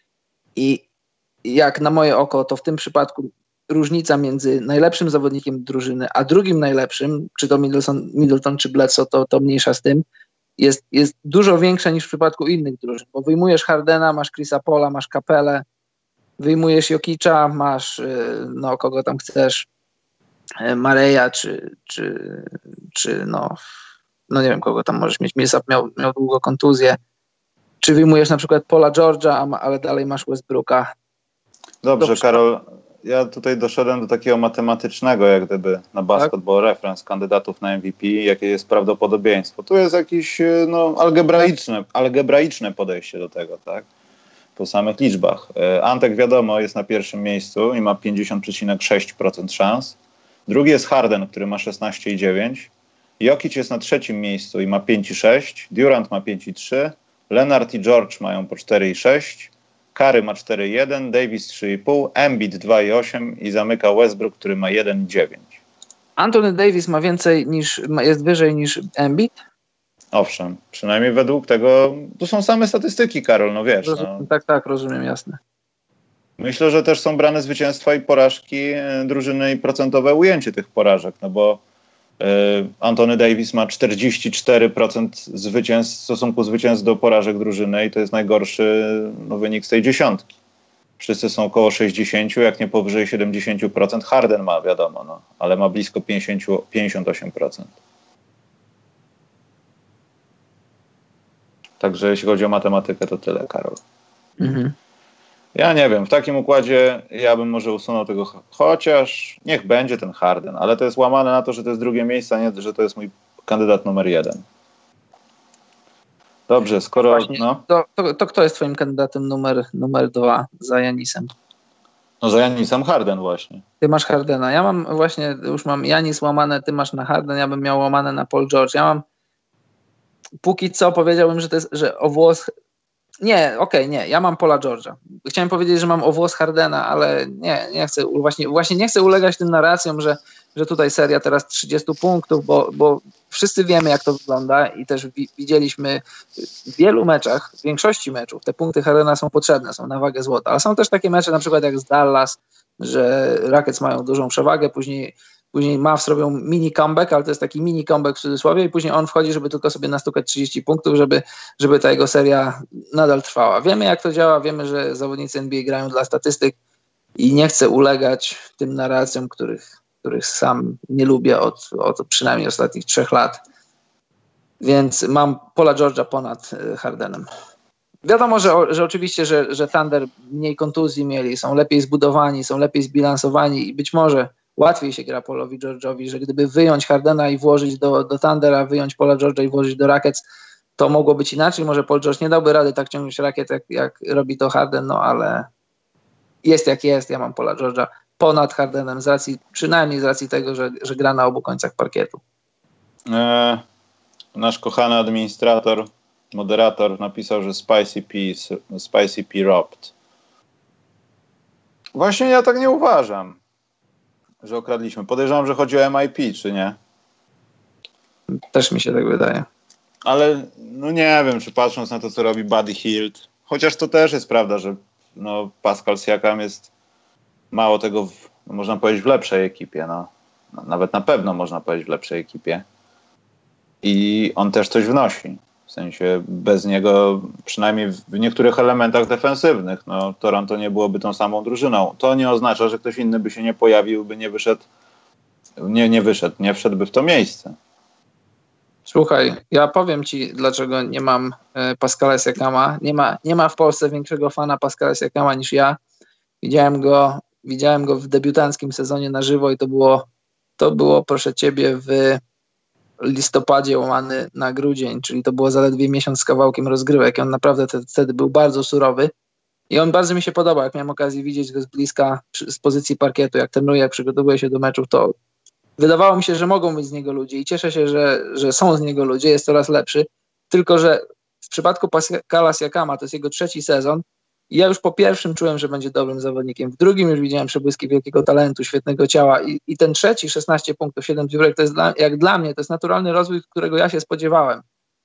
I jak na moje oko, to w tym przypadku różnica między najlepszym zawodnikiem drużyny, a drugim najlepszym, czy to Middleton, Middleton czy Bledsoe, to, to mniejsza z tym, jest, jest dużo większa niż w przypadku innych drużyn, bo wyjmujesz Hardena, masz Chrisa Paula, masz Capellę, wyjmujesz Jokicza, masz no kogo tam chcesz, Mareja, czy, czy, czy no, no nie wiem kogo tam możesz mieć, Millsap miał, miał długo kontuzję, czy wyjmujesz na przykład Paula George'a, ale dalej masz Westbrooka. Dobrze, Dobrze. Karol, ja tutaj doszedłem do takiego matematycznego, jak gdyby na Basketball tak? Reference kandydatów na M V P, jakie jest prawdopodobieństwo. Tu jest jakieś no, algebraiczne, algebraiczne podejście do tego, tak? Po samych liczbach. Antek wiadomo jest na pierwszym miejscu i ma pięćdziesiąt przecinek sześć procent szans. Drugi jest Harden, który ma szesnaście przecinek dziewięć procent. Jokic jest na trzecim miejscu i ma pięć przecinek sześć procent. Durant ma pięć przecinek trzy procent. Leonard i George mają po cztery przecinek sześć procent. Curry ma cztery przecinek jeden, Davis trzy przecinek pięć, Embiid dwa przecinek osiem i zamyka Westbrook, który ma jeden przecinek dziewięć. Anthony Davis ma więcej niż, jest wyżej niż Embiid? Owszem, przynajmniej według tego, to są same statystyki, Karol, no wiesz. Rozumiem, no. Tak, tak, rozumiem, jasne. Myślę, że też są brane zwycięstwa i porażki drużyny i procentowe ujęcie tych porażek, no bo y, Anthony Davis ma czterdzieści cztery procent zwycięstw w stosunku zwycięstw do porażek drużyny i to jest najgorszy no, wynik z tej dziesiątki. Wszyscy są około sześćdziesiąt, jak nie powyżej siedemdziesiąt procent. Harden ma, wiadomo, no, ale ma blisko pięćdziesiąt, pięćdziesiąt osiem procent. Także jeśli chodzi o matematykę, to tyle, Karol. Mhm. Ja nie wiem, w takim układzie ja bym może usunął tego, chociaż niech będzie ten Harden, ale to jest łamane na to, że to jest drugie miejsce, a nie, że to jest mój kandydat numer jeden. Dobrze, skoro... Właśnie, no. to, to, to kto jest twoim kandydatem numer, numer dwa za Janisem? No za Janisem Harden właśnie. Ty masz Hardena. Ja mam właśnie, już mam Janis łamane, ty masz na Harden, ja bym miał łamane na Paul George. Ja mam, póki co powiedziałbym, że to jest, że o włos Nie, okej, okay, nie, ja mam Paula George'a. Chciałem powiedzieć, że mam o włos Hardena, ale nie, nie chcę, właśnie, właśnie nie chcę ulegać tym narracjom, że, że tutaj seria teraz trzydzieści punktów, bo, bo wszyscy wiemy, jak to wygląda i też wi- widzieliśmy w wielu meczach, w większości meczów, te punkty Hardena są potrzebne, są na wagę złota, ale są też takie mecze, na przykład jak z Dallas, że Rockets mają dużą przewagę, później Później Mavs robią mini comeback, ale to jest taki mini comeback w cudzysłowie i później on wchodzi, żeby tylko sobie nastukać trzydzieści punktów, żeby, żeby ta jego seria nadal trwała. Wiemy, jak to działa, wiemy, że zawodnicy N B A grają dla statystyk i nie chcę ulegać tym narracjom, których, których sam nie lubię od, od przynajmniej ostatnich trzech lat. Więc mam Paula George'a ponad Hardenem. Wiadomo, że, że oczywiście, że, że Thunder mniej kontuzji mieli, są lepiej zbudowani, są lepiej zbilansowani i być może łatwiej się gra Paulowi George'owi, że gdyby wyjąć Hardena i włożyć do, do Thundera, wyjąć Paula George'a i włożyć do Rockets, to mogło być inaczej. Może Paul George nie dałby rady tak ciągnąć rakiet, jak, jak robi to Harden, no ale jest jak jest. Ja mam Paula George'a ponad Hardenem z racji, przynajmniej z racji tego, że, że gra na obu końcach parkietu. E, nasz kochany administrator, moderator napisał, że Spicy P, Spicy P robbed. Właśnie ja tak nie uważam, że okradliśmy. Podejrzewam, że chodzi o M I P, czy nie? Też mi się tak wydaje. Ale no nie wiem, czy patrząc na to, co robi Buddy Hield, chociaż to też jest prawda, że no, Pascal Siakam jest mało tego, w, no, można powiedzieć, w lepszej ekipie. No. No, nawet na pewno można powiedzieć w lepszej ekipie. I on też coś wnosi. W sensie bez niego, przynajmniej w niektórych elementach defensywnych, no, Toronto nie byłoby tą samą drużyną. To nie oznacza, że ktoś inny by się nie pojawił, by nie wyszedł, nie, nie wyszedł, nie wszedłby w to miejsce. Słuchaj, ja powiem ci, dlaczego nie mam e, Pascala Siakama. Nie ma, nie ma w Polsce większego fana Pascala Siakama niż ja. Widziałem go, widziałem go w debiutanckim sezonie na żywo i to było, to było, proszę ciebie, w listopadzie łamany na grudzień, czyli to było zaledwie miesiąc z kawałkiem rozgrywek i on naprawdę te, wtedy był bardzo surowy i on bardzo mi się podobał, jak miałem okazję widzieć go z bliska przy, z pozycji parkietu, jak trenuje, jak przygotowuje się do meczów, to wydawało mi się, że mogą być z niego ludzie i cieszę się, że, że są z niego ludzie, jest coraz lepszy, tylko że w przypadku Pascala Siakama to jest jego trzeci sezon i ja już po pierwszym czułem, że będzie dobrym zawodnikiem, w drugim już widziałem przebłyski wielkiego talentu, świetnego ciała i, i ten trzeci, szesnaście punktów, siedem dwójek, to jest dla, jak dla mnie, to jest naturalny rozwój, którego ja się spodziewałem.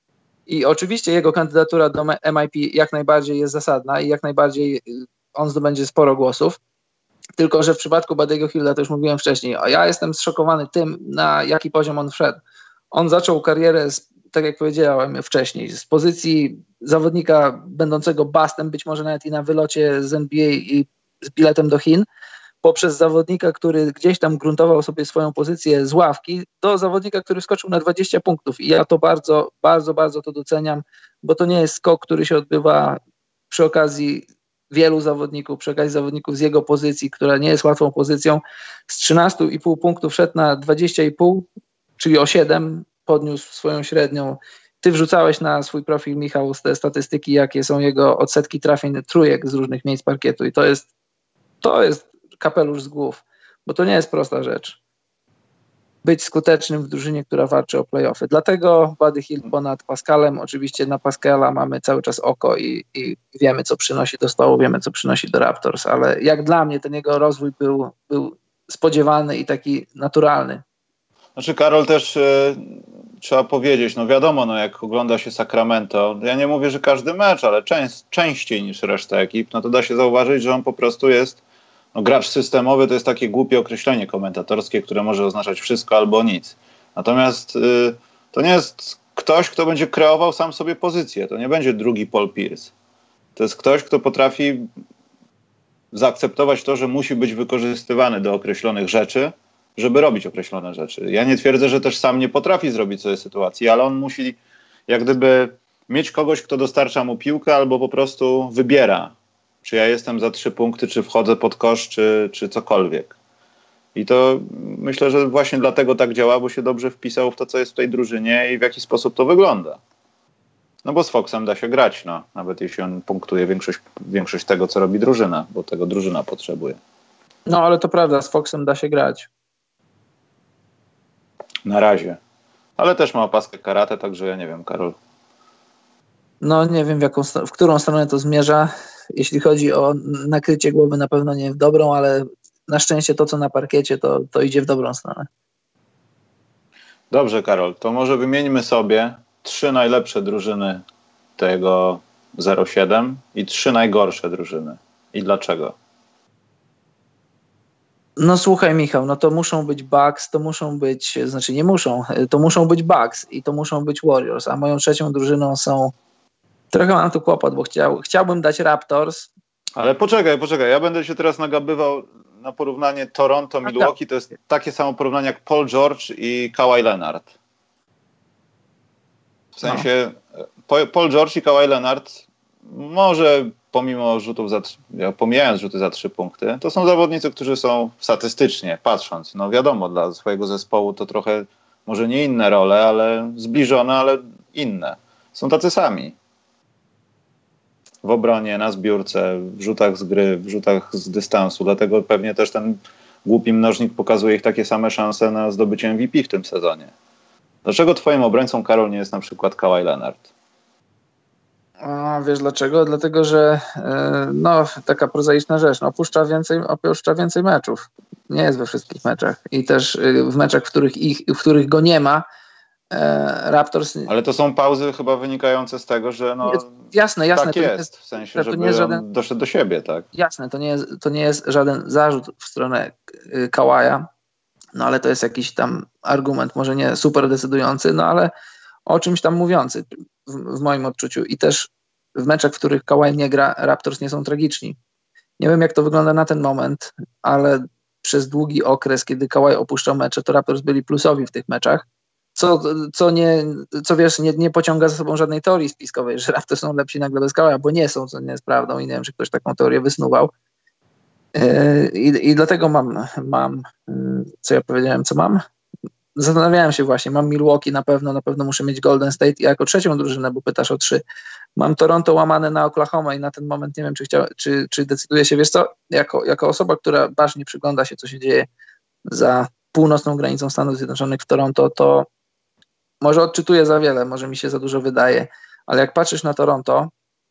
I oczywiście jego kandydatura do M I P jak najbardziej jest zasadna i jak najbardziej on zdobędzie sporo głosów, tylko że w przypadku Buddy'ego Hielda, to już mówiłem wcześniej, a ja jestem zszokowany tym, na jaki poziom on wszedł. On zaczął karierę, z, tak jak powiedziałem wcześniej, z pozycji zawodnika będącego bustem, być może nawet i na wylocie z N B A i z biletem do Chin, poprzez zawodnika, który gdzieś tam gruntował sobie swoją pozycję z ławki, do zawodnika, który skoczył na dwadzieścia punktów. I ja to bardzo, bardzo, bardzo to doceniam, bo to nie jest skok, który się odbywa przy okazji wielu zawodników, przy okazji zawodników z jego pozycji, która nie jest łatwą pozycją. Z trzynaście i pół punktów szedł na dwadzieścia i pół, czyli o siedem podniósł swoją średnią. Ty wrzucałeś na swój profil, Michał, te statystyki, jakie są jego odsetki trafień trójek z różnych miejsc parkietu i to jest, to jest kapelusz z głów, bo to nie jest prosta rzecz. Być skutecznym w drużynie, która walczy o play-offy. Dlatego Buddy Hield ponad Pascalem. Oczywiście na Pascala mamy cały czas oko i, i wiemy, co przynosi do stołu, wiemy, co przynosi do Raptors, ale jak dla mnie ten jego rozwój był, był spodziewany i taki naturalny. Znaczy, Karol, też y, trzeba powiedzieć, no wiadomo, no jak ogląda się Sacramento, ja nie mówię, że każdy mecz, ale częst, częściej niż reszta ekip, no to da się zauważyć, że on po prostu jest no, gracz systemowy, to jest takie głupie określenie komentatorskie, które może oznaczać wszystko albo nic. Natomiast y, to nie jest ktoś, kto będzie kreował sam sobie pozycję, to nie będzie drugi Paul Pierce. To jest ktoś, kto potrafi zaakceptować to, że musi być wykorzystywany do określonych rzeczy, żeby robić określone rzeczy. Ja nie twierdzę, że też sam nie potrafi zrobić sobie sytuacji, ale on musi jak gdyby mieć kogoś, kto dostarcza mu piłkę albo po prostu wybiera, czy ja jestem za trzy punkty, czy wchodzę pod kosz, czy, czy cokolwiek. I to myślę, że właśnie dlatego tak działa, bo się dobrze wpisał w to, co jest w tej drużynie i w jaki sposób to wygląda. No bo z Foxem da się grać, no, nawet jeśli on punktuje większość, większość tego, co robi drużyna, bo tego drużyna potrzebuje. No ale to prawda, z Foxem da się grać. Na razie. Ale też ma opaskę karate, także ja nie wiem, Karol. No nie wiem, w, jaką, w którą stronę to zmierza. Jeśli chodzi o nakrycie głowy, na pewno nie w dobrą, ale na szczęście to, co na parkiecie, to, to idzie w dobrą stronę. Dobrze, Karol, to może wymieńmy sobie trzy najlepsze drużyny tego zero siedem i trzy najgorsze drużyny. I dlaczego? No słuchaj, Michał, no to muszą być Bucks, to muszą być, znaczy nie muszą, to muszą być Bucks i to muszą być Warriors, a moją trzecią drużyną są, trochę mam tu kłopot, bo chciał, chciałbym dać Raptors. Ale poczekaj, poczekaj, ja będę się teraz nagabywał na porównanie Toronto-Milwaukee, to jest takie samo porównanie jak Paul George i Kawhi Leonard. W sensie no. Paul George i Kawhi Leonard może pomimo rzutów za, pomijając rzuty za trzy punkty, to są zawodnicy, którzy są statystycznie, patrząc, no wiadomo, dla swojego zespołu to trochę, może nie inne role, ale zbliżone, ale inne. Są tacy sami. W obronie, na zbiórce, w rzutach z gry, w rzutach z dystansu, dlatego pewnie też ten głupi mnożnik pokazuje ich takie same szanse na zdobycie M V P w tym sezonie. Dlaczego twoim obrońcą, Karol, nie jest na przykład Kawhi Leonard? A wiesz dlaczego? Dlatego, że no taka prozaiczna rzecz, no, opuszcza więcej, opuszcza więcej meczów. Nie jest we wszystkich meczach. I też w meczach, w których, ich, w których go nie ma, Raptors... Ale to są pauzy chyba wynikające z tego, że no... Jasne, jasne. Tak to jest, jest, w sensie, to żeby nie jest żaden, doszedł do siebie, tak? Jasne, to nie jest, to nie jest żaden zarzut w stronę Kawaja, no ale to jest jakiś tam argument, może nie super decydujący, no ale o czymś tam mówiący w, w moim odczuciu. I też w meczach, w których Kawhi nie gra, Raptors nie są tragiczni. Nie wiem, jak to wygląda na ten moment, ale przez długi okres, kiedy Kawhi opuszczał mecze, to Raptors byli plusowi w tych meczach, co, co, nie, co wiesz, nie, nie pociąga za sobą żadnej teorii spiskowej, że Raptors są lepsi nagle bez Kawhi'a, bo nie są, co nie jest prawdą i nie wiem, czy ktoś taką teorię wysnuwał. Yy, I, i dlatego mam, mam, co ja powiedziałem, co mam? Zastanawiałem się właśnie, mam Milwaukee na pewno, na pewno muszę mieć Golden State i jako trzecią drużynę, bo pytasz o trzy. Mam Toronto łamane na Oklahoma i na ten moment nie wiem, czy, chciał, czy, czy decyduję się, wiesz co, jako, jako osoba, która bacznie przygląda się, co się dzieje za północną granicą Stanów Zjednoczonych w Toronto, to może odczytuję za wiele, może mi się za dużo wydaje, ale jak patrzysz na Toronto,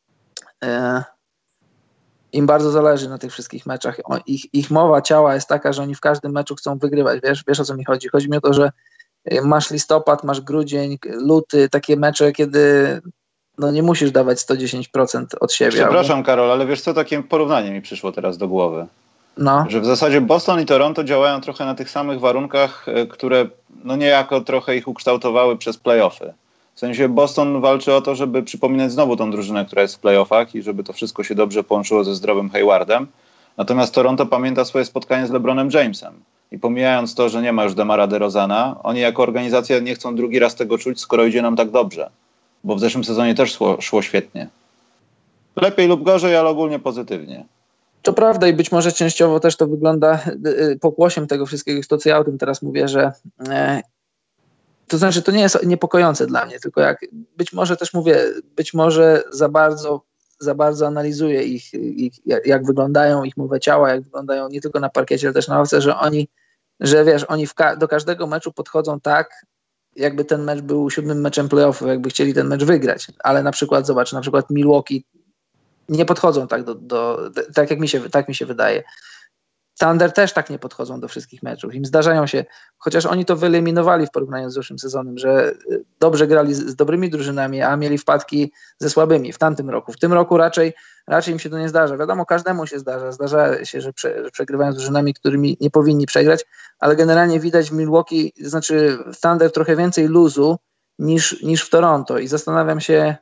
e, im bardzo zależy na tych wszystkich meczach. O, ich, ich mowa ciała jest taka, że oni w każdym meczu chcą wygrywać. Wiesz, wiesz o co mi chodzi? Chodzi mi o to, że masz listopad, masz grudzień, luty, takie mecze, kiedy no nie musisz dawać sto dziesięć procent od siebie. Przepraszam, albo... Karol, ale wiesz co, takie porównanie mi przyszło teraz do głowy. No. Że w zasadzie Boston i Toronto działają trochę na tych samych warunkach, które no niejako trochę ich ukształtowały przez play-offy. W sensie Boston walczy o to, żeby przypominać znowu tą drużynę, która jest w play-offach i żeby to wszystko się dobrze połączyło ze zdrowym Haywardem. Natomiast Toronto pamięta swoje spotkanie z LeBronem Jamesem. I pomijając to, że nie ma już DeMara DeRozana, oni jako organizacja nie chcą drugi raz tego czuć, skoro idzie nam tak dobrze. Bo w zeszłym sezonie też szło, szło świetnie. Lepiej lub gorzej, ale ogólnie pozytywnie. To prawda i być może częściowo też to wygląda pokłosiem tego wszystkiego, to co ja o tym teraz mówię, że e, to znaczy to nie jest niepokojące dla mnie, tylko jak być może też mówię, być może za bardzo, za bardzo analizuję ich, ich jak, jak wyglądają ich mowę ciała, jak wyglądają nie tylko na parkiecie, ale też na ławce, że oni, że wiesz, oni w ka- do każdego meczu podchodzą tak, jakby ten mecz był siódmym meczem playoffów, jakby chcieli ten mecz wygrać, ale na przykład zobacz, na przykład Milwaukee nie podchodzą tak do, do tak jak mi się, tak mi się wydaje. Thunder też tak nie podchodzą do wszystkich meczów. Im zdarzają się, chociaż oni to wyeliminowali w porównaniu z zeszłym sezonem, że dobrze grali z, z dobrymi drużynami, a mieli wpadki ze słabymi w tamtym roku. W tym roku raczej, raczej im się to nie zdarza. Wiadomo, każdemu się zdarza. Zdarza się, że, prze, że przegrywają z drużynami, którymi nie powinni przegrać, ale generalnie widać w Milwaukee, znaczy w Thunder trochę więcej luzu niż, niż w Toronto i zastanawiam się,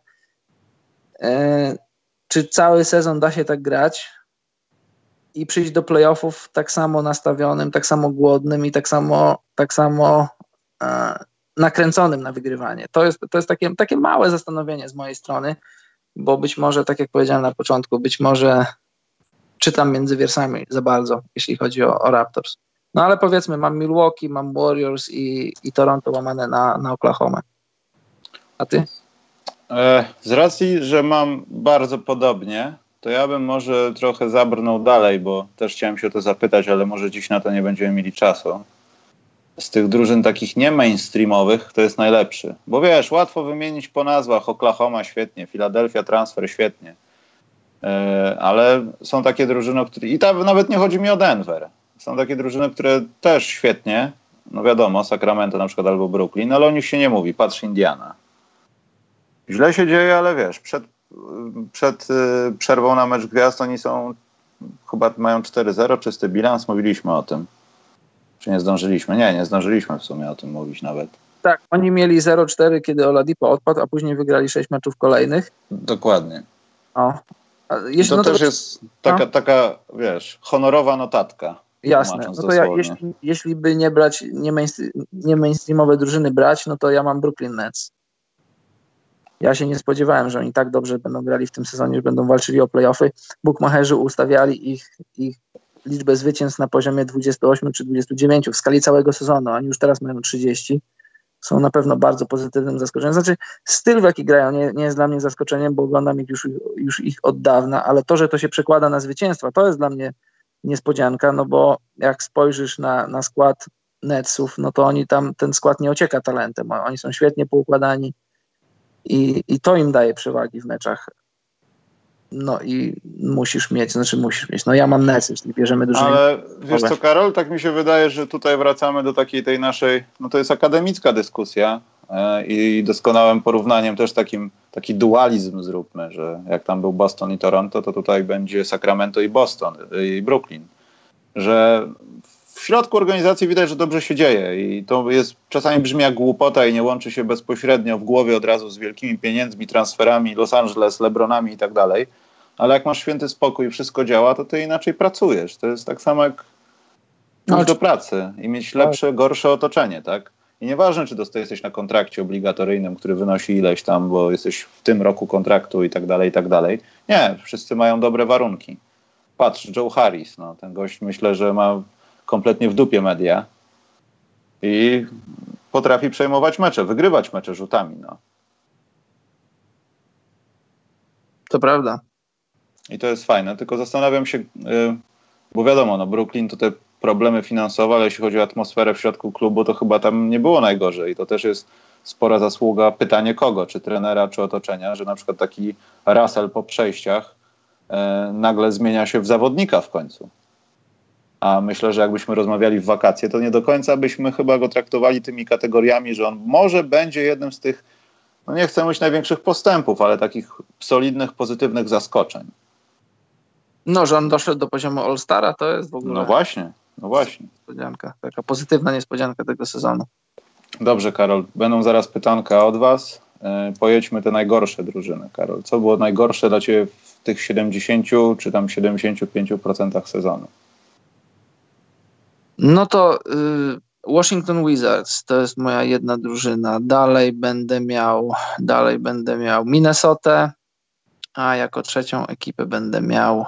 e, czy cały sezon da się tak grać i przyjść do playoffów tak samo nastawionym, tak samo głodnym i tak samo, tak samo e, nakręconym na wygrywanie. To jest, to jest takie, takie małe zastanowienie z mojej strony, bo być może, tak jak powiedziałem na początku, być może czytam między wierszami za bardzo, jeśli chodzi o, o Raptors. No ale powiedzmy, mam Milwaukee, mam Warriors i, i Toronto łamane na, na Oklahoma. A ty? Z racji, że mam bardzo podobnie, to ja bym może trochę zabrnął dalej, bo też chciałem się o to zapytać, ale może dziś na to nie będziemy mieli czasu. z tych drużyn takich nie mainstreamowych to jest najlepszy. Bo wiesz, łatwo wymienić po nazwach. Oklahoma świetnie, Philadelphia transfer świetnie. Yy, ale są takie drużyny, które... I tam nawet nie chodzi mi o Denver. Są takie drużyny, które też świetnie, no wiadomo, Sacramento na przykład albo Brooklyn, ale o nich się nie mówi. Patrz, Indiana. Źle się dzieje, ale wiesz, przed, przed yy, przerwą na mecz gwiazd oni są, chyba mają cztery zero, czysty bilans, mówiliśmy o tym. Czy nie zdążyliśmy? Nie, nie zdążyliśmy w sumie o tym mówić nawet. Tak, oni mieli zero cztery, kiedy Oladipo odpadł, a później wygrali sześć meczów kolejnych. Dokładnie. O. A jeśli, to no też to... jest taka, taka, wiesz, honorowa notatka. Jasne, no to ja, jeśli, jeśli by nie brać, nie, mainstream, nie mainstreamowe drużyny brać, no to ja mam Brooklyn Nets. Ja się nie spodziewałem, że oni tak dobrze będą grali w tym sezonie, że będą walczyli o play-offy. Bookmacherzy ustawiali ich, ich liczbę zwycięstw na poziomie dwadzieścia osiem czy dwadzieścia dziewięć w skali całego sezonu. Oni już teraz mają trzydzieści. Są na pewno bardzo pozytywnym zaskoczeniem. Znaczy styl, w jaki grają, nie, nie jest dla mnie zaskoczeniem, bo oglądam ich już, już ich od dawna, ale to, że to się przekłada na zwycięstwa, to jest dla mnie niespodzianka, no bo jak spojrzysz na, na skład Netsów, no to oni tam, ten skład nie ocieka talentem. Oni są świetnie poukładani i, i to im daje przewagi w meczach. No i musisz mieć, znaczy musisz mieć. No ja mam Nets, jeśli bierzemy dużo. Ale wiesz co, Karol, tak mi się wydaje, że tutaj wracamy do takiej tej naszej, no to jest akademicka dyskusja e, i doskonałym porównaniem też takim, taki dualizm zróbmy, że jak tam był Boston i Toronto, to tutaj będzie Sacramento i Boston i Brooklyn. Że w środku organizacji widać, że dobrze się dzieje i to jest, czasami brzmi jak głupota i nie łączy się bezpośrednio w głowie od razu z wielkimi pieniędzmi, transferami, Los Angeles, LeBronami i tak dalej. Ale jak masz święty spokój i wszystko działa, to ty inaczej pracujesz. To jest tak samo jak pójść do pracy i mieć lepsze, gorsze otoczenie, tak? I nieważne, czy to jesteś na kontrakcie obligatoryjnym, który wynosi ileś tam, bo jesteś w tym roku kontraktu i tak dalej, i tak dalej. Nie, wszyscy mają dobre warunki. Patrz, Joe Harris, no, ten gość myślę, że ma kompletnie w dupie media i potrafi przejmować mecze, wygrywać mecze rzutami, no. To prawda. I to jest fajne, tylko zastanawiam się, yy, bo wiadomo, no Brooklyn to te problemy finansowe, ale jeśli chodzi o atmosferę w środku klubu, to chyba tam nie było najgorzej. I to też jest spora zasługa, pytanie kogo, czy trenera, czy otoczenia, że na przykład taki Russell po przejściach yy, nagle zmienia się w zawodnika w końcu. A myślę, że jakbyśmy rozmawiali w wakacje, to nie do końca byśmy chyba go traktowali tymi kategoriami, że on może będzie jednym z tych, no nie chcę mówić największych postępów, ale takich solidnych, pozytywnych zaskoczeń. No, że on doszedł do poziomu All-Stara, to jest w ogóle... No właśnie, no właśnie. Niespodzianka, taka pozytywna niespodzianka tego sezonu. Dobrze, Karol, będą zaraz pytanka od was. Yy, pojedźmy te najgorsze drużyny, Karol. Co było najgorsze dla ciebie w tych siedemdziesięciu czy tam siedemdziesięciu pięciu procentach sezonu? No to y, Washington Wizards to jest moja jedna drużyna. Dalej będę miał, dalej będę miał Minnesotę, a jako trzecią ekipę będę miał...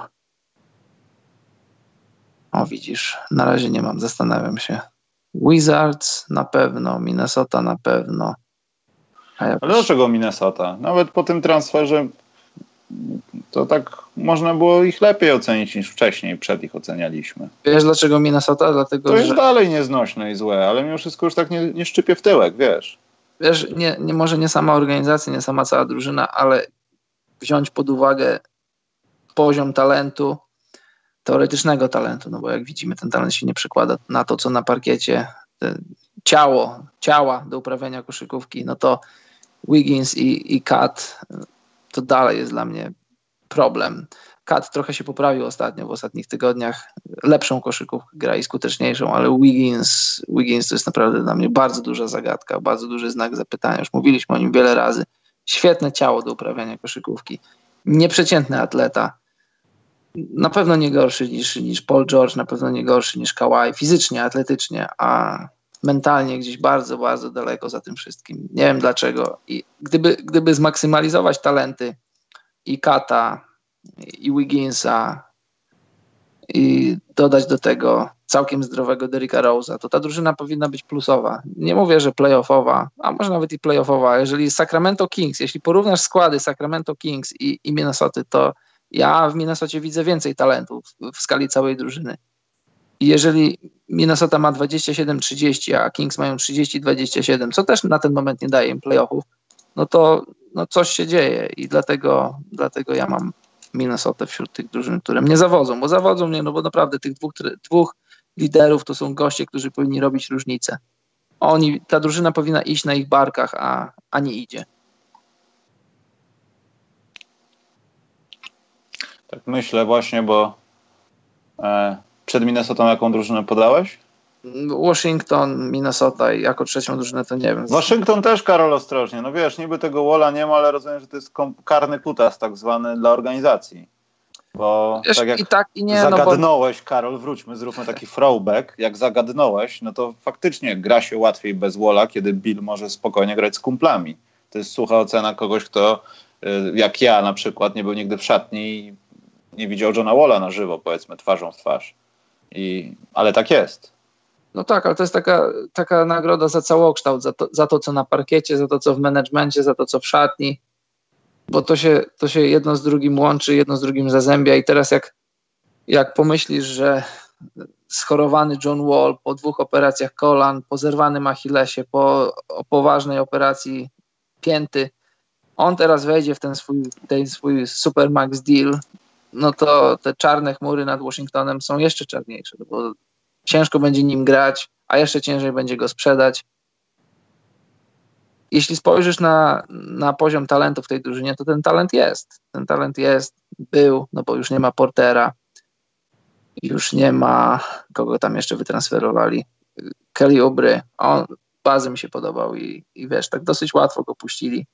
O, widzisz, na razie nie mam, zastanawiam się. Wizards na pewno, Minnesota na pewno. A jakoś... Ale dlaczego Minnesota? Nawet po tym transferze to tak można było ich lepiej ocenić niż wcześniej, przed ich ocenialiśmy. Wiesz dlaczego Minnesota? Dlatego, to jest że... dalej nieznośne i złe, ale mimo wszystko już tak nie, nie szczypie w tyłek, wiesz. Wiesz, nie, nie, może nie sama organizacja, nie sama cała drużyna, ale wziąć pod uwagę poziom talentu, teoretycznego talentu, no bo jak widzimy, ten talent się nie przekłada na to, co na parkiecie, ciało, ciała do uprawiania koszykówki, no to Wiggins i, i Kat to dalej jest dla mnie problem. Kat trochę się poprawił ostatnio, w ostatnich tygodniach lepszą koszykówkę gra i skuteczniejszą, ale Wiggins, Wiggins to jest naprawdę dla mnie bardzo duża zagadka, bardzo duży znak zapytania, już mówiliśmy o nim wiele razy. Świetne ciało do uprawiania koszykówki, nieprzeciętny atleta, na pewno nie gorszy niż, niż Paul George, na pewno nie gorszy niż Kawhi, fizycznie, atletycznie, a mentalnie gdzieś bardzo, bardzo daleko za tym wszystkim. Nie wiem dlaczego. I gdyby, gdyby zmaksymalizować talenty i Kata, i Wigginsa, i dodać do tego całkiem zdrowego Derricka Rose'a, to ta drużyna powinna być plusowa. Nie mówię, że playoffowa, a może nawet i playoffowa. Jeżeli Sacramento Kings, jeśli porównasz składy Sacramento Kings i, i Minnesoty, to ja w Minnesocie widzę więcej talentów w skali całej drużyny. I jeżeli Minnesota ma dwadzieścia siedem trzydzieści, a Kings mają trzydzieści dwadzieścia siedem, co też na ten moment nie daje im playoffów, no to no coś się dzieje i dlatego, dlatego ja mam Minnesotę wśród tych drużyn, które mnie zawodzą, bo zawodzą mnie, no bo naprawdę tych dwóch, dwóch liderów to są goście, którzy powinni robić różnicę. Oni, ta drużyna powinna iść na ich barkach, a, a nie idzie. Tak myślę właśnie, bo e, przed Minnesotą jaką drużynę podałeś? Washington, Minnesota i jako trzecią drużynę to nie wiem. Waszyngton też, Karol, ostrożnie. No wiesz, niby tego Walla nie ma, ale rozumiem, że to jest karny kutas tak zwany dla organizacji. Bo wiesz, tak jak i tak, i nie, zagadnąłeś, no bo... Karol, wróćmy, zróbmy taki throwback. Jak zagadnąłeś, no to faktycznie gra się łatwiej bez Walla, kiedy Bill może spokojnie grać z kumplami. To jest sucha ocena kogoś, kto jak ja na przykład nie był nigdy w szatni i nie widział Johna Walla na żywo, powiedzmy, twarzą w twarz. I, ale tak jest. No tak, ale to jest taka, taka nagroda za całokształt, za to, za to, co na parkiecie, za to, co w menedżmencie, za to, co w szatni, bo to się, to się jedno z drugim łączy, jedno z drugim zazębia i teraz jak, jak pomyślisz, że schorowany John Wall po dwóch operacjach kolan, po zerwanym Achillesie, po poważnej operacji pięty, on teraz wejdzie w ten swój, ten swój super max deal, no to te czarne chmury nad Waszyngtonem są jeszcze czarniejsze, bo ciężko będzie nim grać, a jeszcze ciężej będzie go sprzedać. Jeśli spojrzysz na, na poziom talentu w tej drużynie, to ten talent jest. Ten talent jest, był, no bo już nie ma Portera, już nie ma, kogo tam jeszcze wytransferowali, Kelly Oubre. On, bazy mi się podobał i, i wiesz, tak dosyć łatwo go puścili.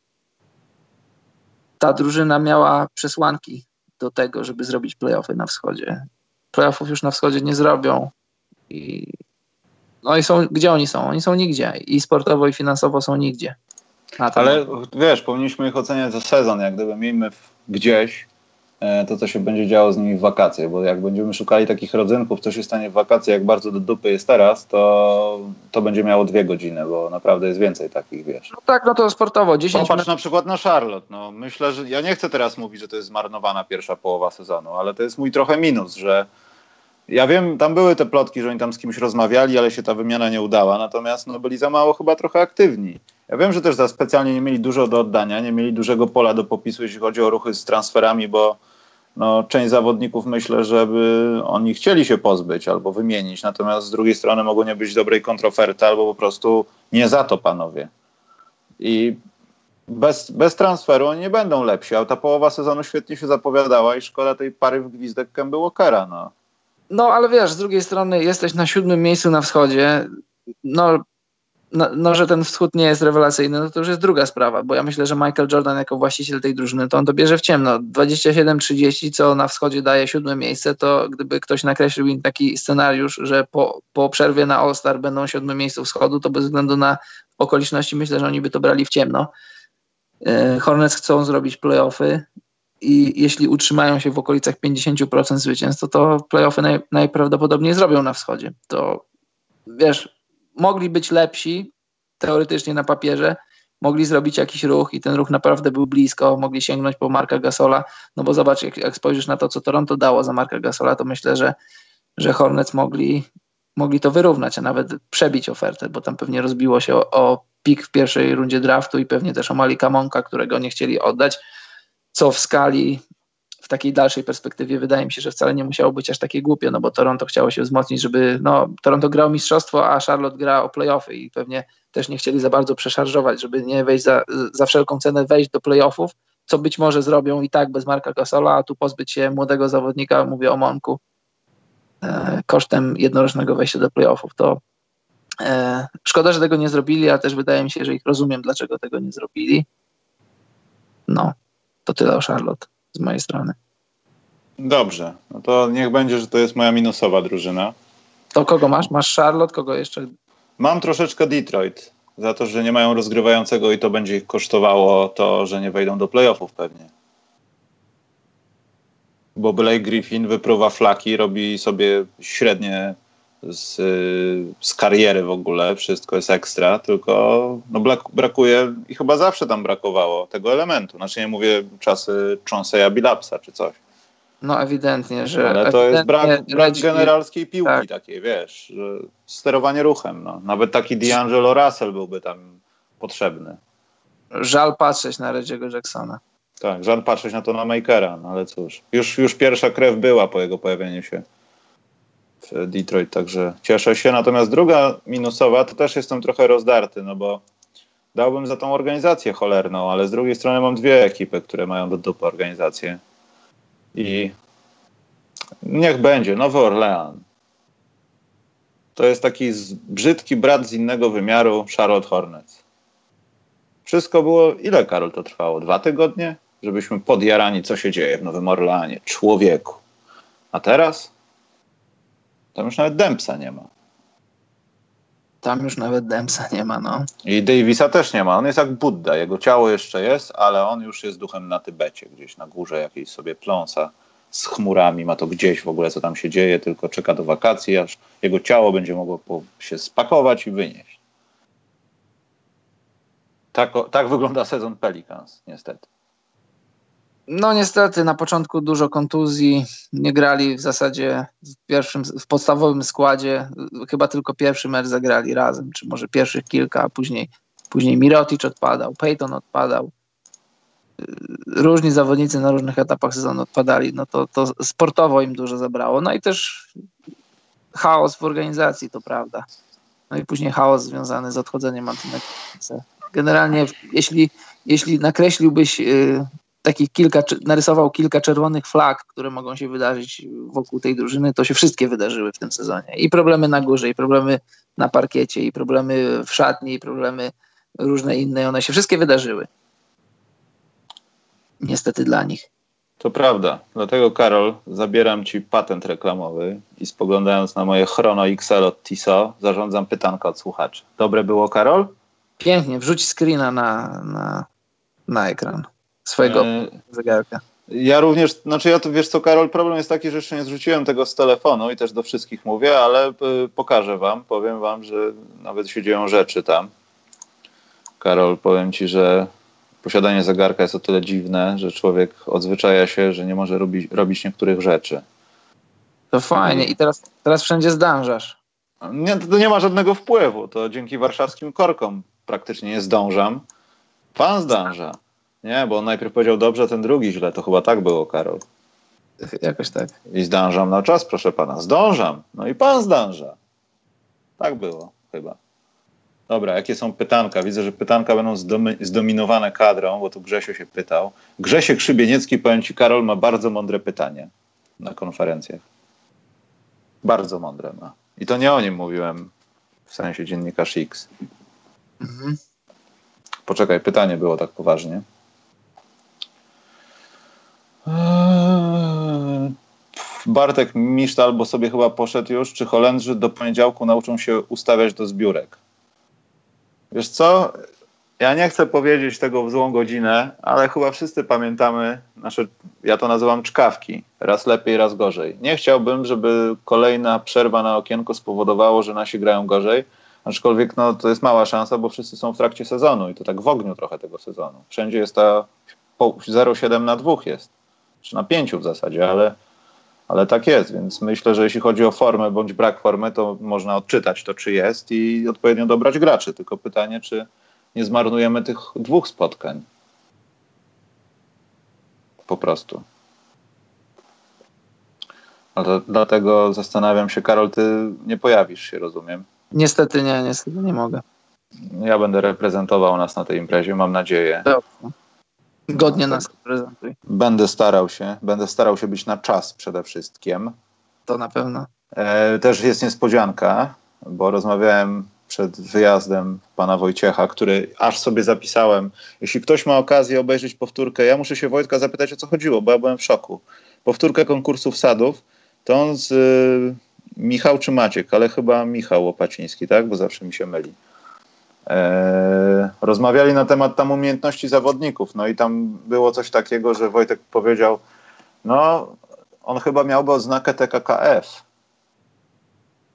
Ta drużyna miała przesłanki do tego, żeby zrobić playoffy na wschodzie. Playoffów już na wschodzie nie zrobią. I, no i są, gdzie oni są? Oni są nigdzie. I sportowo, i finansowo są nigdzie. Ale wiesz, powinniśmy ich oceniać za sezon. Jak gdyby miejmy w, gdzieś e, to, co się będzie działo z nimi w wakacje. Bo jak będziemy szukali takich rodzynków, co się stanie w wakacje, jak bardzo do dupy jest teraz, to to będzie miało dwie godziny, bo naprawdę jest więcej takich, wiesz. No tak, no to sportowo. dziesięć Popatrz na przykład na Charlotte. No, myślę, że ja nie chcę teraz mówić, że to jest zmarnowana pierwsza połowa sezonu, ale to jest mój trochę minus, że ja wiem, tam były te plotki, że oni tam z kimś rozmawiali, ale się ta wymiana nie udała, natomiast no, byli za mało chyba trochę aktywni. Ja wiem, że też za specjalnie nie mieli dużo do oddania, nie mieli dużego pola do popisu, jeśli chodzi o ruchy z transferami, bo no, część zawodników myślę, żeby oni chcieli się pozbyć albo wymienić, natomiast z drugiej strony mogą nie być dobrej kontroferty albo po prostu nie za to, panowie. I bez, bez transferu oni nie będą lepsi, a ta połowa sezonu świetnie się zapowiadała i szkoda tej pary w gwizdek Kemby Walkera, no. No, ale wiesz, z drugiej strony jesteś na siódmym miejscu na wschodzie, no, no, no, że ten wschód nie jest rewelacyjny, no to już jest druga sprawa, bo ja myślę, że Michael Jordan jako właściciel tej drużyny, to on to bierze w ciemno. dwadzieścia siedem trzydzieści, co na wschodzie daje siódme miejsce, to gdyby ktoś nakreślił im taki scenariusz, że po, po przerwie na All-Star będą siódme miejscu wschodu, to bez względu na okoliczności myślę, że oni by to brali w ciemno. Hornets chcą zrobić play-offy, i jeśli utrzymają się w okolicach pięćdziesiąt procent zwycięstw, to to play-offy naj, najprawdopodobniej zrobią na wschodzie. To wiesz, mogli być lepsi teoretycznie na papierze, mogli zrobić jakiś ruch i ten ruch naprawdę był blisko, mogli sięgnąć po Marka Gasola, no bo zobacz, jak, jak spojrzysz na to, co Toronto dało za Marka Gasola, to myślę, że, że Hornets mogli, mogli to wyrównać, a nawet przebić ofertę, bo tam pewnie rozbiło się o, o pik w pierwszej rundzie draftu i pewnie też o Malika Monka, którego nie chcieli oddać, co w skali, w takiej dalszej perspektywie wydaje mi się, że wcale nie musiało być aż takie głupie, no bo Toronto chciało się wzmocnić, żeby, no Toronto gra o mistrzostwo, a Charlotte gra o play-offy i pewnie też nie chcieli za bardzo przeszarżować, żeby nie wejść za, za wszelką cenę wejść do play-offów, co być może zrobią i tak bez Marka Gasola, a tu pozbyć się młodego zawodnika, mówię o Monku, e, kosztem jednorocznego wejścia do play-offów. To e, szkoda, że tego nie zrobili, a też wydaje mi się, że ich rozumiem, dlaczego tego nie zrobili. No. To tyle o Charlotte z mojej strony. Dobrze, no to niech będzie, że to jest moja minusowa drużyna. To kogo masz? Masz Charlotte, kogo jeszcze? Mam troszeczkę Detroit, za to, że nie mają rozgrywającego i to będzie ich kosztowało to, że nie wejdą do playoffów pewnie. Bo Blake Griffin wypruwa flaki, robi sobie średnie z, z kariery w ogóle, wszystko jest ekstra, tylko no brakuje i chyba zawsze tam brakowało tego elementu. Znaczy nie mówię czasy Chauncey'a Billupsa czy coś. No ewidentnie, że... Ale to jest brak, brak Redzi- generalskiej piłki tak. takiej, wiesz, że sterowanie ruchem. No. Nawet taki D'Angelo Russell byłby tam potrzebny. Żal patrzeć na Reggie'ego Jacksona. Tak, żal patrzeć na to na Makera, no ale cóż. Już, już pierwsza krew była po jego pojawieniu się w Detroit, także cieszę się. Natomiast druga minusowa, to też jestem trochę rozdarty, no bo dałbym za tą organizację cholerną, ale z drugiej strony mam dwie ekipy, które mają do dupy organizację. I niech będzie, Nowy Orlean. To jest taki z, brzydki brat z innego wymiaru, Charlotte Hornets. Wszystko było, ile, Karol, to trwało? Dwa tygodnie? Żebyśmy podjarani, co się dzieje w Nowym Orleanie. Człowieku. A teraz? Tam już nawet Dempsa nie ma. Tam już nawet Dempsa nie ma, no. I Davisa też nie ma. On jest jak Budda. Jego ciało jeszcze jest, ale on już jest duchem na Tybecie. Gdzieś na górze jakiejś sobie pląsa z chmurami. Ma to gdzieś w ogóle, co tam się dzieje. Tylko czeka do wakacji, aż jego ciało będzie mogło po, się spakować i wynieść. Tak, tak wygląda sezon Pelicans, niestety. No niestety, na początku dużo kontuzji, nie grali w zasadzie w pierwszym, w podstawowym składzie, chyba tylko pierwszy mecz zagrali razem, czy może pierwszych kilka, a później, później Mirotic odpadał, Peyton odpadał, różni zawodnicy na różnych etapach sezonu odpadali, no to, to sportowo im dużo zabrało, no i też chaos w organizacji, to prawda. No i później chaos związany z odchodzeniem Antetokounmpo. Generalnie jeśli, jeśli nakreśliłbyś yy, takich kilka, narysował kilka czerwonych flag, które mogą się wydarzyć wokół tej drużyny, to się wszystkie wydarzyły w tym sezonie. I problemy na górze, i problemy na parkiecie, i problemy w szatni, i problemy różne inne. One się wszystkie wydarzyły. Niestety dla nich. To prawda. Dlatego, Karol, zabieram ci patent reklamowy i spoglądając na moje Chrono X L od Tissot, zarządzam pytanka od słuchaczy. Dobre było, Karol? Pięknie. Wrzuć screena na, na, na ekran swojego e... zegarka. Ja również, znaczy ja to, wiesz co, Karol, problem jest taki, że jeszcze nie zrzuciłem tego z telefonu i też do wszystkich mówię, ale y, pokażę wam, powiem wam, że nawet się dzieją rzeczy tam. Karol, powiem ci, że posiadanie zegarka jest o tyle dziwne, że człowiek odzwyczaja się, że nie może robi, robić niektórych rzeczy. To fajnie. I teraz, teraz wszędzie zdążasz. Nie, to nie ma żadnego wpływu. To dzięki warszawskim korkom praktycznie nie zdążam. Pan zdąża. Nie, bo on najpierw powiedział dobrze, ten drugi źle. To chyba tak było, Karol. Jakoś tak. I zdążam na czas, proszę pana. Zdążam. No i pan zdąża. Tak było chyba. Dobra, jakie są pytanka? Widzę, że pytanka będą zdomi- zdominowane kadrą, bo tu Grzesio się pytał. Grzesiek Szybieniecki, powiem ci, Karol, ma bardzo mądre pytanie na konferencjach. Bardzo mądre ma. I to nie o nim mówiłem, w sensie dziennikarz X. Mhm. Poczekaj, pytanie było tak poważnie. Eee, Bartek Miszt albo sobie chyba poszedł już, czy Holendrzy do poniedziałku nauczą się ustawiać do zbiórek? Wiesz co? Ja nie chcę powiedzieć tego w złą godzinę, ale chyba wszyscy pamiętamy nasze, ja to nazywam czkawki. Raz lepiej, raz gorzej. Nie chciałbym, żeby kolejna przerwa na okienko spowodowało, że nasi grają gorzej. Aczkolwiek no, to jest mała szansa, bo wszyscy są w trakcie sezonu i to tak w ogniu trochę tego sezonu. Wszędzie jest ta zero przecinek siedem na dwa jest. Czy na pięć w zasadzie, ale, ale tak jest. Więc myślę, że jeśli chodzi o formę bądź brak formy, to można odczytać to, czy jest i odpowiednio dobrać graczy. Tylko pytanie, czy nie zmarnujemy tych dwóch spotkań. Po prostu. No to dlatego zastanawiam się, Karol, ty nie pojawisz się, rozumiem? Niestety nie, niestety nie mogę. Ja będę reprezentował nas na tej imprezie, mam nadzieję. Dobrze. Godnie no, nas reprezentuj. Będę starał się, będę starał się być na czas przede wszystkim. To na pewno. E, też jest niespodzianka, bo rozmawiałem przed wyjazdem pana Wojciecha, który aż sobie zapisałem. Jeśli ktoś ma okazję obejrzeć powtórkę, ja muszę się Wojtka zapytać, o co chodziło, bo ja byłem w szoku. Powtórkę konkursów sadów, to on z y, Michał czy Maciek, ale chyba Michał Łopaciński, tak? Bo zawsze mi się myli. E, rozmawiali na temat tam umiejętności zawodników, no i tam było coś takiego, że Wojtek powiedział, no on chyba miałby odznakę T K K F.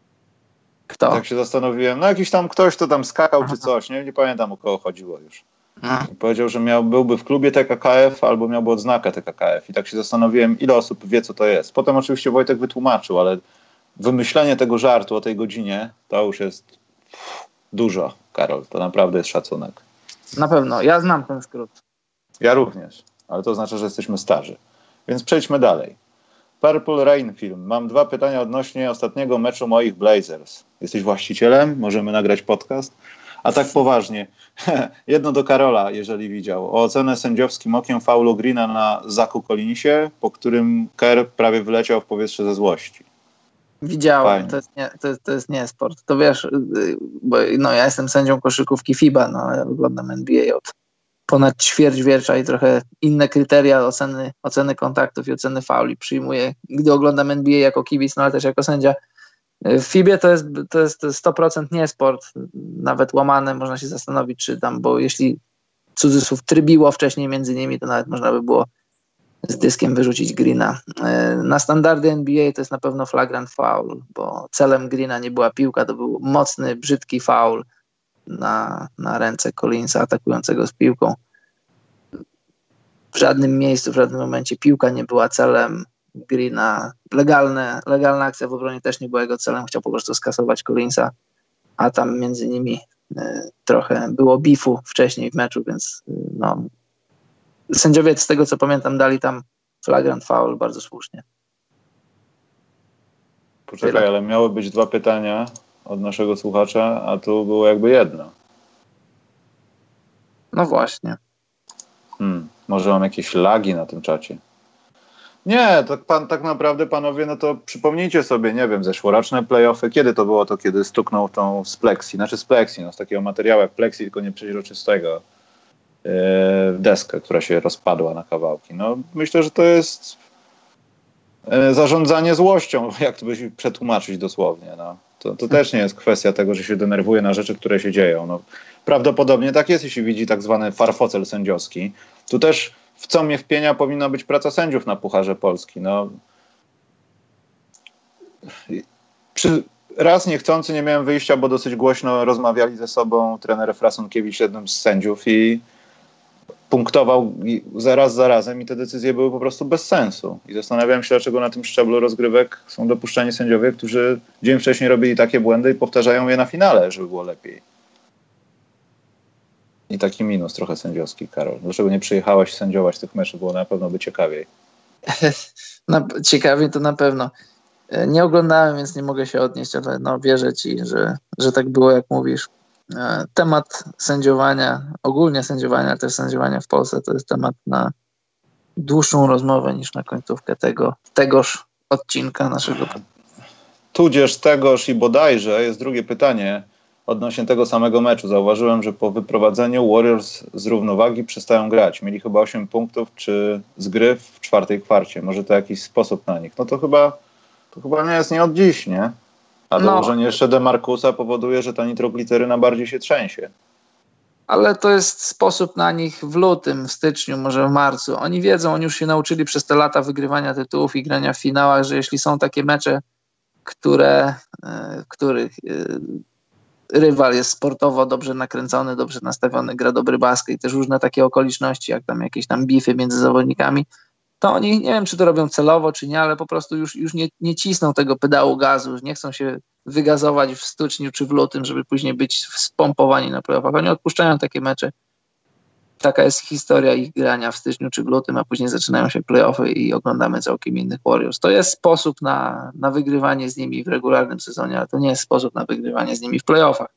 Kto? Tak się zastanowiłem. No jakiś tam ktoś, kto tam skakał Aha. czy coś. Nie, nie pamiętam, o kogo chodziło już. No. Powiedział, że miał, byłby w klubie T K K F albo miałby odznakę T K K F. I tak się zastanowiłem, ile osób wie, co to jest. Potem oczywiście Wojtek wytłumaczył, ale wymyślenie tego żartu o tej godzinie to już jest dużo, Karol. To naprawdę jest szacunek. Na pewno. Ja znam ten skrót. Ja również, ale to znaczy, że jesteśmy starzy. Więc przejdźmy dalej. Purple Rain Film. Mam dwa pytania odnośnie ostatniego meczu moich Blazers. Jesteś właścicielem? Możemy nagrać podcast? A tak poważnie. Jedno do Karola, jeżeli widział. O ocenę sędziowskim okiem faulu Greena na Zaku Collinsie, po którym Kerr prawie wyleciał w powietrze ze złości. Widziałem. To jest, nie, to, jest, to jest nie sport. To wiesz, bo no, ja jestem sędzią koszykówki FIBA, no ja oglądam N B A od ponad ćwierćwiecza i trochę inne kryteria oceny, oceny kontaktów i oceny fauli przyjmuję, gdy oglądam N B A jako kibic, no ale też jako sędzia. W FIBie to jest, to jest sto procent nie sport, nawet łamane, można się zastanowić, czy tam, bo jeśli cudzysłów trybiło wcześniej między nimi, to nawet można by było z dyskiem wyrzucić Greena. Na standardy N B A to jest na pewno flagrant foul, bo celem Greena nie była piłka, to był mocny, brzydki foul na, na ręce Collinsa atakującego z piłką. W żadnym miejscu, w żadnym momencie piłka nie była celem Greena. Legalne, legalna akcja w obronie też nie była jego celem, chciał po prostu skasować Collinsa, a tam między nimi y, trochę było beefu wcześniej w meczu, więc y, no, sędziowie z tego co pamiętam dali tam flagrant foul bardzo słusznie. Poczekaj, Tyle. Ale miały być dwa pytania od naszego słuchacza, a tu było jakby jedno. No właśnie. Hmm, może mam jakieś lagi na tym czacie. Nie, tak, pan, tak naprawdę panowie, no to przypomnijcie sobie, nie wiem, zeszłoroczne play-offy, kiedy to było to, kiedy stuknął tą z plexi, znaczy z plexi, no z takiego materiału jak plexi, tylko nie przeźroczystego, yy, deskę, która się rozpadła na kawałki. No myślę, że to jest yy, zarządzanie złością, jak to by przetłumaczyć dosłownie, no. To, to też nie jest kwestia tego, że się denerwuje na rzeczy, które się dzieją. No, prawdopodobnie tak jest, jeśli widzi tak zwany farfocel sędziowski. Tu też w co mnie wpienia powinna być praca sędziów na Pucharze Polski. No, przy, raz niechcący nie miałem wyjścia, bo dosyć głośno rozmawiali ze sobą trener Frasonkiewicz, jednym z sędziów, i punktował zaraz za razem i te decyzje były po prostu bez sensu. I zastanawiałem się, dlaczego na tym szczeblu rozgrywek są dopuszczani sędziowie, którzy dzień wcześniej robili takie błędy i powtarzają je na finale, żeby było lepiej. I taki minus trochę sędziowski, Karol. Dlaczego nie przyjechałeś sędziować tych meczów? Było na pewno by ciekawiej. Na, ciekawiej to na pewno. Nie oglądałem, więc nie mogę się odnieść, ale no wierzę ci, że, że tak było, jak mówisz. Temat sędziowania, ogólnie sędziowania, ale też sędziowania w Polsce, to jest temat na dłuższą rozmowę niż na końcówkę tego, tegoż odcinka naszego. Tudzież tegoż i bodajże jest drugie pytanie odnośnie tego samego meczu. Zauważyłem, że po wyprowadzeniu Warriors z równowagi przestają grać. Mieli chyba osiem punktów czy z gry w czwartej kwarcie. Może to jakiś sposób na nich. No to chyba, to chyba nie jest nie od dziś, nie? A dołożenie no. jeszcze DeMarcusa powoduje, że ta nitrogliceryna bardziej się trzęsie. Ale to jest sposób na nich w lutym, w styczniu, może w marcu. Oni wiedzą, oni już się nauczyli przez te lata wygrywania tytułów i grania w finałach, że jeśli są takie mecze, które, w których rywal jest sportowo dobrze nakręcony, dobrze nastawiony, gra dobry basket i też różne takie okoliczności, jak tam jakieś tam bify między zawodnikami, to oni, nie wiem, czy to robią celowo, czy nie, ale po prostu już, już nie, nie cisną tego pedału gazu, już nie chcą się wygazować w styczniu czy w lutym, żeby później być spompowani na playoffach. Oni odpuszczają takie mecze. Taka jest historia ich grania w styczniu czy w lutym, a później zaczynają się playoffy i oglądamy całkiem innych Warriors. To jest sposób na, na wygrywanie z nimi w regularnym sezonie, ale to nie jest sposób na wygrywanie z nimi w playoffach.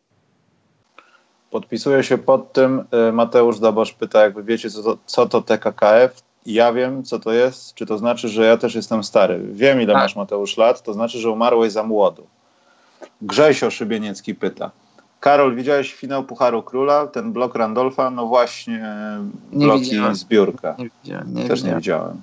Podpisuję się pod tym. Mateusz Dabosz pyta, jakby wiecie, co to, co to T K K F. Ja wiem, co to jest. Czy to znaczy, że ja też jestem stary? Wiem, ile tak. masz, Mateusz, lat. To znaczy, że umarłeś za młodu. Grzesio Szybieniecki pyta. Karol, widziałeś finał Pucharu Króla? Ten blok Randolfa? No właśnie, bloki zbiórka. Nie widziałem, nie też widziałem. nie widziałem.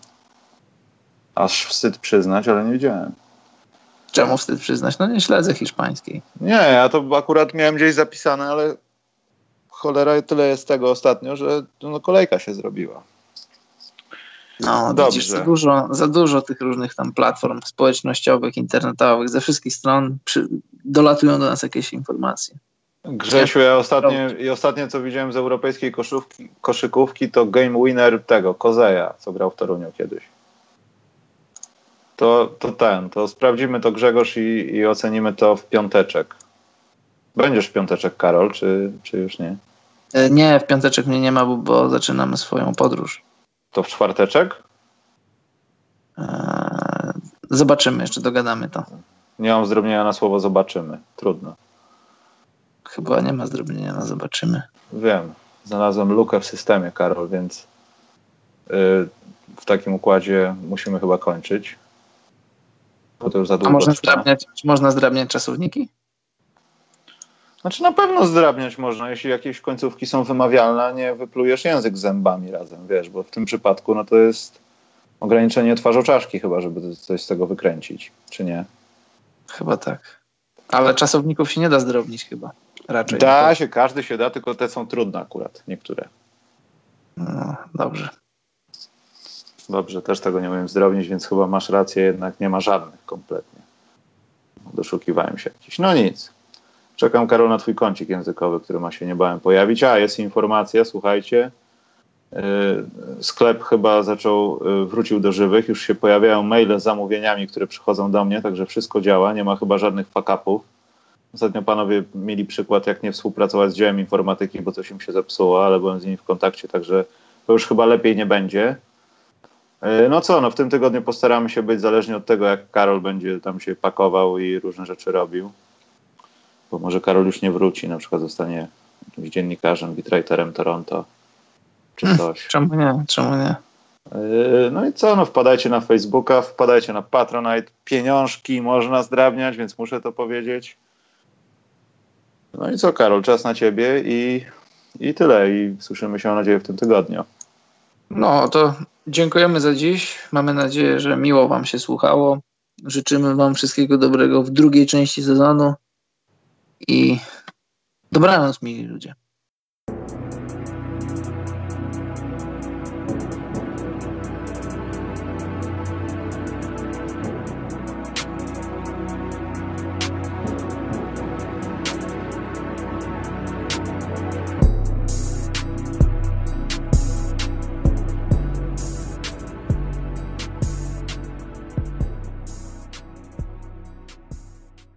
Aż wstyd przyznać, ale nie widziałem. Czemu wstyd przyznać? No nie śledzę hiszpańskiej. Nie, ja to akurat miałem gdzieś zapisane, ale cholera, tyle jest tego ostatnio, że no, kolejka się zrobiła. No, dobrze. Widzisz, za dużo, za dużo tych różnych tam platform społecznościowych, internetowych, ze wszystkich stron przy, dolatują do nas jakieś informacje. Grzesiu, ja ostatnie, i ostatnie co widziałem z europejskiej koszówki, koszykówki to game winner tego, Kozeja, co grał w Toruniu kiedyś. To, to ten, to sprawdzimy to, Grzegorz, i, i ocenimy to w piąteczek. Będziesz w piąteczek, Karol, czy, czy już nie? Nie, w piąteczek mnie nie ma, bo, bo zaczynamy swoją podróż. To w czwarteczek? Eee, zobaczymy, jeszcze dogadamy to. Nie mam zdrobnienia na słowo zobaczymy. Trudno. Chyba nie ma zdrobnienia na zobaczymy. Wiem. Znalazłem lukę w systemie, Karol, więc yy, w takim układzie musimy chyba kończyć. Bo to już za długo A można trwa. zdrabniać, czy można zdrabniać czasowniki? Znaczy na pewno zdrabniać można, jeśli jakieś końcówki są wymawialne, a nie wyplujesz język zębami razem, wiesz, bo w tym przypadku no to jest ograniczenie twarzoczaszki chyba, żeby coś z tego wykręcić, czy nie? Chyba tak. Ale czasowników się nie da zdrobnić chyba. Raczej. Da się, każdy się da, tylko te są trudne akurat, niektóre. No, dobrze. Dobrze, też tego nie umiem zdrobnić, więc chyba masz rację, jednak nie ma żadnych kompletnie. Doszukiwałem się jakiś. No nic. Czekam, Karol, na twój kącik językowy, który ma się niebawem pojawić. A, jest informacja, słuchajcie. Yy, sklep chyba zaczął, yy, wrócił do żywych. Już się pojawiają maile z zamówieniami, które przychodzą do mnie, także wszystko działa. Nie ma chyba żadnych fuck-upów. Ostatnio panowie mieli przykład, jak nie współpracować z działem informatyki, bo coś im się zepsuło, ale byłem z nimi w kontakcie, także to już chyba lepiej nie będzie. Yy, no co, no w tym tygodniu postaramy się być, zależnie od tego, jak Karol będzie tam się pakował i różne rzeczy robił. Bo może Karol już nie wróci, na przykład zostanie jakimś dziennikarzem, beatwriterem Toronto, czy coś. Czemu nie? Czemu nie? Yy, no i co, no wpadajcie na Facebooka, wpadajcie na Patronite, pieniążki można zdrabniać, więc muszę to powiedzieć. No i co, Karol, czas na ciebie i, i tyle. I słyszymy się, mam nadzieję, w tym tygodniu. No to dziękujemy za dziś. Mamy nadzieję, że miło wam się słuchało. Życzymy wam wszystkiego dobrego w drugiej części sezonu. I dobranoc, mili ludzie.